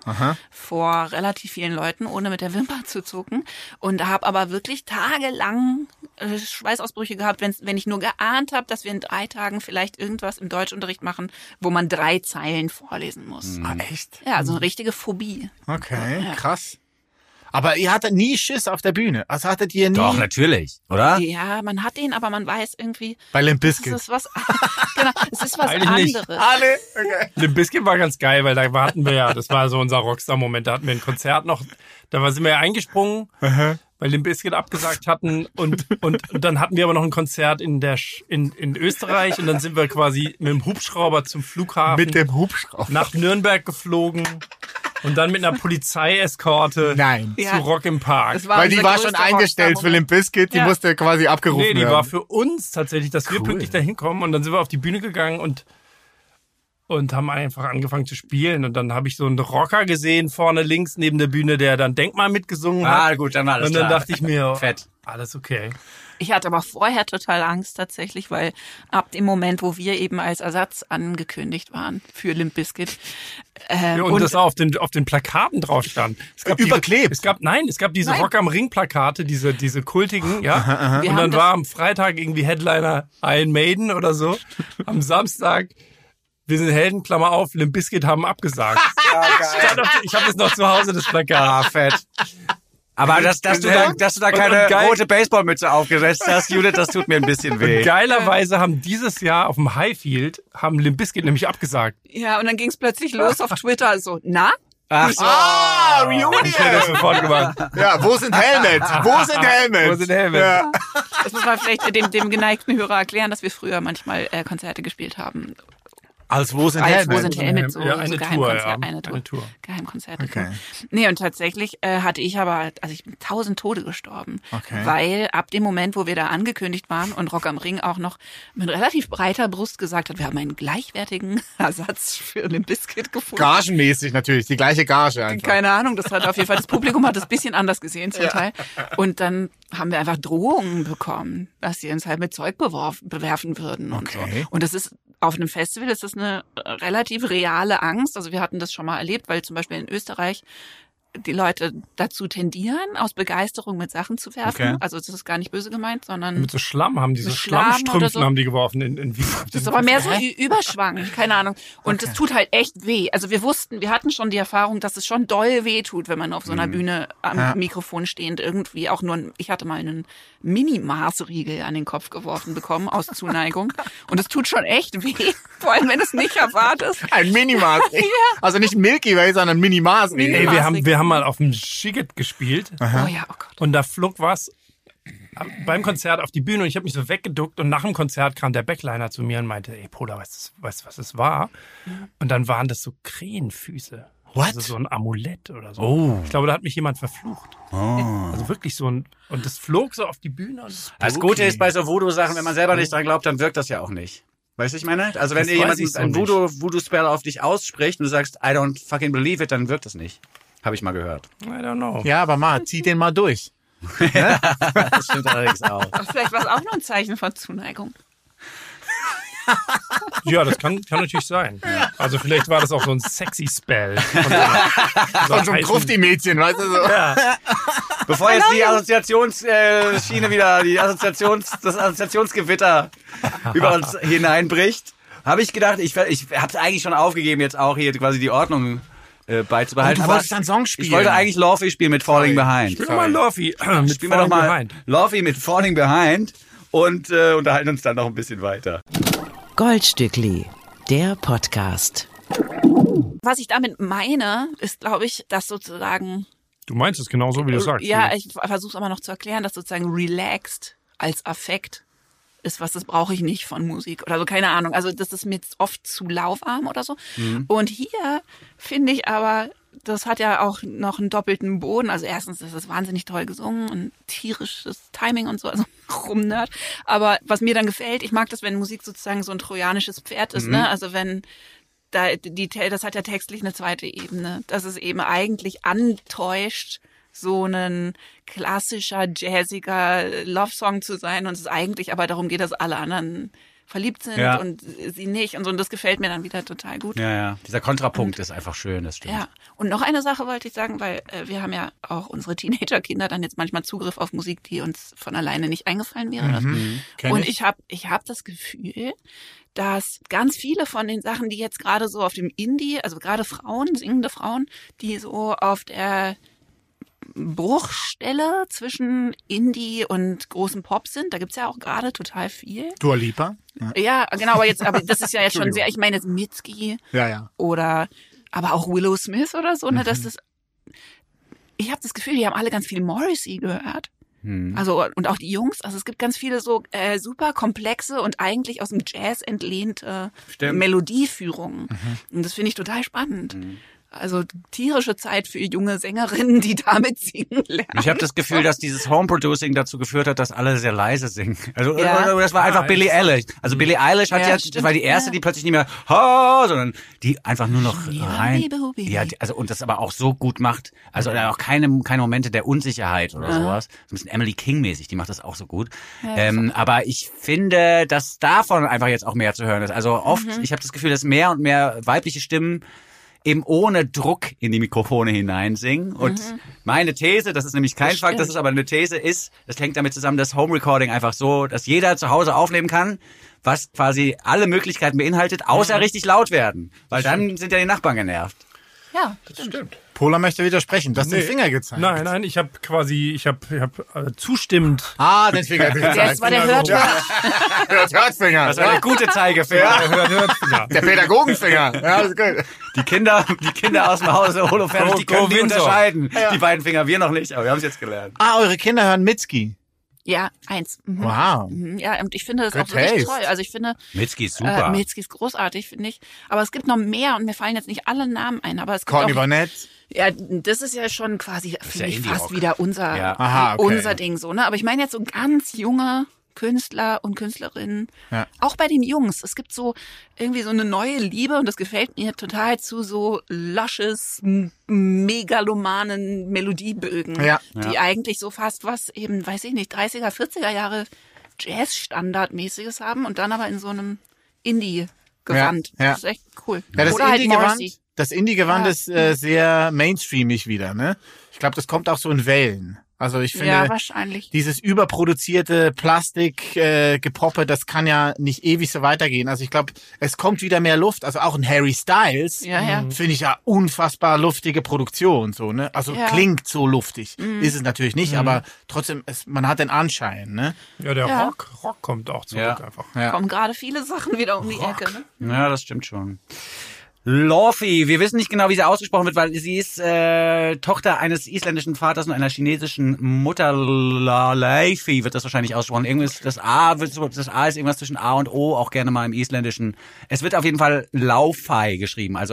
S1: vor relativ vielen Leuten, ohne mit der Wimper zu zucken und habe aber wirklich tagelang Schweißausbrüche gehabt, wenn ich nur geahnt habe, dass wir in 3 Tagen vielleicht irgendwas im Deutschunterricht machen, wo man 3 Zeilen vorlesen muss.
S7: Ah, echt?
S1: Ja, also eine richtige Phobie.
S7: Okay, krass. Aber ihr hattet nie Schiss auf der Bühne. Also hattet ihr nie...
S3: Doch, natürlich, oder?
S1: Ja, man hat den, aber man weiß irgendwie...
S7: Bei Limp Bizkit.
S1: Es ist was, genau, es ist was
S2: Eigentlich
S1: anderes.
S2: nicht. Okay. Limp Bizkit war ganz geil, weil da hatten wir das war so unser Rockstar-Moment, da hatten wir ein Konzert noch, sind wir ja eingesprungen, weil Limp Bizkit abgesagt hatten und dann hatten wir aber noch ein Konzert in Österreich und dann sind wir quasi mit dem Hubschrauber zum Flughafen.
S7: Mit dem Hubschrauber.
S2: Nach Nürnberg geflogen. Und dann mit einer Polizeieskorte
S7: Nein.
S1: Ja.
S2: zu Rock im Park.
S1: Das war
S7: Weil die
S1: unser
S7: war schon
S1: größter
S7: eingestellt für Limp Bizkit, die
S1: Ja.
S7: musste quasi abgerufen
S2: Nee, die
S7: werden.
S2: war für uns tatsächlich, dass wir pünktlich da hinkommen. Und dann sind wir auf die Bühne gegangen und haben einfach angefangen zu spielen. Und dann habe ich so einen Rocker gesehen, vorne links neben der Bühne, der dann Denkmal mitgesungen hat.
S3: Ah, gut, dann war alles
S2: Und dann
S3: klar.
S2: dachte ich mir,
S3: Fett.
S2: alles okay.
S1: Ich hatte aber vorher total Angst tatsächlich, weil ab dem Moment, wo wir eben als Ersatz angekündigt waren für Limp Bizkit.
S2: Und das auch auf den Plakaten drauf stand. Es gab
S7: Überklebt.
S2: Es gab diese
S1: Nein.
S2: Rock am Ring Plakate, diese kultigen, ja.
S1: Wir
S2: Und
S1: haben
S2: dann
S1: das-
S2: war am Freitag irgendwie Headliner Iron Maiden oder so. Am Samstag, wir sind Helden, Klammer auf, Limp Bizkit haben abgesagt. Ich habe das noch zu Hause, das Plakat.
S3: Ah, fett. Aber dass du da keine
S2: geil-
S3: rote Baseballmütze aufgesetzt hast, Judith, das tut mir ein bisschen weh.
S2: Geilerweise haben dieses Jahr auf dem Highfield Limp Bizkit nämlich abgesagt.
S1: Ja, und dann ging es plötzlich los auf Twitter, so, na?
S3: Ach so.
S7: Reunion!
S2: Ich hätte das sofort gemacht.
S7: Ja, wo sind Helmets? Wo sind Helmets?
S2: Wo sind Helmets?
S7: Ja.
S1: Das muss man vielleicht dem geneigten Hörer erklären, dass wir früher manchmal Konzerte gespielt haben.
S7: Als wo sind
S1: Als
S7: Helmets?
S1: Wo sind Helmets? So,
S2: Ja,
S1: so
S2: eine
S1: Geheimkonzert,
S2: Tour, ja.
S1: eine Tour.
S2: Eine Tour.
S1: Geheimkonzerte.
S7: Okay.
S1: Nee, und tatsächlich hatte ich aber, also ich bin 1000 Tode gestorben.
S7: Okay.
S1: Weil ab dem Moment, wo wir da angekündigt waren und Rock am Ring auch noch mit relativ breiter Brust gesagt hat, wir haben einen gleichwertigen Ersatz für Limp Bizkit gefunden.
S7: Gagenmäßig natürlich, die gleiche Gage einfach.
S1: Keine Ahnung, das hat auf jeden Fall, das Publikum hat es ein bisschen anders gesehen zum Teil. Und dann haben wir einfach Drohungen bekommen, dass sie uns halt mit Zeug bewerfen würden und
S7: Okay.
S1: so. Und das ist, auf einem Festival ist das eine relativ reale Angst. Also wir hatten das schon mal erlebt, weil zum Beispiel in Österreich die Leute dazu tendieren, aus Begeisterung mit Sachen zu werfen.
S3: Okay.
S1: Also das ist gar nicht böse gemeint, sondern
S2: Mit so Schlamm haben die so
S1: Mit Schlamm oder
S2: Schlammstrümpfen
S1: so.
S2: haben die geworfen in Wien.
S1: das ist aber mehr so Überschwang, keine Ahnung. Und das tut halt echt weh. Also wir hatten schon die Erfahrung, dass es schon doll weh tut, wenn man auf so einer Bühne am Mikrofon stehend irgendwie auch ich hatte mal einen Mini-Mars-Riegel an den Kopf geworfen bekommen aus Zuneigung. Und es tut schon echt weh, vor allem wenn du es nicht erwartest.
S7: Ein Minimaß. Also nicht Milky Way, sondern Minimaß.
S1: Mini-
S2: Ey, wir haben mal auf dem Shigget gespielt
S1: Oh ja, oh Gott.
S2: und da flog was beim Konzert auf die Bühne und ich habe mich so weggeduckt und nach dem Konzert kam der Backliner zu mir und meinte, ey Bruder, weißt du, was es war? Und dann waren das so Krähenfüße.
S7: What?
S2: Also so ein Amulett oder so.
S3: Oh.
S2: Ich glaube, da hat mich jemand verflucht. Also wirklich so und das flog so auf die Bühne. Und
S3: Das Gute ist bei so Voodoo-Sachen, wenn man selber nicht dran glaubt, dann wirkt das ja auch nicht. Weißt du, ich meine? Also wenn
S2: Das
S3: dir jemand
S2: weiß ich so
S3: ein
S2: nicht.
S3: Voodoo-Spell auf dich ausspricht und du sagst, I don't fucking believe it, dann wirkt das nicht. Habe ich mal gehört.
S2: I don't know.
S7: Ja, aber mal, zieh den mal durch.
S3: Das stimmt allerdings auch.
S1: Aber vielleicht war es auch nur ein Zeichen von Zuneigung.
S2: Ja, das kann natürlich sein. Also vielleicht war das auch so ein sexy Spell. Von
S7: Von so einem Krufti-Mädchen, weißt du so.
S3: Bevor jetzt die Assoziationsschiene wieder, das Assoziationsgewitter über uns hineinbricht, habe ich gedacht, ich habe es eigentlich schon aufgegeben, jetzt auch hier quasi die Ordnung beizubehalten.
S7: Und du wolltest einen Song spielen.
S3: Ich wollte eigentlich Lofty spielen mit Falling Behind.
S2: Spiel doch mal Lofty mit
S3: Spielen wir doch
S2: Falling
S3: mal
S2: Behind.
S3: Lofty mit Falling Behind und unterhalten uns dann noch ein bisschen weiter.
S5: Goldstückli, der Podcast.
S1: Was ich damit meine, ist, glaube ich, dass sozusagen,
S2: Du meinst es genauso, wie du sagst.
S1: ja, ich versuche es aber noch zu erklären, dass sozusagen relaxed als Affekt ist was, das brauche ich nicht von Musik oder so, keine Ahnung. Also das ist mir jetzt oft zu lauwarm oder so. Und hier finde ich aber, das hat ja auch noch einen doppelten Boden. Also erstens ist es wahnsinnig toll gesungen und tierisches Timing und so, also rumnerd. Aber was mir dann gefällt, ich mag das, wenn Musik sozusagen so ein trojanisches Pferd ist, ne? Also wenn das hat ja textlich eine zweite Ebene, dass es eben eigentlich antäuscht, so ein klassischer, jazziger Love-Song zu sein und es eigentlich aber darum geht, dass alle anderen verliebt sind
S3: Ja.
S1: und sie nicht und so. Und das gefällt mir dann wieder total gut.
S3: Ja. Dieser Kontrapunkt ist einfach schön, das stimmt.
S1: Ja, und noch eine Sache wollte ich sagen, weil wir haben ja auch unsere Teenager-Kinder dann jetzt manchmal Zugriff auf Musik, die uns von alleine nicht eingefallen wäre. Und ich hab das Gefühl, dass ganz viele von den Sachen, die jetzt gerade so auf dem Indie, also gerade Frauen, singende Frauen, die so auf der Bruchstelle zwischen Indie und großem Pop sind, da gibt's ja auch gerade total viel.
S7: Dua Lipa?
S1: Ja, genau, aber das ist ja jetzt schon sehr, ich meine jetzt Mitski
S7: Ja.
S1: oder aber auch Willow Smith oder so, ne, dass das, ich habe das Gefühl, die haben alle ganz viel Morrissey gehört. Also und auch die Jungs, also es gibt ganz viele so super komplexe und eigentlich aus dem Jazz entlehnte
S3: Stimmt.
S1: Melodieführungen. Und das finde ich total spannend. Also tierische Zeit für junge Sängerinnen, die damit singen lernen.
S3: Ich habe das Gefühl, dass dieses Home-Producing dazu geführt hat, dass alle sehr leise singen. Also
S1: Ja.
S3: das war einfach Billie Eilish. Also Billie Eilish hat
S1: Ja,
S3: ja,
S1: stimmt.
S3: das war die erste,
S1: Ja.
S3: die plötzlich nicht mehr ha, sondern die einfach nur noch rein.
S1: Baby.
S3: Ja, also und das aber auch so gut macht. Also auch keine Momente der Unsicherheit oder sowas. So ein bisschen Emily King-mäßig, die macht das auch so gut. Aber ich finde, dass davon einfach jetzt auch mehr zu hören ist. Also oft, ich habe das Gefühl, dass mehr und mehr weibliche Stimmen eben ohne Druck in die Mikrofone hineinsingen. Und meine These, das ist nämlich kein Fakt, das ist aber eine These, ist, das hängt damit zusammen, dass Home Recording einfach so, dass jeder zu Hause aufnehmen kann, was quasi alle Möglichkeiten beinhaltet, außer richtig laut werden. Weil dann sind ja die Nachbarn genervt.
S1: Ja,
S2: Stimmt.
S7: Pola möchte widersprechen. Du hast den Finger gezeigt.
S2: Nein, ich habe zustimmend.
S7: Den Finger gezeigt.
S1: das war der Hörtfinger.
S7: Hörtfinger.
S3: Das war der gute Zeigefinger.
S7: Der Pädagogenfinger. Ja, das ist gut.
S3: Die Kinder aus dem Hause Holofernes, die können
S2: Go
S3: die
S2: Windsor.
S3: unterscheiden. Die beiden Finger, wir noch nicht, aber wir haben es jetzt gelernt.
S7: Eure Kinder hören Mitski.
S1: Ja, 1. Mhm.
S7: Wow.
S1: Mhm. Ja, und ich finde das
S7: Good
S1: auch wirklich
S7: taste.
S1: toll. Also ich finde,
S3: Mitski ist super.
S1: Milski ist großartig, finde ich. Aber es gibt noch mehr und mir fallen jetzt nicht alle Namen ein. Aber es gibt
S7: Courtney
S1: auch,
S7: Barnett.
S1: ja, das ist ja schon quasi, finde ich,
S3: Indie-Rock.
S1: fast wieder unser,
S3: Ja.
S7: Aha, okay.
S1: unser Ding so, ne? Aber ich meine jetzt so ganz junge Künstler und Künstlerinnen.
S7: Ja.
S1: Auch bei den Jungs. Es gibt so irgendwie so eine neue Liebe und das gefällt mir total zu so lushes, megalomanen Melodiebögen,
S7: Ja.
S1: die eigentlich so fast was eben, weiß ich nicht, 30er, 40er Jahre Jazz-Standardmäßiges haben und dann aber in so einem Indie-Gewand.
S7: Ja, ja.
S1: Das ist echt cool.
S7: Ja, das
S1: Oder halt
S7: Indie-Gewand,
S1: Morrissey.
S7: ist sehr mainstreamig wieder, ne? Ich glaube, das kommt auch so in Wellen. Also ich finde,
S1: Ja, wahrscheinlich.
S7: dieses überproduzierte Plastik-Gepoppe, das kann ja nicht ewig so weitergehen. Also ich glaube, es kommt wieder mehr Luft. Also auch in Harry Styles
S1: Ja, ja.
S7: finde ich ja unfassbar luftige Produktion, so, ne? Also
S1: Ja.
S7: klingt so luftig. Ist es natürlich nicht, aber trotzdem, man hat den Anschein, ne?
S2: Ja, der
S1: Ja.
S2: Rock kommt auch zurück
S3: Ja.
S2: einfach.
S7: Ja.
S1: Kommen gerade viele Sachen wieder um die Ecke. Ne?
S3: Ja, das stimmt schon. Lorfi, wir wissen nicht genau, wie sie ausgesprochen wird, weil sie ist Tochter eines isländischen Vaters und einer chinesischen Mutter. Leifi wird das wahrscheinlich ausgesprochen. Irgendwas, das A ist irgendwas zwischen A und O, auch gerne mal im Isländischen. Es wird auf jeden Fall Laufey geschrieben, also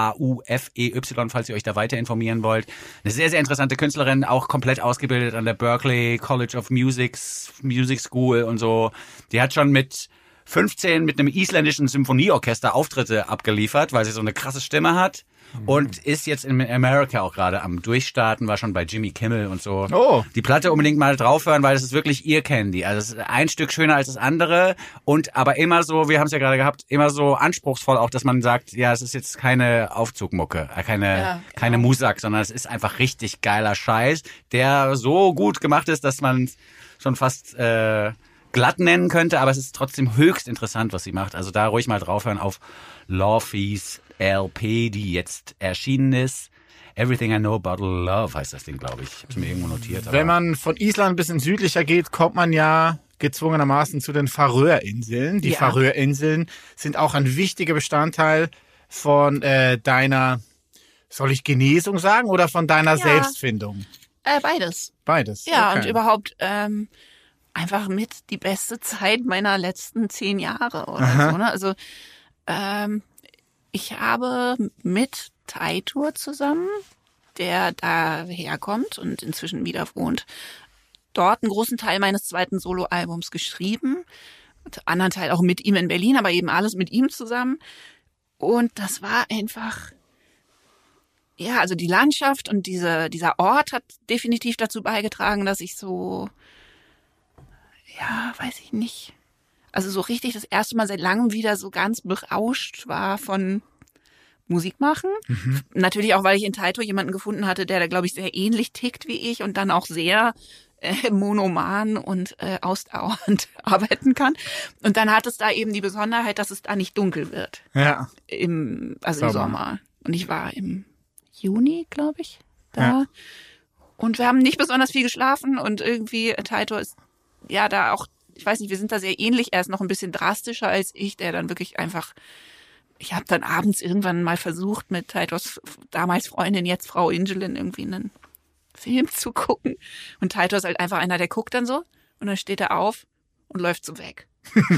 S3: Laufey, falls ihr euch da weiter informieren wollt. Eine sehr, sehr interessante Künstlerin, auch komplett ausgebildet an der Berklee College of Music School und so. Die hat schon mit 15 mit einem isländischen Symphonieorchester Auftritte abgeliefert, weil sie so eine krasse Stimme hat und ist jetzt in Amerika auch gerade am Durchstarten, war schon bei Jimmy Kimmel und so.
S7: Oh.
S3: Die Platte unbedingt mal draufhören, weil das ist wirklich ihr Candy. Also es ist ein Stück schöner als das andere und aber immer so, wir haben es ja gerade gehabt, immer so anspruchsvoll auch, dass man sagt, ja, es ist jetzt keine Aufzugmucke, keine Musak, sondern es ist einfach richtig geiler Scheiß, der so gut gemacht ist, dass man schon fast glatt nennen könnte, aber es ist trotzdem höchst interessant, was sie macht. Also da ruhig mal draufhören auf Lorfi's LP, die jetzt erschienen ist. Everything I Know About Love heißt das Ding, glaube ich. Ich habe es mir irgendwo notiert. Aber
S7: Wenn man von Island ein bisschen südlicher geht, kommt man ja gezwungenermaßen zu den Färöerinseln. Die
S1: Ja.
S7: Färöerinseln sind auch ein wichtiger Bestandteil von deiner, soll ich Genesung sagen, oder von deiner
S1: Ja.
S7: Selbstfindung?
S1: Beides.
S7: Beides.
S1: Ja,
S7: okay.
S1: und überhaupt einfach mit die beste Zeit meiner letzten 10 Jahre oder so. Ne? Also ich habe mit Teitur zusammen, der da herkommt und inzwischen wieder wohnt, dort einen großen Teil meines zweiten Soloalbums geschrieben. Und anderen Teil auch mit ihm in Berlin, aber eben alles mit ihm zusammen. Und das war einfach, ja, also die Landschaft und dieser Ort hat definitiv dazu beigetragen, dass ich so, ja, weiß ich nicht, also so richtig das erste Mal seit langem wieder so ganz berauscht war von Musik machen. Natürlich auch, weil ich in Taito jemanden gefunden hatte, der da, glaube ich, sehr ähnlich tickt wie ich und dann auch sehr monoman und ausdauernd arbeiten kann. Und dann hat es da eben die Besonderheit, dass es da nicht dunkel wird.
S7: Ja.
S1: Im
S7: Sommer.
S1: Sommer. Und ich war im Juni, glaube ich, da.
S7: Ja.
S1: Und wir haben nicht besonders viel geschlafen und irgendwie Taito ist ja da auch, ich weiß nicht, wir sind da sehr ähnlich. Er ist noch ein bisschen drastischer als ich, der dann wirklich einfach, ich habe dann abends irgendwann mal versucht, mit Taitos damals Freundin, jetzt Frau Ingelin, irgendwie einen Film zu gucken. Und Taito ist halt einfach einer, der guckt dann so und dann steht er auf und läuft so weg.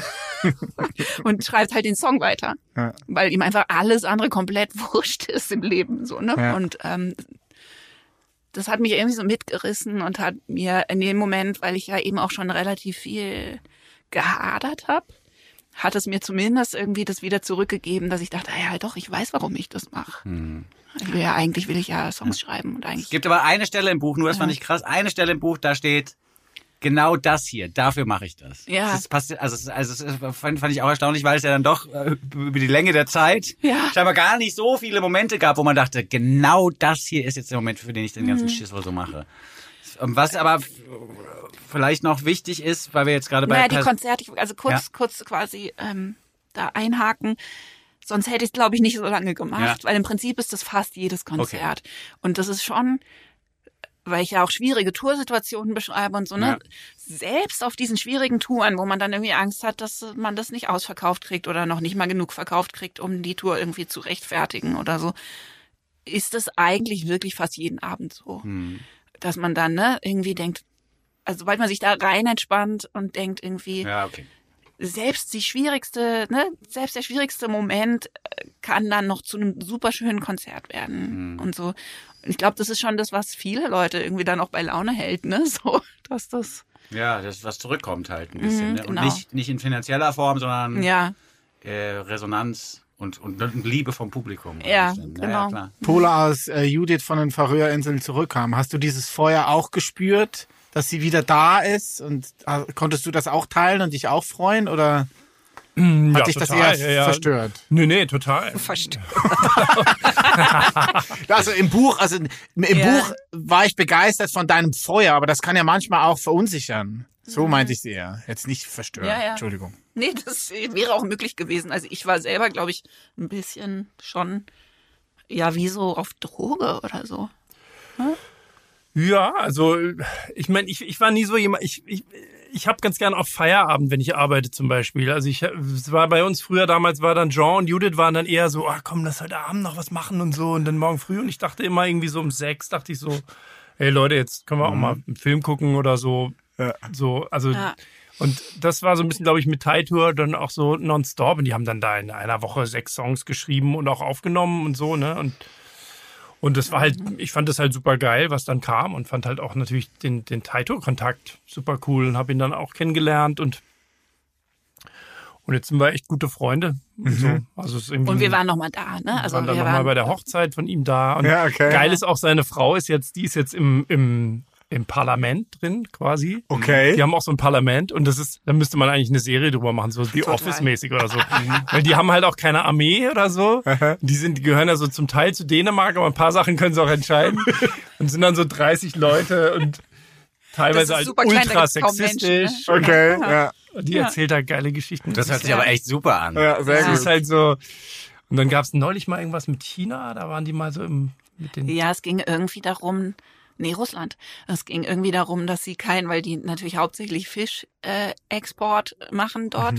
S1: und schreibt halt den Song weiter.
S7: Ja.
S1: Weil ihm einfach alles andere komplett wurscht ist im Leben. So, ne?
S7: Ja.
S1: Und das hat mich irgendwie so mitgerissen und hat mir in dem Moment, weil ich ja eben auch schon relativ viel gehadert habe, hat es mir zumindest irgendwie das wieder zurückgegeben, dass ich dachte, ja doch, ich weiß, warum ich das mache. Eigentlich will ich ja Songs schreiben und eigentlich.
S3: Es gibt aber eine Stelle im Buch, nur das fand ich krass, eine Stelle im Buch, da steht genau das hier, dafür mache ich das.
S1: Ja.
S3: Das passt, fand ich auch erstaunlich, weil es ja dann doch über die Länge der Zeit scheinbar gar nicht so viele Momente gab, wo man dachte, genau das hier ist jetzt der Moment, für den ich den ganzen Schissel so mache. Was aber vielleicht noch wichtig ist, weil wir jetzt gerade bei...
S1: die Konzerte, also kurz quasi da einhaken. Sonst hätte ich es, glaube ich, nicht so lange gemacht, weil im Prinzip ist das fast jedes Konzert. Okay. Und das ist schon, weil ich ja auch schwierige Toursituationen beschreibe und so, ne? Selbst auf diesen schwierigen Touren, wo man dann irgendwie Angst hat, dass man das nicht ausverkauft kriegt oder noch nicht mal genug verkauft kriegt, um die Tour irgendwie zu rechtfertigen oder so, ist es eigentlich wirklich fast jeden Abend so. Dass man dann irgendwie denkt, also sobald man sich da rein entspannt und denkt irgendwie, selbst der schwierigste Moment kann dann noch zu einem super schönen Konzert werden und so. Und ich glaube, das ist schon das, was viele Leute irgendwie dann auch bei Laune hält, ne? So, dass das...
S3: Ja, das was zurückkommt halt ein bisschen. Ne? Und
S1: genau.
S3: nicht in finanzieller Form, sondern Resonanz und Liebe vom Publikum.
S1: Ja, genau.
S3: Klar.
S7: Pola, als Judith von den Färöerinseln zurückkam, hast du dieses Feuer auch gespürt, dass sie wieder da ist? Und konntest du das auch teilen und dich auch freuen? Oder hat dich
S2: total,
S7: das eher verstört?
S2: Nee, total.
S1: Verstört.
S7: Also im Buch war ich begeistert von deinem Feuer, aber das kann ja manchmal auch verunsichern. So meinte ich es eher. Jetzt nicht verstören.
S1: Ja.
S7: Entschuldigung.
S1: Nee, das wäre auch möglich gewesen. Also ich war selber, glaube ich, ein bisschen schon, wie so auf Droge oder so.
S2: Ja, also ich meine, ich war nie so jemand, ich habe ganz gern auf Feierabend, wenn ich arbeite zum Beispiel. Also es war bei uns früher, damals war dann Jean und Judith waren dann eher so, komm, lass heute Abend noch was machen und so und dann morgen früh und ich dachte immer irgendwie so um 6, dachte ich so, hey Leute, jetzt können wir auch mal einen Film gucken oder so. So, also und das war so ein bisschen, glaube ich, mit Thai Tour dann auch so nonstop und die haben dann da in einer Woche 6 Songs geschrieben und auch aufgenommen und so, ne? Und das war halt, ich fand das halt super geil, was dann kam und fand halt auch natürlich den Thai Tour Kontakt super cool und habe ihn dann auch kennengelernt und jetzt sind wir echt gute Freunde. Und, so. Also es ist irgendwie,
S1: und wir waren nochmal da, ne? Also
S2: wir waren dann nochmal bei der Hochzeit von ihm da. Und geil ist auch, seine Frau ist jetzt im Parlament drin, quasi.
S7: Okay.
S2: Die haben auch so ein Parlament und da müsste man eigentlich eine Serie drüber machen, so The Office-mäßig oder so. Weil die haben halt auch keine Armee oder so. Die gehören ja so zum Teil zu Dänemark, aber ein paar Sachen können sie auch entscheiden. Und sind dann so 30 Leute und teilweise halt ultra sexistisch.
S1: Ne?
S7: Okay, ja.
S2: Die erzählt halt geile Geschichten.
S3: Das hört sich aber echt super an.
S7: Ja, sehr
S2: Das
S7: gut.
S2: ist halt so. Und dann gab es neulich mal irgendwas mit China, da waren die mal so mit den...
S1: Ja, es ging irgendwie darum, Russland. Es ging irgendwie darum, dass sie weil die natürlich hauptsächlich Fischexport machen dort,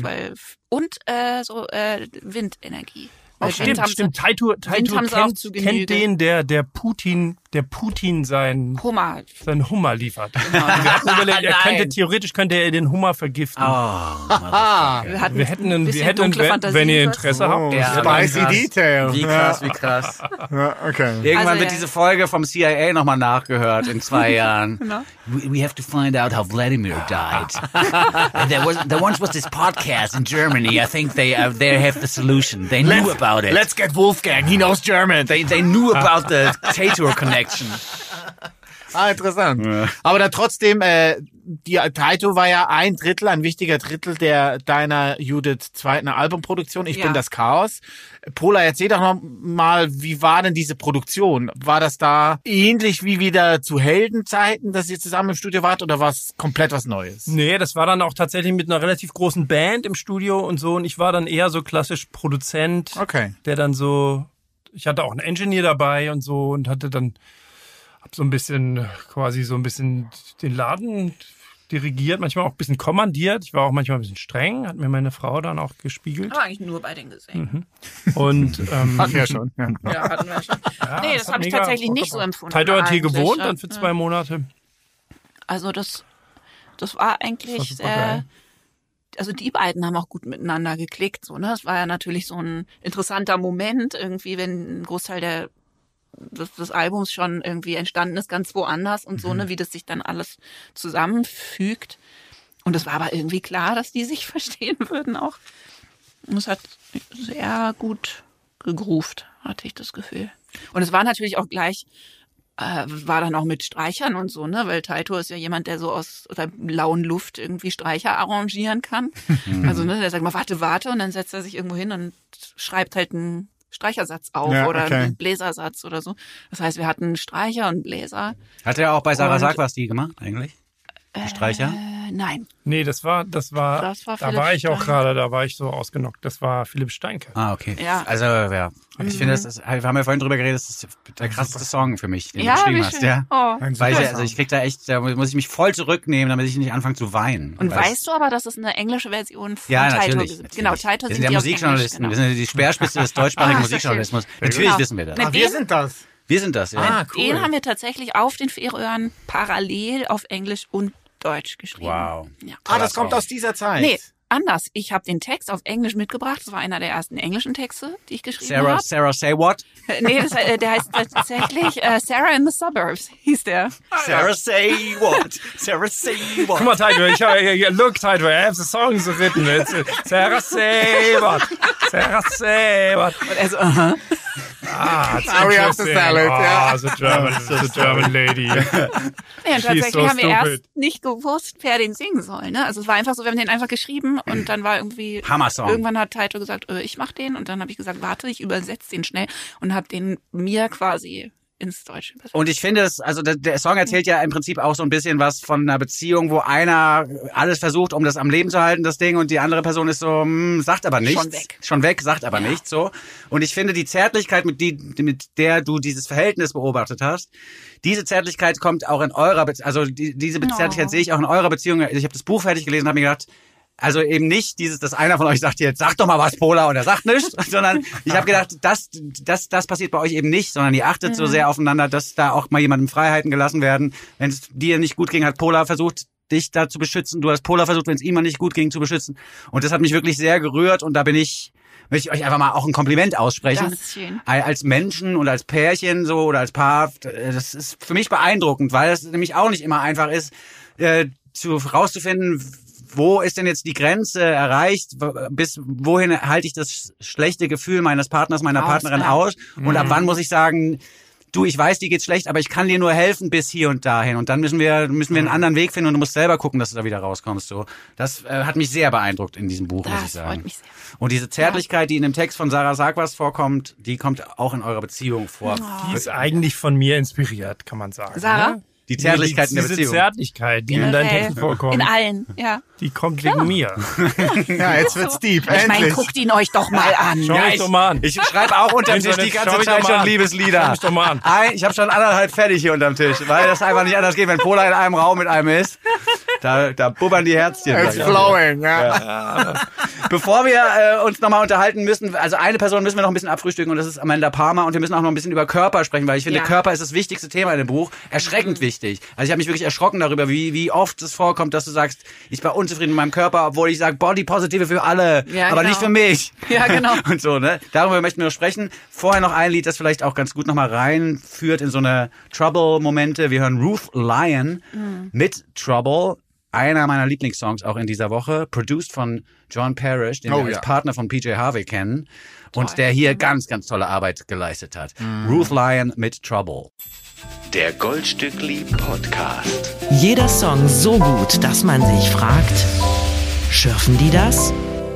S1: Windenergie. Weil
S2: Stimmt. Thai Tour kennt den, der Putin sein Hummer liefert.
S1: Genau.
S2: Wir hatten überlegt, theoretisch könnte er den Hummer vergiften. Wir hätten wenn ihr Interesse habt.
S7: Spicy Detail.
S3: Wie krass.
S7: Ja, okay.
S3: Irgendwann wird diese Folge vom CIA nochmal nachgehört in 2 Jahren.
S1: Genau.
S3: We have to find out how Vladimir died. There once was this podcast in Germany. I think they have the solution. They knew about it.
S7: Let's get Wolfgang. He knows German.
S3: They knew about the Tator connection.
S7: Interessant. Ja. Aber dann trotzdem, die Taito war ja ein wichtiger Drittel deiner Judith zweiten Albumproduktion. Ich bin das Chaos. Pola, erzähl doch noch mal, wie war denn diese Produktion? War das da ähnlich wie wieder zu Heldenzeiten, dass ihr zusammen im Studio wart, oder war es komplett was Neues?
S2: Nee, das war dann auch tatsächlich mit einer relativ großen Band im Studio und so, und ich war dann eher so klassisch Produzent, der dann so, ich hatte auch einen Engineer dabei und so und hatte dann so ein bisschen den Laden dirigiert, manchmal auch ein bisschen kommandiert. Ich war auch manchmal ein bisschen streng, hat mir meine Frau dann auch gespiegelt.
S1: Aber eigentlich nur bei den Gesängen.
S2: Und
S7: hatten wir schon.
S1: Ja, hatten wir schon.
S2: Ja,
S1: nee, das habe ich tatsächlich nicht so empfunden.
S2: Taito hat hier gewohnt, dann für 2 Monate.
S1: Also das war eigentlich also die beiden haben auch gut miteinander geklickt, so, ne? Es war ja natürlich so ein interessanter Moment irgendwie, wenn ein Großteil des Albums schon irgendwie entstanden ist, ganz woanders und so, ne, wie das sich dann alles zusammenfügt. Und es war aber irgendwie klar, dass die sich verstehen würden auch. Und es hat sehr gut gegroovt, hatte ich das Gefühl. Und es war natürlich auch gleich, war dann auch mit Streichern und so, ne, weil Taito ist ja jemand, der so aus der lauen Luft irgendwie Streicher arrangieren kann. Also, ne, der sagt mal, warte, und dann setzt er sich irgendwo hin und schreibt halt einen Streichersatz auf oder einen Bläsersatz oder so. Das heißt, wir hatten Streicher und Bläser.
S3: Hat er auch bei Sarah Sagwas die gemacht eigentlich? Die Streicher?
S1: Nein.
S2: Nee, da war ich auch gerade, da war ich so ausgenockt. Das war Philipp Steinke.
S3: Ah, okay.
S1: Ja.
S3: Also, ja. Ich finde, wir haben ja vorhin drüber geredet, das ist der krasseste Song für mich, den du
S1: Ja,
S3: geschrieben
S1: wie
S3: hast.
S1: schön.
S3: Ja.
S1: Oh.
S3: Weil ich krieg da muss ich mich voll zurücknehmen, damit ich nicht anfange zu weinen.
S1: Und weißt du aber, dass es eine englische Version von
S3: ja,
S1: Taito
S3: natürlich,
S1: gibt? Genau, Taito
S3: wir
S1: sind
S3: sind ja
S1: die auf Englisch,
S3: Musikjournalisten,
S1: genau.
S3: wir sind die Speerspitze des deutschsprachigen
S1: ist das
S3: Musikjournalismus.
S1: schön.
S3: Natürlich
S1: Genau.
S3: wissen wir das.
S1: Na,
S7: Wir sind das.
S3: Wir sind das, ja.
S7: Ah, cool.
S1: Den haben wir tatsächlich auf den Färöern parallel auf Englisch und Deutsch geschrieben.
S3: Wow.
S1: Ja.
S7: Das kommt aus dieser Zeit.
S1: Nee, anders. Ich habe den Text auf Englisch mitgebracht. Das war einer der ersten englischen Texte, die ich geschrieben habe.
S3: Sarah Say What?
S1: Nee, der heißt tatsächlich Sarah in the Suburbs, hieß der.
S3: Sarah Say What? Sarah Say What?
S2: Guck mal, Taito, look, Taito, I have the songs written. It's Sarah Say What? Sarah Say What?
S1: Und er so,
S2: It's
S7: Sorry, after
S2: interesting.
S7: salad, ja.
S2: The German lady.
S1: Ja, und
S2: She's
S1: tatsächlich
S2: so
S1: haben wir erst
S2: stupid.
S1: nicht gewusst, wer den singen soll. Ne? Also es war einfach so, wir haben den einfach geschrieben und dann war irgendwie...
S3: Hammer-Song.
S1: Irgendwann hat Taito gesagt, ich mach den. Und dann habe ich gesagt, warte, ich übersetze den schnell und habe den mir quasi ins Deutsche übersetzt.
S3: Und ich finde es, also der Song erzählt ja im Prinzip auch so ein bisschen was von einer Beziehung, wo einer alles versucht, um das am Leben zu halten, das Ding, und die andere Person ist so, sagt aber nichts. Schon weg, sagt aber nichts, so. Und ich finde, die Zärtlichkeit, mit der du dieses Verhältnis beobachtet hast, diese Zärtlichkeit kommt auch in eurer diese Zärtlichkeit sehe ich auch in eurer Beziehung. Ich habe das Buch fertig gelesen und habe mir gedacht, also eben nicht dass einer von euch sagt jetzt, sag doch mal was, Pola, und er sagt nichts, sondern ich habe gedacht, das passiert bei euch eben nicht, sondern ihr achtet so sehr aufeinander, dass da auch mal jemandem Freiheiten gelassen werden. Wenn es dir nicht gut ging, hat Pola versucht, dich da zu beschützen. Du hast Pola versucht, wenn es ihm mal nicht gut ging, zu beschützen. Und das hat mich wirklich sehr gerührt, und da möchte ich euch einfach mal auch ein Kompliment aussprechen.
S1: Das ist schön.
S3: Als Menschen und als Pärchen so oder als Paar, das ist für mich beeindruckend, weil es nämlich auch nicht immer einfach ist, rauszufinden, wo ist denn jetzt die Grenze erreicht? Bis wohin halte ich das schlechte Gefühl meines Partners, meiner Partnerin aus? Und ab wann muss ich sagen, du, ich weiß, dir geht's schlecht, aber ich kann dir nur helfen bis hier und dahin. Und dann müssen wir einen anderen Weg finden, und du musst selber gucken, dass du da wieder rauskommst. So, das hat mich sehr beeindruckt in diesem Buch, muss ich sagen.
S1: Freut mich sehr.
S3: Und diese Zärtlichkeit, die in dem Text von Sarah Sagwas vorkommt, die kommt auch in eurer Beziehung vor.
S2: Die ist eigentlich von mir inspiriert, kann man sagen.
S1: Sarah?
S2: Ne?
S3: Die Zärtlichkeit in der
S2: Diese
S3: Beziehung.
S2: Zärtlichkeit, die in deinen Texten vorkommt,
S1: In allen, ja.
S2: die kommt wegen mir.
S7: Ja, jetzt wird's deep.
S1: Ich meine,
S7: Endlich.
S1: guckt ihn euch doch mal an.
S2: Schau mich doch mal an.
S3: Ich schreibe auch unterm Tisch die ganze Zeit schon Liebeslieder.
S2: Schau mich doch mal an.
S3: Ich habe schon 1,5 fertig hier unterm Tisch, weil das einfach nicht anders geht, wenn Pola in einem Raum mit einem ist. Da bubbern die Herzchen.
S7: It's flowing, ja.
S3: Bevor wir uns nochmal unterhalten müssen, also eine Person müssen wir noch ein bisschen abfrühstücken, und das ist Amanda Palmer, und wir müssen auch noch ein bisschen über Körper sprechen, weil ich finde, Körper ist das wichtigste Thema in dem Buch. Erschreckend wichtig. Also ich habe mich wirklich erschrocken darüber, wie oft es vorkommt, dass du sagst, ich war unzufrieden mit meinem Körper, obwohl ich sage, Body Positive für alle,
S1: Ja,
S3: aber
S1: genau.
S3: nicht für mich.
S1: Ja, genau.
S3: Und so, ne? Darüber möchten wir noch sprechen. Vorher noch ein Lied, das vielleicht auch ganz gut nochmal reinführt in so eine Trouble-Momente. Wir hören Ruth Lyon mit Trouble. Einer meiner Lieblingssongs auch in dieser Woche, produced von John Parrish, den wir als Partner von PJ Harvey kennen, und der hier ganz, ganz tolle Arbeit geleistet hat. Ruth Lyon mit Trouble.
S8: Der Goldstückli Podcast.
S5: Jeder Song so gut, dass man sich fragt, schürfen die das?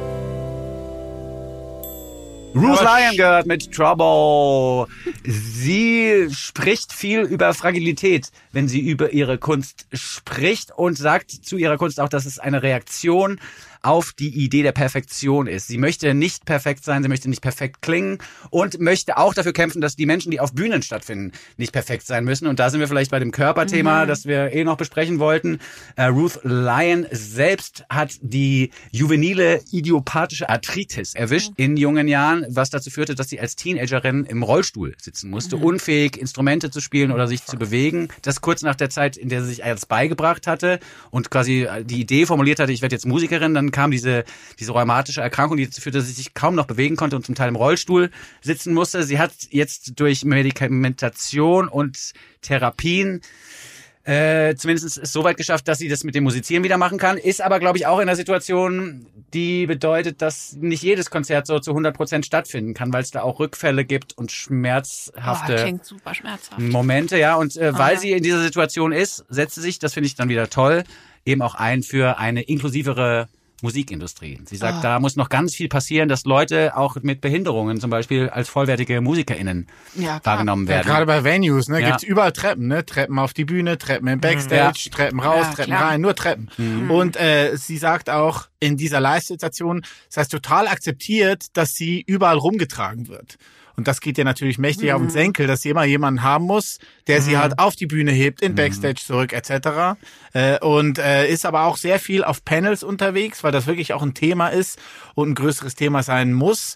S3: Ruth Lyon gehört mit Trouble. Sie spricht viel über Fragilität, wenn sie über ihre Kunst spricht, und sagt zu ihrer Kunst auch, dass es eine Reaktion auf die Idee der Perfektion ist. Sie möchte nicht perfekt sein, sie möchte nicht perfekt klingen und möchte auch dafür kämpfen, dass die Menschen, die auf Bühnen stattfinden, nicht perfekt sein müssen. Und da sind wir vielleicht bei dem Körperthema, das wir noch besprechen wollten. Ruth Lyon selbst hat die juvenile idiopathische Arthritis erwischt in jungen Jahren, was dazu führte, dass sie als Teenagerin im Rollstuhl sitzen musste, unfähig Instrumente zu spielen oder sich zu bewegen. Das kurz nach der Zeit, in der sie sich alles beigebracht hatte und quasi die Idee formuliert hatte, ich werde jetzt Musikerin. Dann dann kam diese rheumatische Erkrankung, die dazu führte, dass sie sich kaum noch bewegen konnte und zum Teil im Rollstuhl sitzen musste. Sie hat jetzt durch Medikamentation und Therapien zumindest es so weit geschafft, dass sie das mit dem Musizieren wieder machen kann, ist aber, glaube ich, auch in einer Situation, die bedeutet, dass nicht jedes Konzert so zu 100% stattfinden kann, weil es da auch Rückfälle gibt und schmerzhafte
S1: klingt super schmerzhaft.
S3: Momente, ja. Und weil sie in dieser Situation ist, setzt sie sich, das finde ich dann wieder toll, eben auch ein für eine inklusivere Musikindustrie. Sie sagt, da muss noch ganz viel passieren, dass Leute auch mit Behinderungen zum Beispiel als vollwertige MusikerInnen wahrgenommen werden.
S7: Ja, gerade bei Venues, ne,
S3: Ja.
S7: gibt's überall Treppen, ne? Treppen auf die Bühne, Treppen im Backstage, Treppen raus, Treppen
S1: klar.
S7: rein, nur Treppen. Und sie sagt auch, in dieser Live-Situation, das heißt total akzeptiert, dass sie überall rumgetragen wird. Und das geht ihr natürlich mächtig auf den Senkel, dass sie immer jemanden haben muss, der sie halt auf die Bühne hebt, in Backstage zurück etc. Und ist aber auch sehr viel auf Panels unterwegs, weil das wirklich auch ein Thema ist und ein größeres Thema sein muss,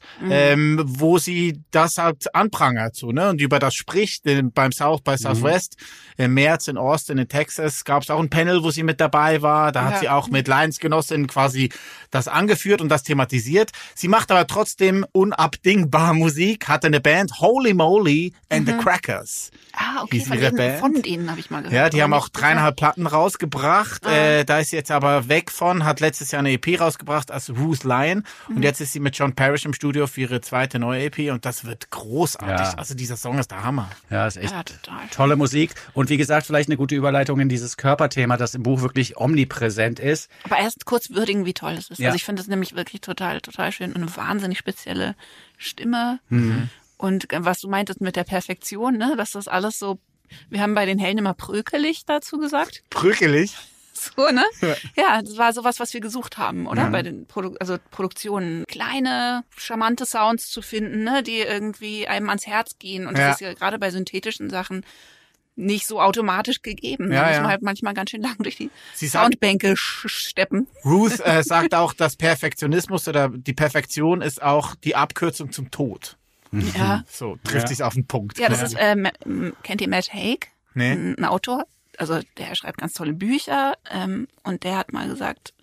S7: wo sie das halt anprangert so, ne, und über das spricht. Beim South by Southwest im März in Austin in Texas gab es auch ein Panel, wo sie mit dabei war. Da hat sie auch mit Lionsgenossinnen quasi das angeführt und das thematisiert. Sie macht aber trotzdem unabdingbar Musik, hatte eine Band, Holy Moly and the Crackers.
S1: Ah, okay,
S7: Hieß ihre Band.
S1: von denen habe ich mal gehört.
S7: Ja, die haben
S1: Aber
S7: auch
S1: nicht
S7: 3,5 Platten rausgebracht. Da ist sie jetzt aber weg von, hat letztes Jahr eine EP rausgebracht als Ruth Lion. Und jetzt ist sie mit John Parrish im Studio für ihre zweite neue EP und das wird großartig.
S3: Ja.
S7: Also dieser Song ist der Hammer.
S3: Ja, ist echt
S1: Ja, total.
S3: tolle Musik. Und wie gesagt, vielleicht eine gute Überleitung in dieses Körperthema, das im Buch wirklich omnipräsent ist.
S1: Aber erst kurz würdigen, wie toll es ist.
S3: Ja.
S1: Also ich finde es nämlich wirklich total schön und eine wahnsinnig spezielle Stimme. Und was du meintest mit der Perfektion, ne, dass das alles so, wir haben bei den Helden immer prökelig dazu gesagt.
S7: Bröckelig.
S1: So, ne? Ja, das war sowas, was wir gesucht haben, oder? Bei den Produktionen. Kleine, charmante Sounds zu finden, ne, die irgendwie einem ans Herz gehen. Und das ist ja gerade bei synthetischen Sachen nicht so automatisch gegeben. Da muss man halt manchmal ganz schön lang durch die Soundbänke steppen.
S7: Ruth sagt auch, dass Perfektionismus oder die Perfektion ist auch die Abkürzung zum Tod.
S1: Ja.
S7: So, trifft sich's auf den Punkt.
S1: Ja, das ist, kennt ihr Matt Haig?
S7: Nee.
S1: Ein Autor. Also der schreibt ganz tolle Bücher und der hat mal gesagt,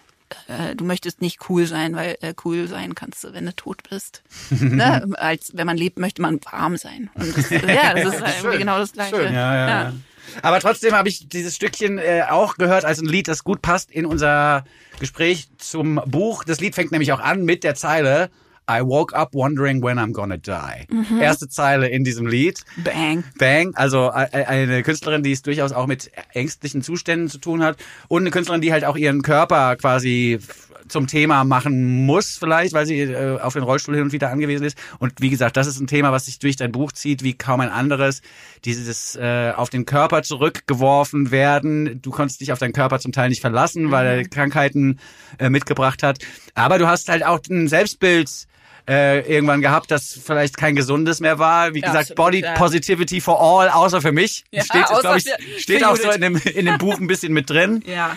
S1: du möchtest nicht cool sein, weil cool sein kannst du, wenn du tot bist. Ne? Als wenn man lebt, möchte man warm sein. Und das ist irgendwie genau das Gleiche.
S3: Schön. Ja. Aber trotzdem habe ich dieses Stückchen auch gehört als ein Lied, das gut passt in unser Gespräch zum Buch. Das Lied fängt nämlich auch an mit der Zeile I woke up wondering when I'm gonna die. Erste Zeile in diesem Lied. Bang. Also eine Künstlerin, die es durchaus auch mit ängstlichen Zuständen zu tun hat. Und eine Künstlerin, die halt auch ihren Körper quasi zum Thema machen muss vielleicht, weil sie auf den Rollstuhl hin und wieder angewiesen ist. Und wie gesagt, das ist ein Thema, was sich durch dein Buch zieht, wie kaum ein anderes. Dieses auf den Körper zurückgeworfen werden. Du konntest dich auf deinen Körper zum Teil nicht verlassen, weil er Krankheiten mitgebracht hat. Aber du hast halt auch ein Selbstbild irgendwann gehabt, das vielleicht kein gesundes mehr war. Wie gesagt,
S1: absolut,
S3: Body Positivity for all, außer für mich.
S1: Ja,
S3: Steht auch so
S1: Judith.
S3: in dem Buch ein bisschen mit drin.
S1: Ja.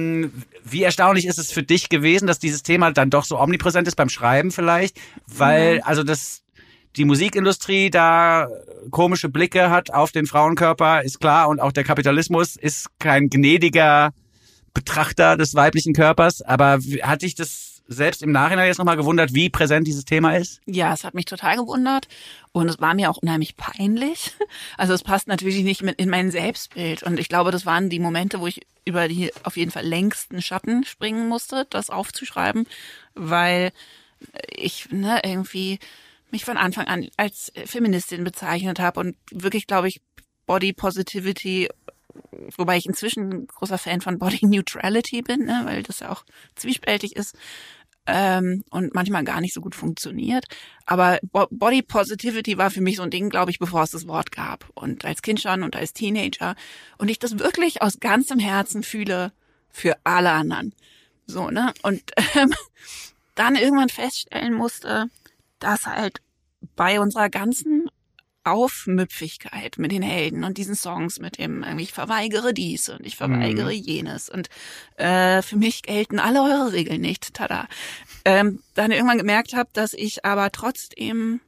S3: Wie erstaunlich ist es für dich gewesen, dass dieses Thema dann doch so omnipräsent ist beim Schreiben vielleicht? Weil, also die Musikindustrie da komische Blicke hat auf den Frauenkörper, ist klar. Und auch der Kapitalismus ist kein gnädiger Betrachter des weiblichen Körpers. Aber hat dich das selbst im Nachhinein jetzt nochmal gewundert, wie präsent dieses Thema ist?
S1: Ja, es hat mich total gewundert und es war mir auch unheimlich peinlich. Also es passt natürlich nicht mit in mein Selbstbild und ich glaube, das waren die Momente, wo ich über die auf jeden Fall längsten Schatten springen musste, das aufzuschreiben, weil ich irgendwie mich von Anfang an als Feministin bezeichnet habe und wirklich, glaube ich, Body Positivity, wobei ich inzwischen ein großer Fan von Body Neutrality bin, ne, weil das ja auch zwiespältig ist und manchmal gar nicht so gut funktioniert. Aber Body Positivity war für mich so ein Ding, glaube ich, bevor es das Wort gab. Und als Kind schon und als Teenager. Und ich das wirklich aus ganzem Herzen fühle für alle anderen. So, ne? Und dann irgendwann feststellen musste, dass halt bei unserer ganzen Aufmüpfigkeit mit den Helden und diesen Songs mit dem ich verweigere dies und ich verweigere jenes und für mich gelten alle eure Regeln nicht, tada. Dann irgendwann gemerkt habe, dass ich aber trotzdem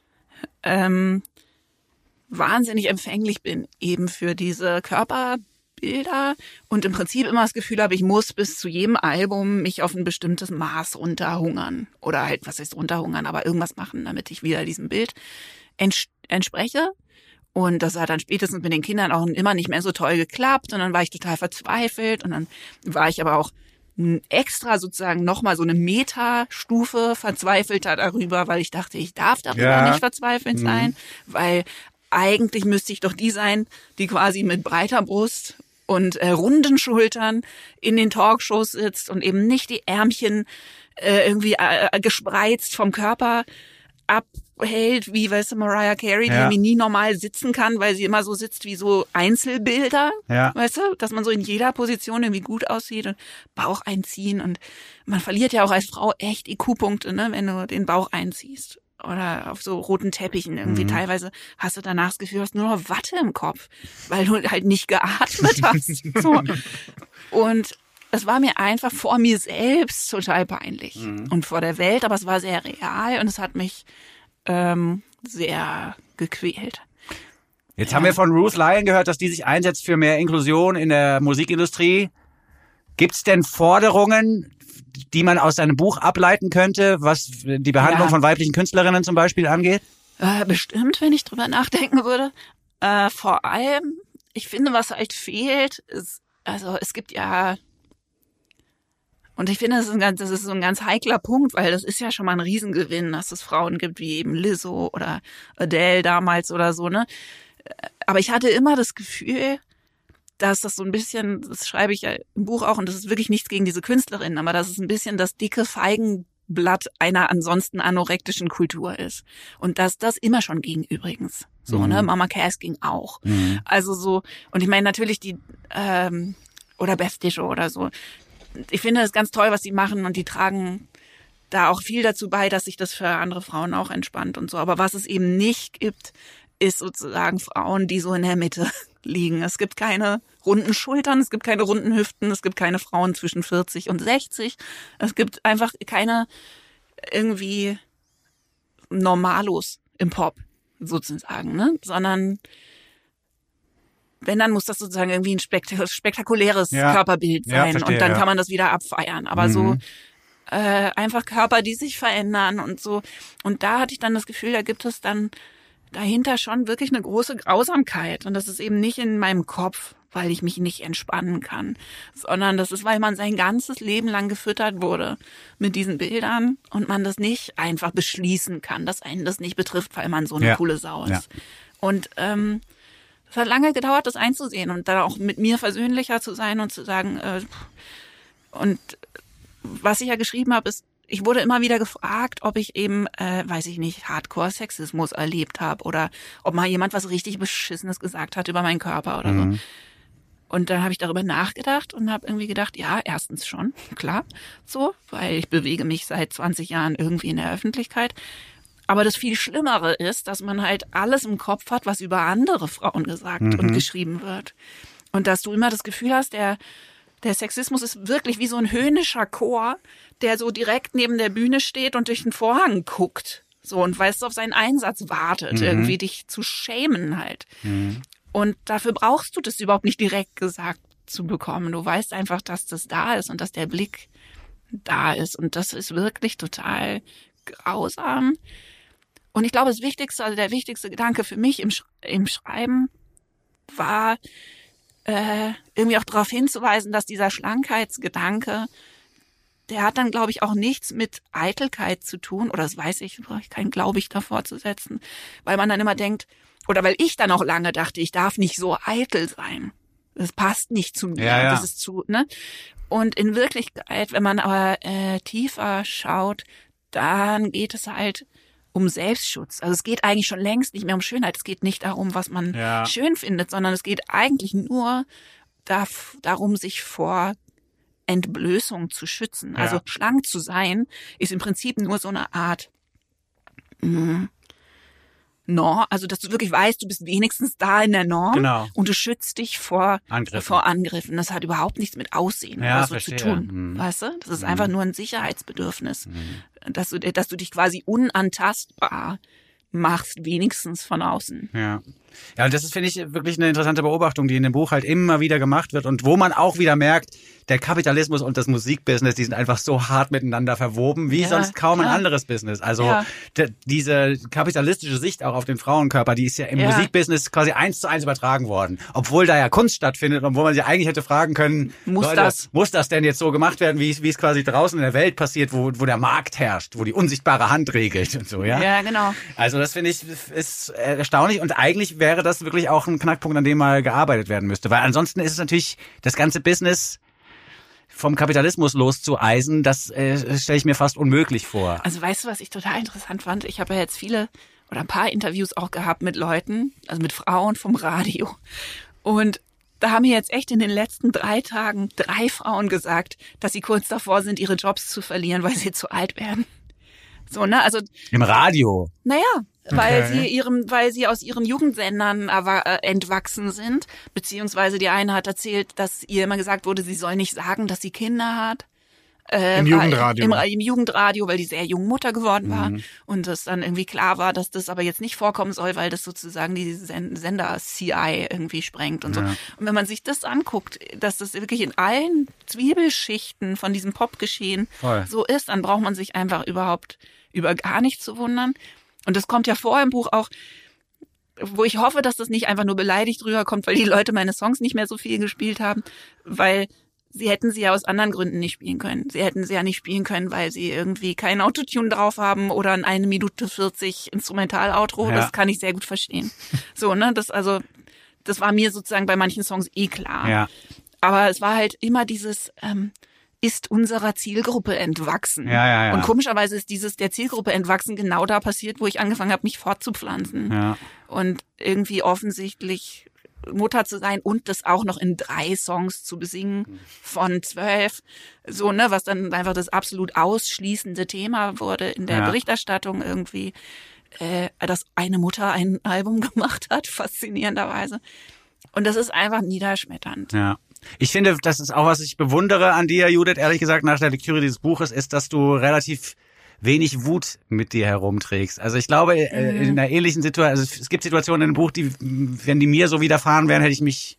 S1: wahnsinnig empfänglich bin eben für diese Bilder und im Prinzip immer das Gefühl habe, ich muss bis zu jedem Album mich auf ein bestimmtes Maß runterhungern. Oder halt, was heißt runterhungern, aber irgendwas machen, damit ich wieder diesem Bild entspreche. Und das hat dann spätestens mit den Kindern auch immer nicht mehr so toll geklappt. Und dann war ich total verzweifelt. Und dann war ich aber auch extra sozusagen nochmal so eine Metastufe verzweifelter darüber, weil ich dachte, ich darf darüber nicht verzweifelt sein, weil eigentlich müsste ich doch die sein, die quasi mit breiter Brust und runden Schultern in den Talkshows sitzt und eben nicht die Ärmchen irgendwie gespreizt vom Körper abhält, wie, weißt du, Mariah Carey, die irgendwie nie normal sitzen kann, weil sie immer so sitzt wie so Einzelbilder, weißt du, dass man so in jeder Position irgendwie gut aussieht und Bauch einziehen und man verliert ja auch als Frau echt IQ-Punkte, ne, wenn du den Bauch einziehst. Oder auf so roten Teppichen irgendwie. Teilweise hast du danach das Gefühl, du hast nur noch Watte im Kopf, weil du halt nicht geatmet hast. So. Und es war mir einfach vor mir selbst total peinlich. Und vor der Welt, aber es war sehr real und es hat mich sehr gequält.
S3: Jetzt haben wir von Ruth Lyon gehört, dass die sich einsetzt für mehr Inklusion in der Musikindustrie. Gibt's denn Forderungen, die man aus deinem Buch ableiten könnte, was die Behandlung von weiblichen Künstlerinnen zum Beispiel angeht?
S1: Bestimmt, wenn ich drüber nachdenken würde. Vor allem, ich finde, was halt fehlt, ist, also es gibt ja, und ich finde, das ist so ein ganz heikler Punkt, weil das ist ja schon mal ein Riesengewinn, dass es Frauen gibt wie eben Lizzo oder Adele damals oder so, ne? Aber ich hatte immer das Gefühl, dass das so ein bisschen, das schreibe ich ja im Buch auch, und das ist wirklich nichts gegen diese Künstlerinnen, aber dass es ein bisschen das dicke Feigenblatt einer ansonsten anorektischen Kultur ist. Und dass das immer schon ging übrigens. So, ne? Mama Cass ging auch. Also so, und ich meine natürlich die, oder Beth Disho oder so. Ich finde das ganz toll, was die machen und die tragen da auch viel dazu bei, dass sich das für andere Frauen auch entspannt und so. Aber was es eben nicht gibt, ist sozusagen Frauen, die so in der Mitte liegen. Es gibt keine runden Schultern, es gibt keine runden Hüften, es gibt keine Frauen zwischen 40 und 60. Es gibt einfach keine irgendwie Normalos im Pop sozusagen, ne? Sondern wenn, dann muss das sozusagen irgendwie ein spektakuläres Körperbild sein und dann kann man das wieder abfeiern. Aber so einfach Körper, die sich verändern und so. Und da hatte ich dann das Gefühl, da gibt es dann dahinter schon wirklich eine große Grausamkeit. Und das ist eben nicht in meinem Kopf, weil ich mich nicht entspannen kann, sondern das ist, weil man sein ganzes Leben lang gefüttert wurde mit diesen Bildern und man das nicht einfach beschließen kann, dass einen das nicht betrifft, weil man so eine coole Sau ist. Ja. Und es hat lange gedauert, das einzusehen und dann auch mit mir versöhnlicher zu sein und zu sagen, und was ich ja geschrieben habe, ist, ich wurde immer wieder gefragt, ob ich eben, weiß ich nicht, Hardcore-Sexismus erlebt habe oder ob mal jemand was richtig Beschissenes gesagt hat über meinen Körper oder so. Und dann habe ich darüber nachgedacht und habe irgendwie gedacht, ja, erstens schon, klar, so, weil ich bewege mich seit 20 Jahren irgendwie in der Öffentlichkeit. Aber das viel Schlimmere ist, dass man halt alles im Kopf hat, was über andere Frauen gesagt und geschrieben wird. Und dass du immer das Gefühl hast, der Sexismus ist wirklich wie so ein höhnischer Chor, der so direkt neben der Bühne steht und durch den Vorhang guckt. So, und weißt du, auf seinen Einsatz wartet, irgendwie dich zu schämen halt. Und dafür brauchst du das überhaupt nicht direkt gesagt zu bekommen. Du weißt einfach, dass das da ist und dass der Blick da ist. Und das ist wirklich total grausam. Und ich glaube, das Wichtigste, also der wichtigste Gedanke für mich im Schreiben war, irgendwie auch darauf hinzuweisen, dass dieser Schlankheitsgedanke, der hat dann, glaube ich, auch nichts mit Eitelkeit zu tun, oder das weiß ich, brauche ich kein Glaube ich davor zu setzen, weil man dann immer denkt, oder weil ich dann auch lange dachte, ich darf nicht so eitel sein. Das passt nicht zu mir, das ist zu, ne? Und in Wirklichkeit, wenn man aber tiefer schaut, dann geht es halt um Selbstschutz. Also es geht eigentlich schon längst nicht mehr um Schönheit. Es geht nicht darum, was man schön findet, sondern es geht eigentlich nur darum, sich vor Entblößung zu schützen. Also schlank zu sein, ist im Prinzip nur so eine Art Norm, also dass du wirklich weißt, du bist wenigstens da in der Norm und du schützt dich vor Angriffen. Das hat überhaupt nichts mit Aussehen oder so zu tun. Weißt du? Das ist einfach nur ein Sicherheitsbedürfnis, dass du dich quasi unantastbar machst, wenigstens von außen.
S3: Ja. Ja, und das ist, finde ich, wirklich eine interessante Beobachtung, die in dem Buch halt immer wieder gemacht wird und wo man auch wieder merkt, der Kapitalismus und das Musikbusiness, die sind einfach so hart miteinander verwoben, wie sonst kaum ein anderes Business. Also diese kapitalistische Sicht auch auf den Frauenkörper, die ist ja im Musikbusiness quasi 1:1 übertragen worden. Obwohl da ja Kunst stattfindet und wo man sich eigentlich hätte fragen können, muss das denn jetzt so gemacht werden, wie es quasi draußen in der Welt passiert, wo der Markt herrscht, wo die unsichtbare Hand regelt und so, ja?
S1: Ja, genau.
S3: Also das finde ich ist erstaunlich und eigentlich wäre das wirklich auch ein Knackpunkt, an dem mal gearbeitet werden müsste, weil ansonsten ist es natürlich das ganze Business vom Kapitalismus loszueisen, das stelle ich mir fast unmöglich vor.
S1: Also weißt du, was ich total interessant fand? Ich habe ja jetzt ein paar Interviews auch gehabt mit Leuten, also mit Frauen vom Radio. Und da haben mir jetzt echt in den letzten 3 Tagen 3 Frauen gesagt, dass sie kurz davor sind, ihre Jobs zu verlieren, weil sie zu alt werden. So, ne? Also
S3: im Radio.
S1: Naja, weil sie aus ihren Jugendsendern entwachsen sind, beziehungsweise die eine hat erzählt, dass ihr immer gesagt wurde, sie soll nicht sagen, dass sie Kinder hat.
S7: Im Jugendradio.
S1: Im Jugendradio, weil die sehr jung Mutter geworden war und es dann irgendwie klar war, dass das aber jetzt nicht vorkommen soll, weil das sozusagen die Sender CI irgendwie sprengt und so. Und wenn man sich das anguckt, dass das wirklich in allen Zwiebelschichten von diesem Popgeschehen so ist, dann braucht man sich einfach überhaupt über gar nichts zu wundern. Und das kommt ja vor im Buch auch, wo ich hoffe, dass das nicht einfach nur beleidigt rüberkommt, weil die Leute meine Songs nicht mehr so viel gespielt haben, weil sie hätten sie ja aus anderen Gründen nicht spielen können. Sie hätten sie ja nicht spielen können, weil sie irgendwie kein Autotune drauf haben oder ein 1 Minute 40 Instrumental-Outro. Ja. Das kann ich sehr gut verstehen. So, ne, das war mir sozusagen bei manchen Songs klar. Ja. Aber es war halt immer dieses, ist unserer Zielgruppe entwachsen. Ja. Und komischerweise ist der Zielgruppe entwachsen genau da passiert, wo ich angefangen habe, mich fortzupflanzen. Ja. Und irgendwie offensichtlich Mutter zu sein und das auch noch in 3 Songs zu besingen von 12. So, ne, was dann einfach das absolut ausschließende Thema wurde in der Berichterstattung irgendwie, dass eine Mutter ein Album gemacht hat, faszinierenderweise. Und das ist einfach niederschmetternd.
S3: Ja. Ich finde, das ist auch, was ich bewundere an dir, Judith, ehrlich gesagt, nach der Lektüre dieses Buches, ist, dass du relativ wenig Wut mit dir herumträgst. Also ich glaube, in einer ähnlichen Situation, also es gibt Situationen in dem Buch, die, wenn die mir so widerfahren wären, hätte ich mich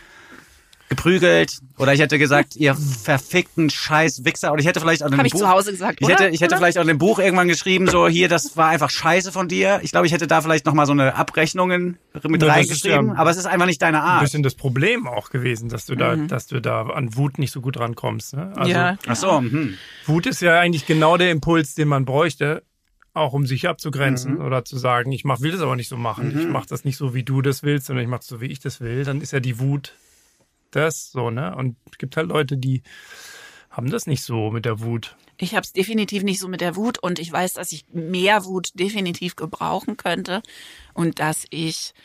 S3: geprügelt oder ich hätte gesagt, ihr verfickten scheiß Wichser. Oder ich hätte vielleicht auch in dem Buch...
S1: Habe ich zu Hause gesagt,
S3: Ich hätte vielleicht auch in dem Buch irgendwann geschrieben, so hier, das war einfach scheiße von dir. Ich glaube, ich hätte da vielleicht nochmal so eine Abrechnungen mit reingeschrieben, aber es ist einfach nicht deine Art.
S2: Ein bisschen das Problem auch gewesen, dass du da an Wut nicht so gut rankommst. Ne? Also,
S1: ja.
S3: Ach so.
S2: Wut ist ja eigentlich genau der Impuls, den man bräuchte, auch um sich abzugrenzen oder zu sagen, ich will das aber nicht so machen. Ich mache das nicht so, wie du das willst, sondern ich mache es so, wie ich das will. Dann ist ja die Wut das so, ne? Und es gibt halt Leute, die haben das nicht so mit der Wut.
S1: Ich habe es definitiv nicht so mit der Wut und ich weiß, dass ich mehr Wut definitiv gebrauchen könnte und dass ich,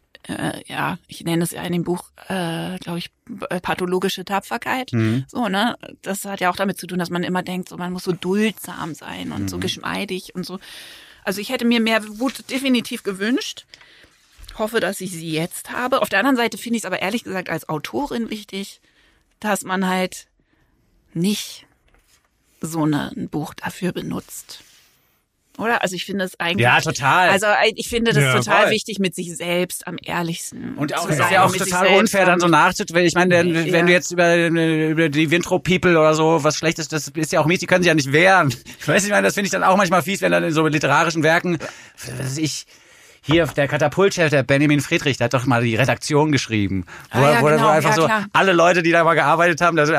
S1: ich nenne es ja in dem Buch, glaube ich, pathologische Tapferkeit. So, ne? Das hat ja auch damit zu tun, dass man immer denkt, so man muss so duldsam sein und so geschmeidig und so. Also ich hätte mir mehr Wut definitiv gewünscht. Hoffe, dass ich sie jetzt habe. Auf der anderen Seite finde ich es aber ehrlich gesagt als Autorin wichtig, dass man halt nicht so ein Buch dafür benutzt. Oder? Also ich finde es eigentlich...
S3: Ja, total.
S1: Also ich finde das total wichtig, mit sich selbst am ehrlichsten
S3: und auch, es ist ja auch total unfair, dann so nachzudenken. Ich meine, wenn du jetzt über die Winthrop People oder so was Schlechtes, das ist ja auch mies, die können sich ja nicht wehren. Ich weiß nicht, das finde ich dann auch manchmal fies, wenn dann in so literarischen Werken, hier, der Katapultchef, der Benjamin Friedrich, der hat doch mal die Redaktion geschrieben. Wo einfach so alle Leute, die da mal gearbeitet haben, also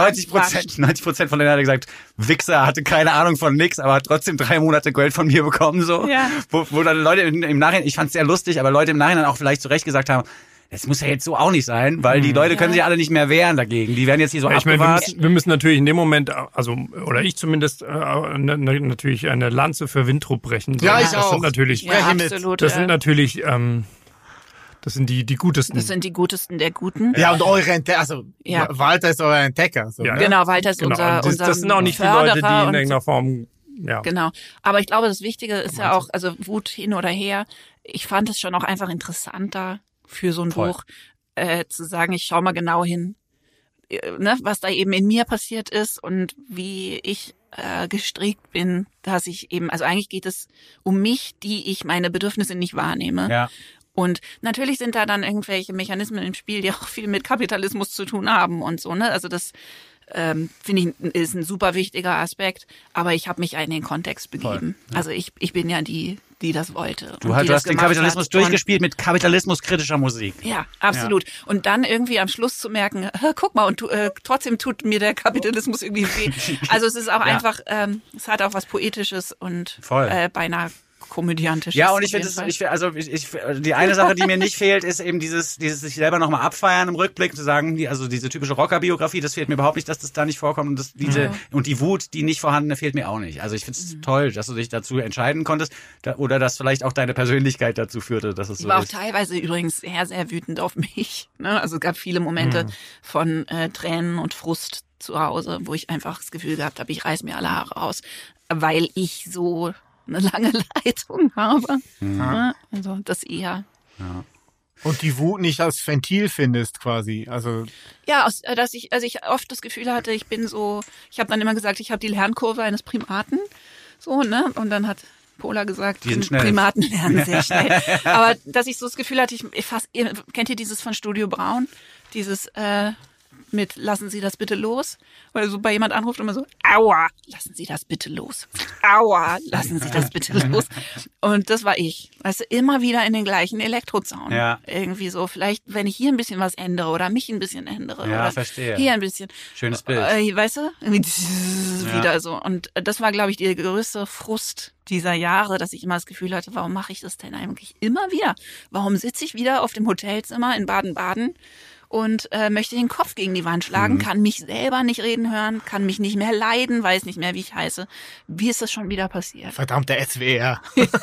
S3: 90% von denen hat er gesagt, Wichser, hatte keine Ahnung von nix, aber hat trotzdem 3 Monate Geld von mir bekommen, so. Ja. Wo dann Leute im Nachhinein, ich fand's sehr lustig, aber Leute im Nachhinein auch vielleicht zu Recht gesagt haben, das muss ja jetzt so auch nicht sein, weil die Leute können sich alle nicht mehr wehren dagegen. Die werden jetzt hier so abgewahrt.
S2: Wir müssen natürlich in dem Moment, oder ich zumindest, natürlich eine Lanze für Winthrop brechen.
S7: So. Ja, ich auch.
S2: Sind natürlich,
S1: absolut.
S2: Das sind natürlich, das sind die Gutesten.
S1: Das sind die Gutesten der Guten.
S7: Ja, und eure Entdecker, Walter ist euer Entdecker. So,
S2: ja.
S7: Ne?
S1: Genau, Walter ist unser
S2: das sind auch nicht die Leute, die in irgendeiner Form... Ja.
S1: Genau. Aber ich glaube, das Wichtige ist ja auch, also Wut hin oder her, ich fand es schon auch einfach interessanter für so ein Buch, zu sagen, ich schau mal genau hin, ne, was da eben in mir passiert ist und wie ich gestrickt bin, dass ich eben, also eigentlich geht es um mich, die ich meine Bedürfnisse nicht wahrnehme. Ja. Und natürlich sind da dann irgendwelche Mechanismen im Spiel, die auch viel mit Kapitalismus zu tun haben und so, ne? Also das finde ich, ist ein super wichtiger Aspekt, aber ich habe mich in den Kontext begeben. Ja. Also ich bin ja die das wollte.
S3: Du hast den Kapitalismus durchgespielt mit kapitalismuskritischer Musik.
S1: Ja, absolut. Ja. Und dann irgendwie am Schluss zu merken, guck mal, und trotzdem tut mir der Kapitalismus irgendwie weh. Also es ist auch einfach, es hat auch was Poetisches und beinahe komödiantisches.
S3: Ja, und ich finde die eine Sache, die mir nicht fehlt, ist eben dieses sich selber nochmal abfeiern im Rückblick, zu sagen, diese typische Rocker-Biografie, das fehlt mir überhaupt nicht, dass das da nicht vorkommt und und die Wut, die nicht vorhandene, fehlt mir auch nicht. Also ich finde es toll, dass du dich dazu entscheiden konntest oder dass vielleicht auch deine Persönlichkeit dazu führte, dass es so ist.
S1: Ich war auch teilweise übrigens sehr, sehr wütend auf mich. Ne? Also es gab viele Momente von Tränen und Frust zu Hause, wo ich einfach das Gefühl gehabt habe, ich reiß mir alle Haare aus, weil ich so eine lange Leitung habe. Ja, also das eher.
S7: Ja. Und die Wut nicht als Ventil findest quasi. Also
S1: ja, dass ich oft das Gefühl hatte, ich habe dann immer gesagt, ich habe die Lernkurve eines Primaten. So, ne? Und dann hat Pola gesagt, Primaten lernen sehr schnell. Aber dass ich so das Gefühl hatte, kennt ihr dieses von Studio Braun? Dieses mit lassen Sie das bitte los, weil so bei jemand anruft und immer so, aua, lassen Sie das bitte los. Aua, lassen Sie das bitte los. Und das war ich. Weißt du, immer wieder in den gleichen Elektrozaun. Ja. Irgendwie so, vielleicht, wenn ich hier ein bisschen was ändere oder mich ein bisschen ändere.
S3: Ja,
S1: oder
S3: verstehe.
S1: Hier ein bisschen.
S3: Schönes Bild.
S1: Weißt du? Irgendwie wieder so. Und das war, glaube ich, der größte Frust dieser Jahre, dass ich immer das Gefühl hatte, warum mache ich das denn eigentlich immer wieder? Warum sitze ich wieder auf dem Hotelzimmer in Baden-Baden und möchte den Kopf gegen die Wand schlagen, kann mich selber nicht reden hören, kann mich nicht mehr leiden, weiß nicht mehr, wie ich heiße. Wie ist das schon wieder passiert?
S7: Verdammt, der SWR.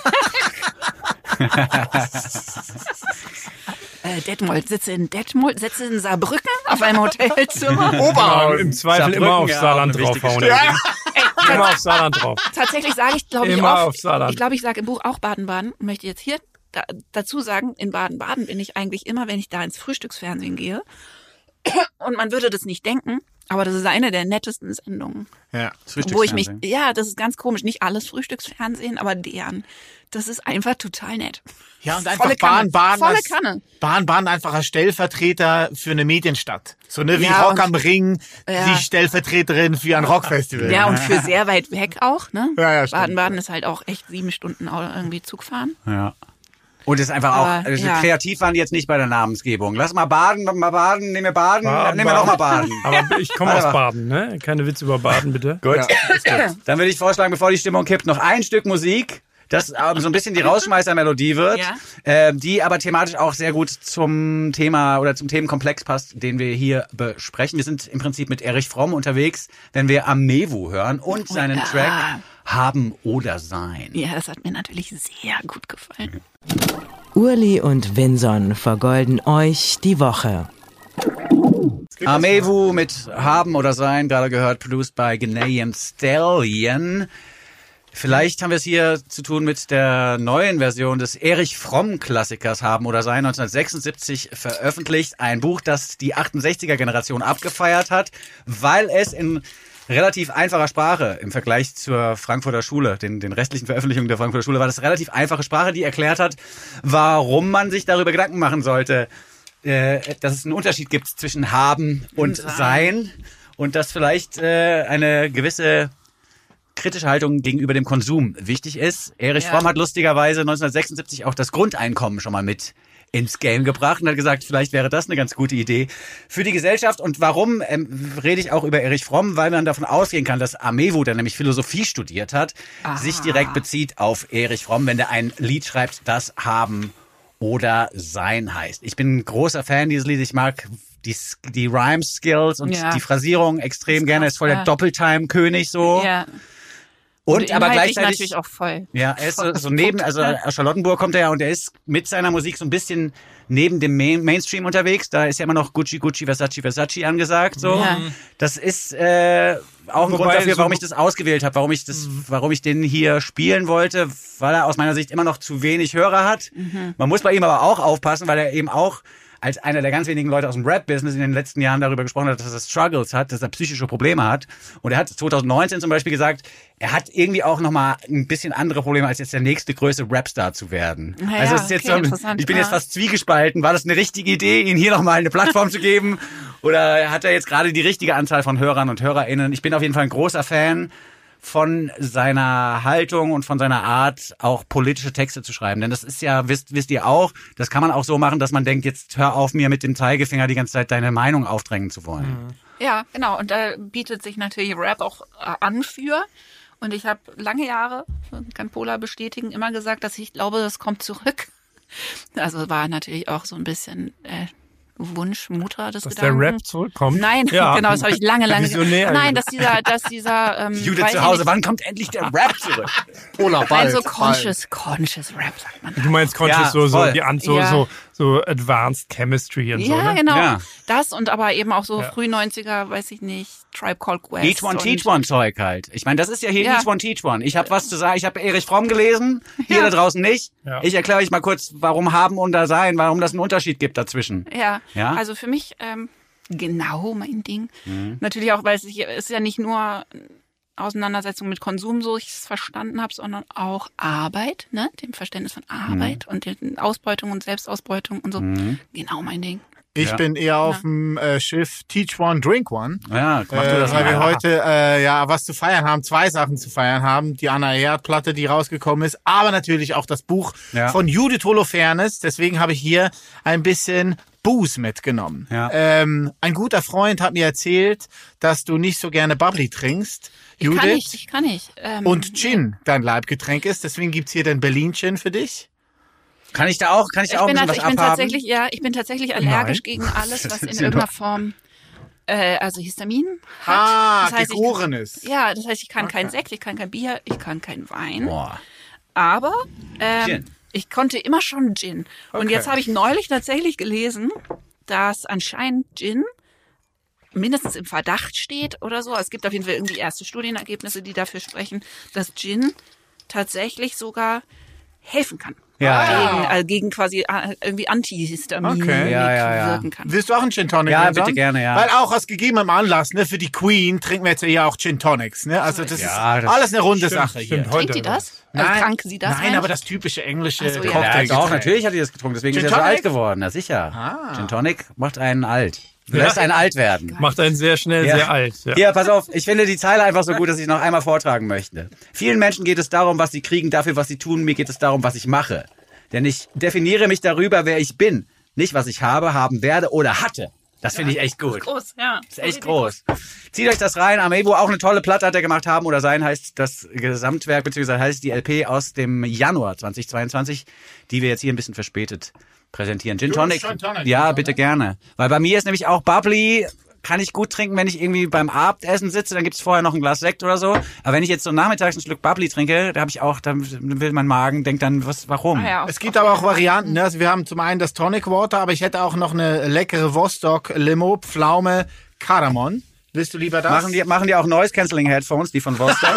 S1: Detmold, sitze in Saarbrücken auf einem Hotelzimmer.
S2: Oberhausen. Im Zweifel immer auf Saarland draufhauen.
S7: Ja.
S2: Immer auf Saarland drauf.
S1: Tatsächlich sage ich, glaube ich,
S2: immer
S1: oft,
S2: auf Saarland.
S1: Ich glaube, ich sage im Buch auch Baden-Baden und möchte jetzt hier dazu sagen, in Baden-Baden bin ich eigentlich immer, wenn ich da ins Frühstücksfernsehen gehe. Und man würde das nicht denken, aber das ist eine der nettesten Sendungen.
S7: Ja,
S1: wo ich mich, das ist ganz komisch, nicht alles Frühstücksfernsehen, aber deren. Das ist einfach total nett.
S7: Ja, und einfach Baden-Baden
S1: Baden-Baden
S7: einfach als Stellvertreter für eine Medienstadt. So ne wie Rock am Ring, die Stellvertreterin für ein Rockfestival.
S1: Ja, und für sehr weit weg auch, ne?
S7: Ja,
S1: Baden-Baden ist halt auch echt 7 Stunden irgendwie Zug fahren.
S3: Ja. Und es ist einfach auch, kreativ waren die jetzt nicht bei der Namensgebung. Lass mal baden, nehmen wir Baden, nehmen wir nochmal Baden.
S2: Aber ich komme aus Baden, ne? Keine Witze über Baden, bitte.
S3: Gut. Ja. Dann würde ich vorschlagen, bevor die Stimmung kippt, noch ein Stück Musik, das so ein bisschen die Rausschmeißer-Melodie wird, die aber thematisch auch sehr gut zum Thema oder zum Themenkomplex passt, den wir hier besprechen. Wir sind im Prinzip mit Erich Fromm unterwegs, wenn wir Amewu hören und seinen Track Haben oder Sein.
S1: Ja, das hat mir natürlich sehr gut gefallen.
S5: Urli und Vinson vergolden euch die Woche.
S3: Amewu mit Haben oder Sein, gerade gehört, produced by Ghanaian Stallion. Vielleicht haben wir es hier zu tun mit der neuen Version des Erich Fromm-Klassikers Haben oder Sein, 1976 veröffentlicht. Ein Buch, das die 68er-Generation abgefeiert hat, weil es in relativ einfacher Sprache im Vergleich zur Frankfurter Schule, den restlichen Veröffentlichungen der Frankfurter Schule, war das relativ einfache Sprache, die erklärt hat, warum man sich darüber Gedanken machen sollte, dass es einen Unterschied gibt zwischen Haben und Sein und dass vielleicht eine gewisse kritische Haltung gegenüber dem Konsum wichtig ist. Erich Fromm hat lustigerweise 1976 auch das Grundeinkommen schon mal mit ins Game gebracht und hat gesagt, vielleicht wäre das eine ganz gute Idee für die Gesellschaft. Und warum rede ich auch über Erich Fromm? Weil man davon ausgehen kann, dass Amewu, der nämlich Philosophie studiert hat, sich direkt bezieht auf Erich Fromm, wenn der ein Lied schreibt, das Haben oder Sein heißt. Ich bin ein großer Fan dieses Liedes. Ich mag die Rhyme-Skills und die Phrasierung extrem gerne. Er ist voll der Doppeltime-König so.
S1: Ja.
S3: Und aber gleichzeitig
S1: natürlich auch voll.
S3: Ja, er ist so neben, also aus Charlottenburg kommt er ja und er ist mit seiner Musik so ein bisschen neben dem Mainstream unterwegs. Da ist ja immer noch Gucci, Gucci, Versace, Versace angesagt. So, das ist auch ein Grund dafür, warum ich das ausgewählt habe, warum ich den hier spielen wollte, weil er aus meiner Sicht immer noch zu wenig Hörer hat. Man muss bei ihm aber auch aufpassen, weil er eben auch als einer der ganz wenigen Leute aus dem Rap-Business in den letzten Jahren darüber gesprochen hat, dass er Struggles hat, dass er psychische Probleme hat. Und er hat 2019 zum Beispiel gesagt, er hat irgendwie auch nochmal ein bisschen andere Probleme, als jetzt der nächste größte Rapstar zu werden.
S1: Ja,
S3: also es ist jetzt
S1: okay,
S3: so, ich bin jetzt fast zwiegespalten. War das eine richtige Idee, ihn hier nochmal eine Plattform zu geben? Oder hat er jetzt gerade die richtige Anzahl von Hörern und HörerInnen? Ich bin auf jeden Fall ein großer Fan von seiner Haltung und von seiner Art, auch politische Texte zu schreiben. Denn das ist ja, wisst ihr auch, das kann man auch so machen, dass man denkt, jetzt hör auf, mir mit dem Zeigefinger die ganze Zeit deine Meinung aufdrängen zu wollen.
S1: Ja, genau. Und da bietet sich natürlich Rap auch an für. Und ich habe lange Jahre, kann Pola bestätigen, immer gesagt, dass ich glaube, das kommt zurück. Also war natürlich auch so ein bisschen Wunsch, Mutter des
S2: Dass
S1: Gedanken.
S2: der Rap zurückkommt.
S1: Nein,
S2: Ja.
S1: genau, das habe ich lange
S2: Visionär.
S1: Nein, dass dieser
S3: Judith
S1: weiß
S3: zu
S1: ich
S3: Hause,
S1: nicht,
S3: wann kommt endlich der Rap zurück?
S7: Pola, bald.
S1: also conscious Rap, sagt man.
S2: Du meinst Conscious,
S3: Ja,
S2: so
S3: voll.
S2: so Advanced Chemistry und so,
S1: Ja,
S2: ne?
S1: genau.
S3: Ja.
S1: Das und aber eben auch so
S2: Ja.
S1: früh 90er, weiß ich nicht, Tribe Called Quest.
S3: Each One,
S1: und-
S3: Teach One Zeug halt. Ich meine, das ist ja hier
S1: Ja.
S3: Each One, Teach One. Ich habe was zu sagen. Ich habe Erich Fromm gelesen, hier da draußen nicht.
S2: Ja.
S3: Ich erkläre euch mal kurz, warum Haben und da sein, warum das einen Unterschied gibt dazwischen.
S1: Ja,
S3: Ja?
S1: also für mich genau mein Ding. Natürlich auch, weil es ist ja nicht nur Auseinandersetzung mit Konsum, so ich es verstanden habe, sondern auch Arbeit, ne, dem Verständnis von Arbeit und den Ausbeutung und Selbstausbeutung und so. Genau mein Ding.
S7: Ich
S3: Ja.
S7: bin eher auf dem Schiff Teach One, Drink One.
S3: Ja, mach du das
S7: weil wir
S3: mal.
S7: heute was zu feiern haben, 2 Sachen zu feiern haben. Die Anna Erd-Platte, die rausgekommen ist, aber natürlich auch das Buch
S3: Ja.
S7: von Judith Holofernes. Deswegen habe ich hier ein bisschen Booze mitgenommen.
S3: Ja.
S7: Ein guter Freund hat mir erzählt, dass du nicht so gerne Bubbly trinkst, Judith.
S1: Ich kann nicht.
S7: Und Gin dein Leibgetränk ist. Deswegen gibt's hier den Berlin Gin für dich.
S3: Kann ich da auch ein bisschen was abhaben?
S1: Ich bin tatsächlich allergisch gegen alles, was in irgendeiner Form, also Histamin hat. Das heißt,
S7: Gegorenes.
S1: das heißt, ich kann kein Sekt, ich kann kein Bier, ich kann kein Wein.
S3: Boah.
S1: Aber
S3: Gin.
S1: ich konnte immer schon Gin. Und jetzt habe ich neulich tatsächlich gelesen, dass anscheinend Gin mindestens im Verdacht steht oder so. Es gibt auf jeden Fall irgendwie erste Studienergebnisse, die dafür sprechen, dass Gin tatsächlich sogar helfen kann.
S3: Ja.
S1: Gegen quasi irgendwie Antihistaminik
S7: Okay.
S3: Ja.
S1: wirken kann.
S7: Willst du auch einen Gin Tonic?
S3: Ja,
S7: Vincent?
S3: bitte gerne, ja.
S7: Weil auch aus gegebenem Anlass, ne, für die Queen trinken wir jetzt ja auch Gin Tonics, ne? Also das
S3: Ja,
S7: ist
S3: das
S7: alles eine runde Sache hier.
S2: Stimmt, heute.
S1: Trinkt die das? Also trank sie das?
S7: Nein, aber das typische englische
S1: Ach so, ja.
S3: Ja,
S7: Cocktail.
S3: also auch, natürlich hat die das getrunken, deswegen
S7: Gin
S3: ist er so
S7: Tonic?
S3: alt geworden, ja sicher.
S7: Ah.
S3: Gin Tonic macht einen alt. Lässt einen alt werden.
S2: Macht einen sehr schnell
S3: Ja.
S2: sehr alt. Ja.
S3: Hier, pass auf, ich finde die Zeile einfach so gut, dass ich noch einmal vortragen möchte. Vielen Menschen geht es darum, was sie kriegen, dafür, was sie tun. Mir geht es darum, was ich mache. Denn ich definiere mich darüber, wer ich bin. Nicht, was ich habe, haben werde oder hatte. Das finde ich echt gut.
S1: groß, ja.
S3: Das ist echt groß. Zieht euch das rein. Amebo, auch eine tolle Platte hat er gemacht. Haben oder sein heißt das Gesamtwerk, beziehungsweise heißt die LP aus dem Januar 2022, die wir jetzt hier ein bisschen verspätet präsentieren. Gin Tonic.
S7: Gin Tonic.
S3: Ja, bitte gerne. Weil bei mir ist nämlich auch Bubbly, kann ich gut trinken, wenn ich irgendwie beim Abendessen sitze, dann gibt's vorher noch ein Glas Sekt oder so. Aber wenn ich jetzt so nachmittags ein Schluck Bubbly trinke, da habe ich auch, dann will mein Magen, denkt dann, warum?
S1: Ah, ja,
S7: Es gibt aber auch Varianten, ne? Also wir haben zum einen das Tonic Water, aber ich hätte auch noch eine leckere Vostok Limo, Pflaume, Kardamom. Willst du lieber das?
S3: Machen die auch Noise Cancelling Headphones, die von Vostok?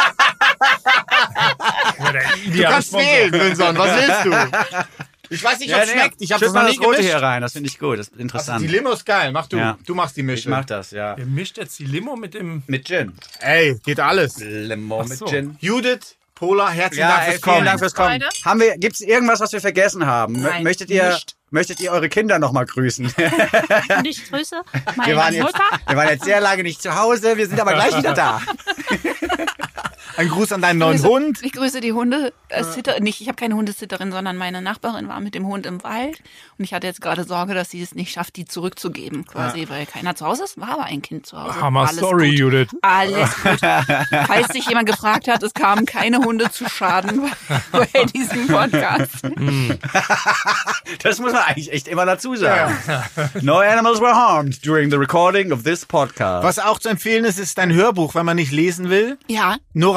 S7: Du kannst wählen, Vincent. Was willst du? Ich weiß nicht, ob es schmeckt. Ich habe
S3: Schütt
S7: das noch
S3: mal
S7: nie
S3: das Rote
S7: gemischt.
S3: hier rein, das finde ich gut, das ist
S7: Also
S3: interessant.
S7: die Limo ist geil. Mach du.
S3: Ja.
S7: Du machst die
S3: Ich
S7: Mischung.
S3: mach das, ja.
S2: Ihr mischt jetzt die Limo mit dem...
S3: Mit Gin.
S7: Ey, geht alles.
S3: Limo mit
S2: so.
S3: Gin.
S7: Judith, Pola, herzlichen
S3: Ja,
S7: Dank
S3: ey,
S7: fürs Kommen.
S3: vielen Dank fürs Kommen.
S1: Beide?
S3: Gibt's irgendwas, was wir vergessen haben?
S1: Nein,
S3: Möchtet
S1: nicht.
S3: ihr eure Kinder noch mal grüßen?
S1: Und ich grüße meine
S3: wir waren jetzt sehr lange nicht zu Hause, wir sind aber gleich wieder da.
S7: Ein Gruß an deinen neuen Hund.
S1: Ich grüße die Hunde. Ich habe keine Hundesitterin, sondern meine Nachbarin war mit dem Hund im Wald. Und ich hatte jetzt gerade Sorge, dass sie es nicht schafft, die zurückzugeben, quasi, weil keiner zu Hause ist. War aber ein Kind zu Hause.
S2: Hammer
S1: Alles
S2: Story,
S1: gut.
S2: Judith.
S1: Alles gut. Falls sich jemand gefragt hat, es kamen keine Hunde zu Schaden bei diesem Podcast.
S3: Das muss man eigentlich echt immer dazu sagen. No animals were harmed during the recording of this podcast.
S7: Was auch zu empfehlen ist, ist dein Hörbuch, wenn man nicht lesen will.
S1: Ja.
S7: Nora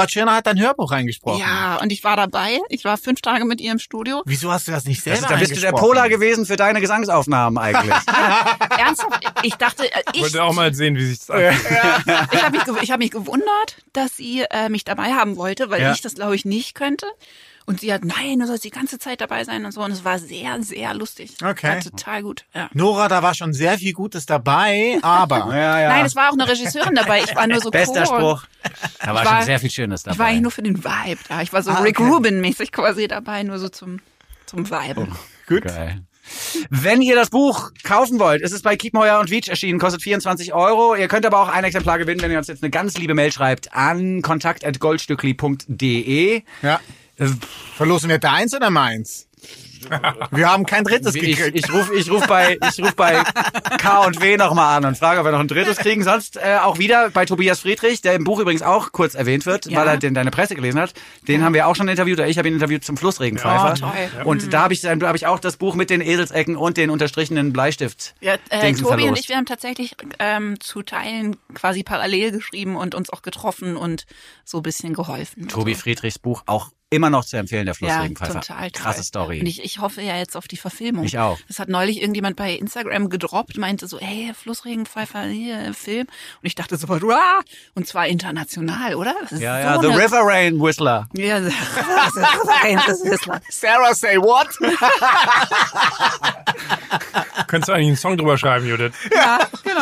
S7: Nora Tschirner hat dein Hörbuch eingesprochen.
S1: Ja, und ich war dabei. Ich war 5 Tage mit ihr im Studio.
S7: Wieso hast du das nicht selber
S3: Da bist du der
S7: eingesprochen?
S3: Polar gewesen für deine Gesangsaufnahmen eigentlich.
S1: Ernsthaft? Ich dachte,
S2: Ich wollte auch mal sehen, wie sich das anfühlt.
S1: ich hab mich gewundert, dass sie mich dabei haben wollte, weil
S3: Ja.
S1: ich das, glaube ich, nicht könnte. Und sie hat, nein, du sollst die ganze Zeit dabei sein und so. Und es war sehr, sehr lustig.
S7: Okay.
S1: War total gut, ja.
S7: Nora, da war schon sehr viel Gutes dabei, aber...
S3: Ja.
S1: Nein, es war auch eine Regisseurin dabei. Ich war nur so
S3: Bester
S1: Chor.
S3: Spruch. Da war
S1: Ich war-
S3: schon sehr viel Schönes dabei.
S1: Ich war eigentlich nur für den Vibe da. Ich war so Rick Rubin-mäßig quasi dabei, nur so zum Vibe.
S7: Gut.
S3: Geil. Wenn ihr das Buch kaufen wollt, ist es bei Kiepenheuer und Wiedsch erschienen, kostet 24 €. Ihr könnt aber auch ein Exemplar gewinnen, wenn ihr uns jetzt eine ganz liebe Mail schreibt an kontakt@goldstückli.de.
S7: Ja. Verlosen wir deins oder meins? Wir haben kein drittes gekriegt.
S3: Ich ruf bei K&W nochmal an und frage, ob wir noch ein drittes kriegen. Sonst auch wieder bei Tobias Friedrich, der im Buch übrigens auch kurz erwähnt wird,
S1: Ja.
S3: weil er deine Presse gelesen hat. Den haben wir auch schon interviewt, oder ich habe ihn interviewt zum Flussregenpfeifer.
S1: Ja, toll.
S3: Und da habe ich auch das Buch mit den Eselsecken und den unterstrichenen Bleistift.
S1: Ja,
S3: Dingsen
S1: Tobi und
S3: verlost.
S1: ich, wir haben tatsächlich zu Teilen quasi parallel geschrieben und uns auch getroffen und so ein bisschen geholfen.
S3: Tobi Friedrichs Buch auch immer noch zu empfehlen, der
S1: Ja,
S3: Flussregenpfeifer.
S1: total toll.
S3: Krasse Story.
S1: Und ich hoffe ja jetzt auf die Verfilmung.
S3: Ich auch.
S1: Das hat neulich irgendjemand bei Instagram gedroppt, meinte so, hey, Flussregenpfeifer, hier, Film. Und ich dachte sofort, wow! Und zwar international, oder? Das ist
S3: Ja,
S1: so
S3: The
S1: eine-
S3: River Rain Whistler.
S1: Ja, das ist
S7: Sarah, say what?
S2: Könntest du eigentlich einen Song drüber schreiben, Judith?
S1: ja, genau.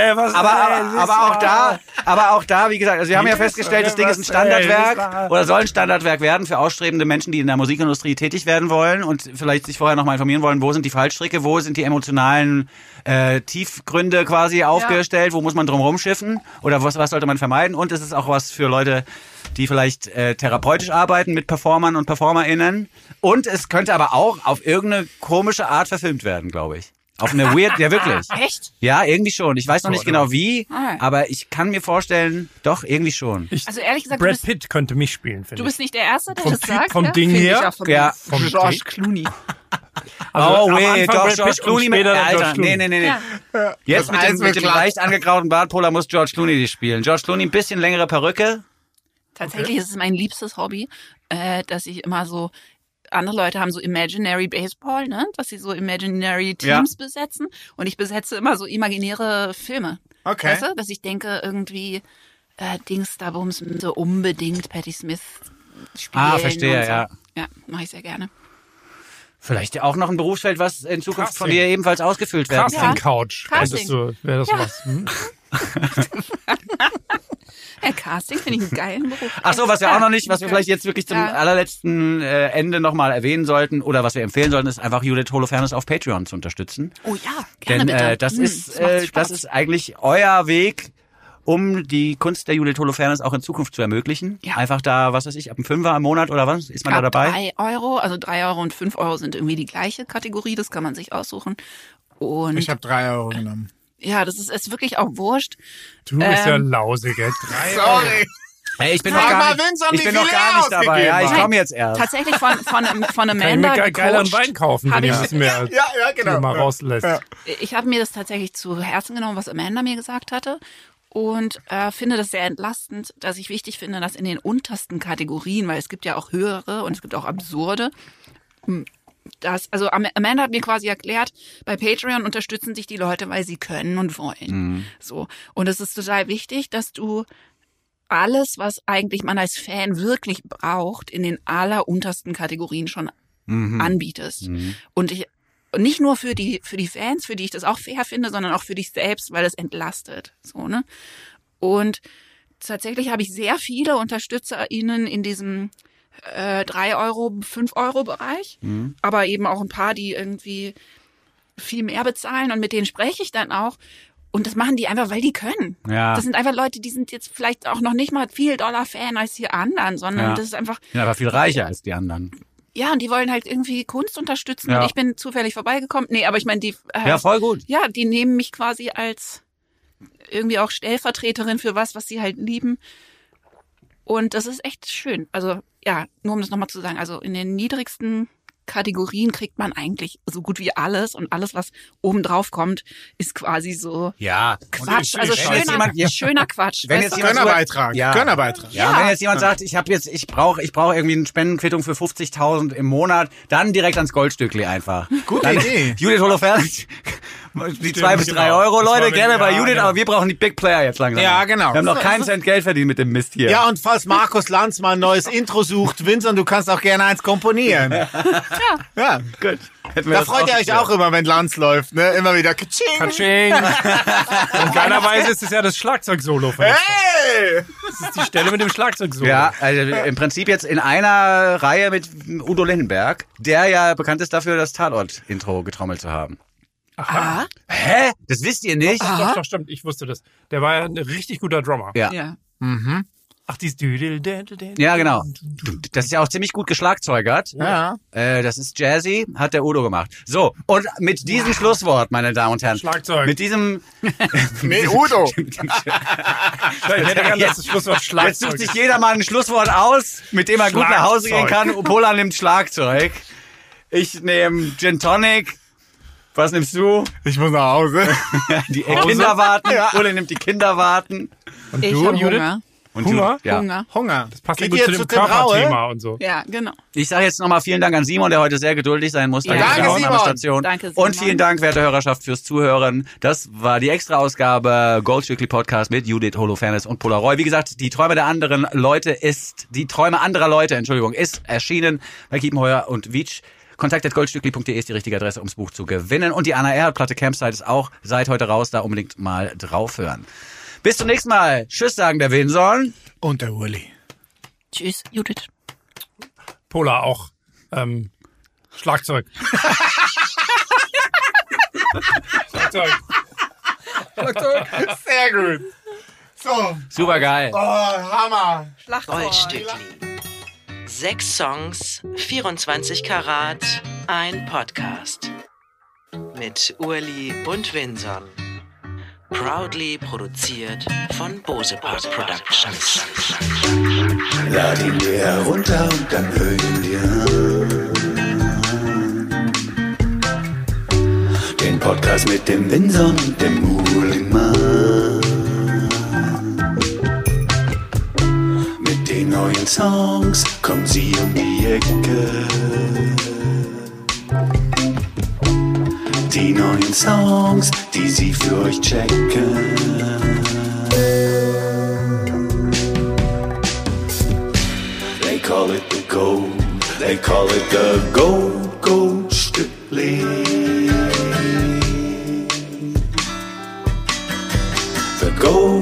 S3: Aber auch da, wie gesagt, also wir haben ja festgestellt, das Ding ist ein Standardwerk oder soll ein Standardwerk werden für ausstrebende Menschen, die in der Musikindustrie tätig werden wollen und vielleicht sich vorher nochmal informieren wollen, wo sind die Fallstricke, wo sind die emotionalen Tiefgründe quasi aufgestellt, wo muss man drum rumschiffen oder was sollte man vermeiden, und es ist auch was für Leute, die vielleicht therapeutisch arbeiten mit Performern und PerformerInnen, und es könnte aber auch auf irgendeine komische Art verfilmt werden, glaube ich. Auf eine weird, ja wirklich.
S1: Echt?
S3: Ja, irgendwie schon. Ich weiß noch nicht genau wie,
S1: Ah.
S3: aber ich kann mir vorstellen, doch, irgendwie schon.
S1: Also ehrlich gesagt,
S2: Brad Pitt könnte mich spielen, finde
S1: du
S2: ich.
S1: bist nicht der Erste, der
S2: Vom
S1: das
S2: Typ,
S1: sagt.
S2: vom
S1: ja?
S2: Ding
S1: Finde ich
S2: her?
S1: auch von
S3: Ja,
S2: vom
S1: George
S2: Ding.
S1: Clooney.
S2: Also am
S3: weh,
S2: Anfang
S3: doch,
S2: Brad
S3: George
S2: Pitt und
S3: Clooney
S2: später
S3: Alter,
S2: George Clooney.
S3: nee.
S1: Ja.
S3: Jetzt
S7: Das Eis
S3: mit
S7: wird
S3: dem
S7: glatt.
S3: leicht angegrauten Bartpoler muss George Clooney die spielen. George Clooney ein bisschen längere Perücke.
S1: Tatsächlich ist es mein liebstes Hobby, dass ich immer so, andere Leute haben so Imaginary Baseball, ne? Dass sie so Imaginary Teams besetzen. Und ich besetze immer so imaginäre Filme.
S7: Okay.
S1: Weißt du? Dass ich denke, irgendwie Dings da Bums müsste unbedingt Patti Smith spielen.
S3: Ah, verstehe,
S1: und so.
S3: ja.
S1: Ja, mache ich sehr gerne.
S3: Vielleicht auch noch ein Berufsfeld, was in Zukunft von
S2: Casting.
S3: dir ebenfalls ausgefüllt werden
S2: Casting
S3: kann.
S2: Couch.
S1: Casting.
S2: Wäre das was? Hm?
S1: Casting finde ich einen geilen Beruf.
S3: Ach so, was wir auch noch nicht, was wir vielleicht jetzt wirklich zum
S1: Ja.
S3: allerletzten Ende nochmal erwähnen sollten oder was wir empfehlen sollten, ist einfach Judith Holofernes auf Patreon zu unterstützen.
S1: Oh ja, gerne
S3: Denn
S1: bitte.
S3: das
S1: Das macht Spaß.
S3: das ist eigentlich euer Weg, um die Kunst der Judith Holofernes auch in Zukunft zu ermöglichen.
S1: Ja.
S3: Einfach da, was weiß ich, ab einem Fünfer im Monat oder was, ist man da
S1: Ab
S3: dabei?
S1: 3 Euro, also 3 Euro und 5 Euro sind irgendwie die gleiche Kategorie, das kann man sich aussuchen. Und
S7: Ich habe 3 Euro genommen.
S1: ja, das ist wirklich auch wurscht.
S2: Du bist ja lausig, ey.
S7: Sorry.
S3: Hey, ich bin
S7: Frag
S3: noch gar
S7: mal
S3: nicht,
S7: Vincent,
S3: ich
S7: wie
S3: bin
S7: viel
S3: noch gar
S7: er
S3: nicht dabei. Ja, ich
S7: ausgegeben
S3: komme jetzt erst.
S1: Tatsächlich von
S2: Kann ich
S1: Amanda
S2: mir geileren
S1: gecoacht.
S2: Wein kaufen, wenn
S1: Hab
S2: ihr
S1: ich-
S2: das mir
S7: Ja, genau.
S2: mal rauslässt.
S7: Ja.
S1: Ich habe mir das tatsächlich zu Herzen genommen, was Amanda mir gesagt hatte. Und finde das sehr entlastend, dass ich wichtig finde, dass in den untersten Kategorien, weil es gibt ja auch höhere und es gibt auch absurde, also Amanda hat mir quasi erklärt, bei Patreon unterstützen sich die Leute, weil sie können und wollen. So. Und es ist total wichtig, dass du alles, was eigentlich man als Fan wirklich braucht, in den alleruntersten Kategorien schon anbietest. Und nicht nur für die Fans, für die ich das auch fair finde, sondern auch für dich selbst, weil es entlastet. So, ne? Und tatsächlich habe ich sehr viele UnterstützerInnen in diesem 3 Euro, 5 Euro Bereich, aber eben auch ein paar, die irgendwie viel mehr bezahlen, und mit denen spreche ich dann auch. Und das machen die einfach, weil die können.
S3: Ja.
S1: Das sind einfach Leute, die sind jetzt vielleicht auch noch nicht mal viel Dollar-Fan als die anderen, sondern
S3: Ja.
S1: das ist einfach,
S3: Ich bin aber viel reicher als die anderen.
S1: ja, und die wollen halt irgendwie Kunst unterstützen.
S3: Ja.
S1: Und ich bin zufällig vorbeigekommen. Nee, aber ich meine, die
S3: Ja, voll gut.
S1: ja, die nehmen mich quasi als irgendwie auch Stellvertreterin für was sie halt lieben. Und das ist echt schön. Also ja, nur um das nochmal zu sagen, also in den niedrigsten Kategorien kriegt man eigentlich so gut wie alles und alles, was oben drauf kommt, ist quasi so
S3: Ja.
S1: Quatsch, also
S3: wenn jetzt
S1: schöner Quatsch.
S3: wenn
S1: weißt
S3: jetzt
S1: du?
S3: jemand
S7: Gönnerbeitrag.
S3: Ja.
S7: Gönnerbeitrag.
S3: Ja, wenn jetzt jemand sagt, ich brauche irgendwie eine Spendenquittung für 50.000 im Monat, dann direkt ans Goldstückli einfach.
S7: Gute
S3: Dann,
S7: Idee.
S3: Judith Holofernes, die 2 bis 3
S2: genau.
S3: Euro,
S2: Das
S3: Leute,
S2: war
S3: gerne bei
S2: ja,
S3: Judith,
S2: genau.
S3: aber wir brauchen die Big Player jetzt langsam.
S7: Ja, genau.
S3: Wir haben noch keinen Cent Geld verdient mit dem Mist hier.
S7: Ja, und falls Markus Lanz mal ein neues Intro sucht, Vincent, du kannst auch gerne eins komponieren. Ja.
S3: Gut. Hätten wir
S7: Da
S3: das
S7: freut ihr euch
S3: geklärt.
S7: auch immer, wenn Lanz läuft, ne? Immer wieder Katsching.
S2: Katsching. Und geilerweise ist es ja das Schlagzeug-Solo.
S7: Hey!
S2: Das ist die Stelle mit dem Schlagzeug-Solo.
S3: Ja, also im Prinzip jetzt in einer Reihe mit Udo Lindenberg, der ja bekannt ist dafür, das Tatort-Intro getrommelt zu haben.
S1: Ah,
S3: Hä? Das wisst ihr nicht?
S2: Doch, stimmt. Ich wusste das. Der war ja ein richtig guter Drummer.
S3: Ja.
S1: ja.
S2: Ach, dieses
S3: Ja, genau. Das ist ja auch ziemlich gut geschlagzeugert.
S7: Ja.
S3: Das ist Jazzy, hat der Udo gemacht. So, und mit diesem Schlusswort, meine Damen und Herren.
S2: Schlagzeug.
S3: Mit diesem...
S7: Nee, Udo.
S2: Ich hätte gerne das Schlusswort
S3: Jetzt
S2: Schlagzeug.
S3: sucht sich jeder mal ein Schlusswort aus, mit dem er gut nach Hause gehen kann. Pola nimmt Schlagzeug. Ich nehme Gin Tonic. Was nimmst du?
S7: Ich muss nach Hause.
S3: Die Kinderwarten. Ole nimmt die Kinderwarten.
S2: Und
S1: Ich
S2: du,
S1: habe
S2: Judith?
S1: Hunger.
S3: Und
S2: Hunger?
S3: Du, ja.
S1: Hunger.
S7: Hunger.
S2: Passt ja
S7: Geht
S2: gut
S7: ihr
S2: zu
S7: zu
S2: dem
S7: Tim Raue?
S2: Körperthema und so.
S1: Ja, genau.
S3: Ich sage jetzt nochmal vielen Dank an Simon, der heute sehr geduldig sein musste.
S1: Ja.
S3: Danke,
S7: Danke, Simon.
S3: Station.
S1: Danke, Simon.
S3: Und vielen Dank, werte Hörerschaft, fürs Zuhören. Das war die Extra-Ausgabe Goldstückli Podcast mit Judith Holofernes und Polaroid. Wie gesagt, die Träume anderer Leute ist erschienen bei Kiepenheuer und Wietsch. Kontakt@goldstückli.de ist die richtige Adresse, ums Buch zu gewinnen. Und die Anna Erhardt Platte Campsite ist auch seit heute raus, da unbedingt mal draufhören. Bis zum nächsten Mal. Tschüss, sagen der Winson.
S7: Und der Uli.
S1: Tschüss, Judith.
S2: Pola auch. Schlagzeug. Schlagzeug.
S7: Sehr gut. So.
S3: Super geil.
S7: Oh, Hammer.
S5: Goldstückli. 6 Songs, 24 Karat, ein Podcast. Mit Urli und Vinson. Proudly produziert von Bosepart Productions.
S9: Lad ihn dir herunter und dann hör ihn dir an. Den Podcast mit dem Vinson und dem Uhlimann. Mit den neuen Songs kommen sie um die Ecke. Die neuen Songs, die sie für euch checken. They call it the gold, they call it the Goldstückli. The Gold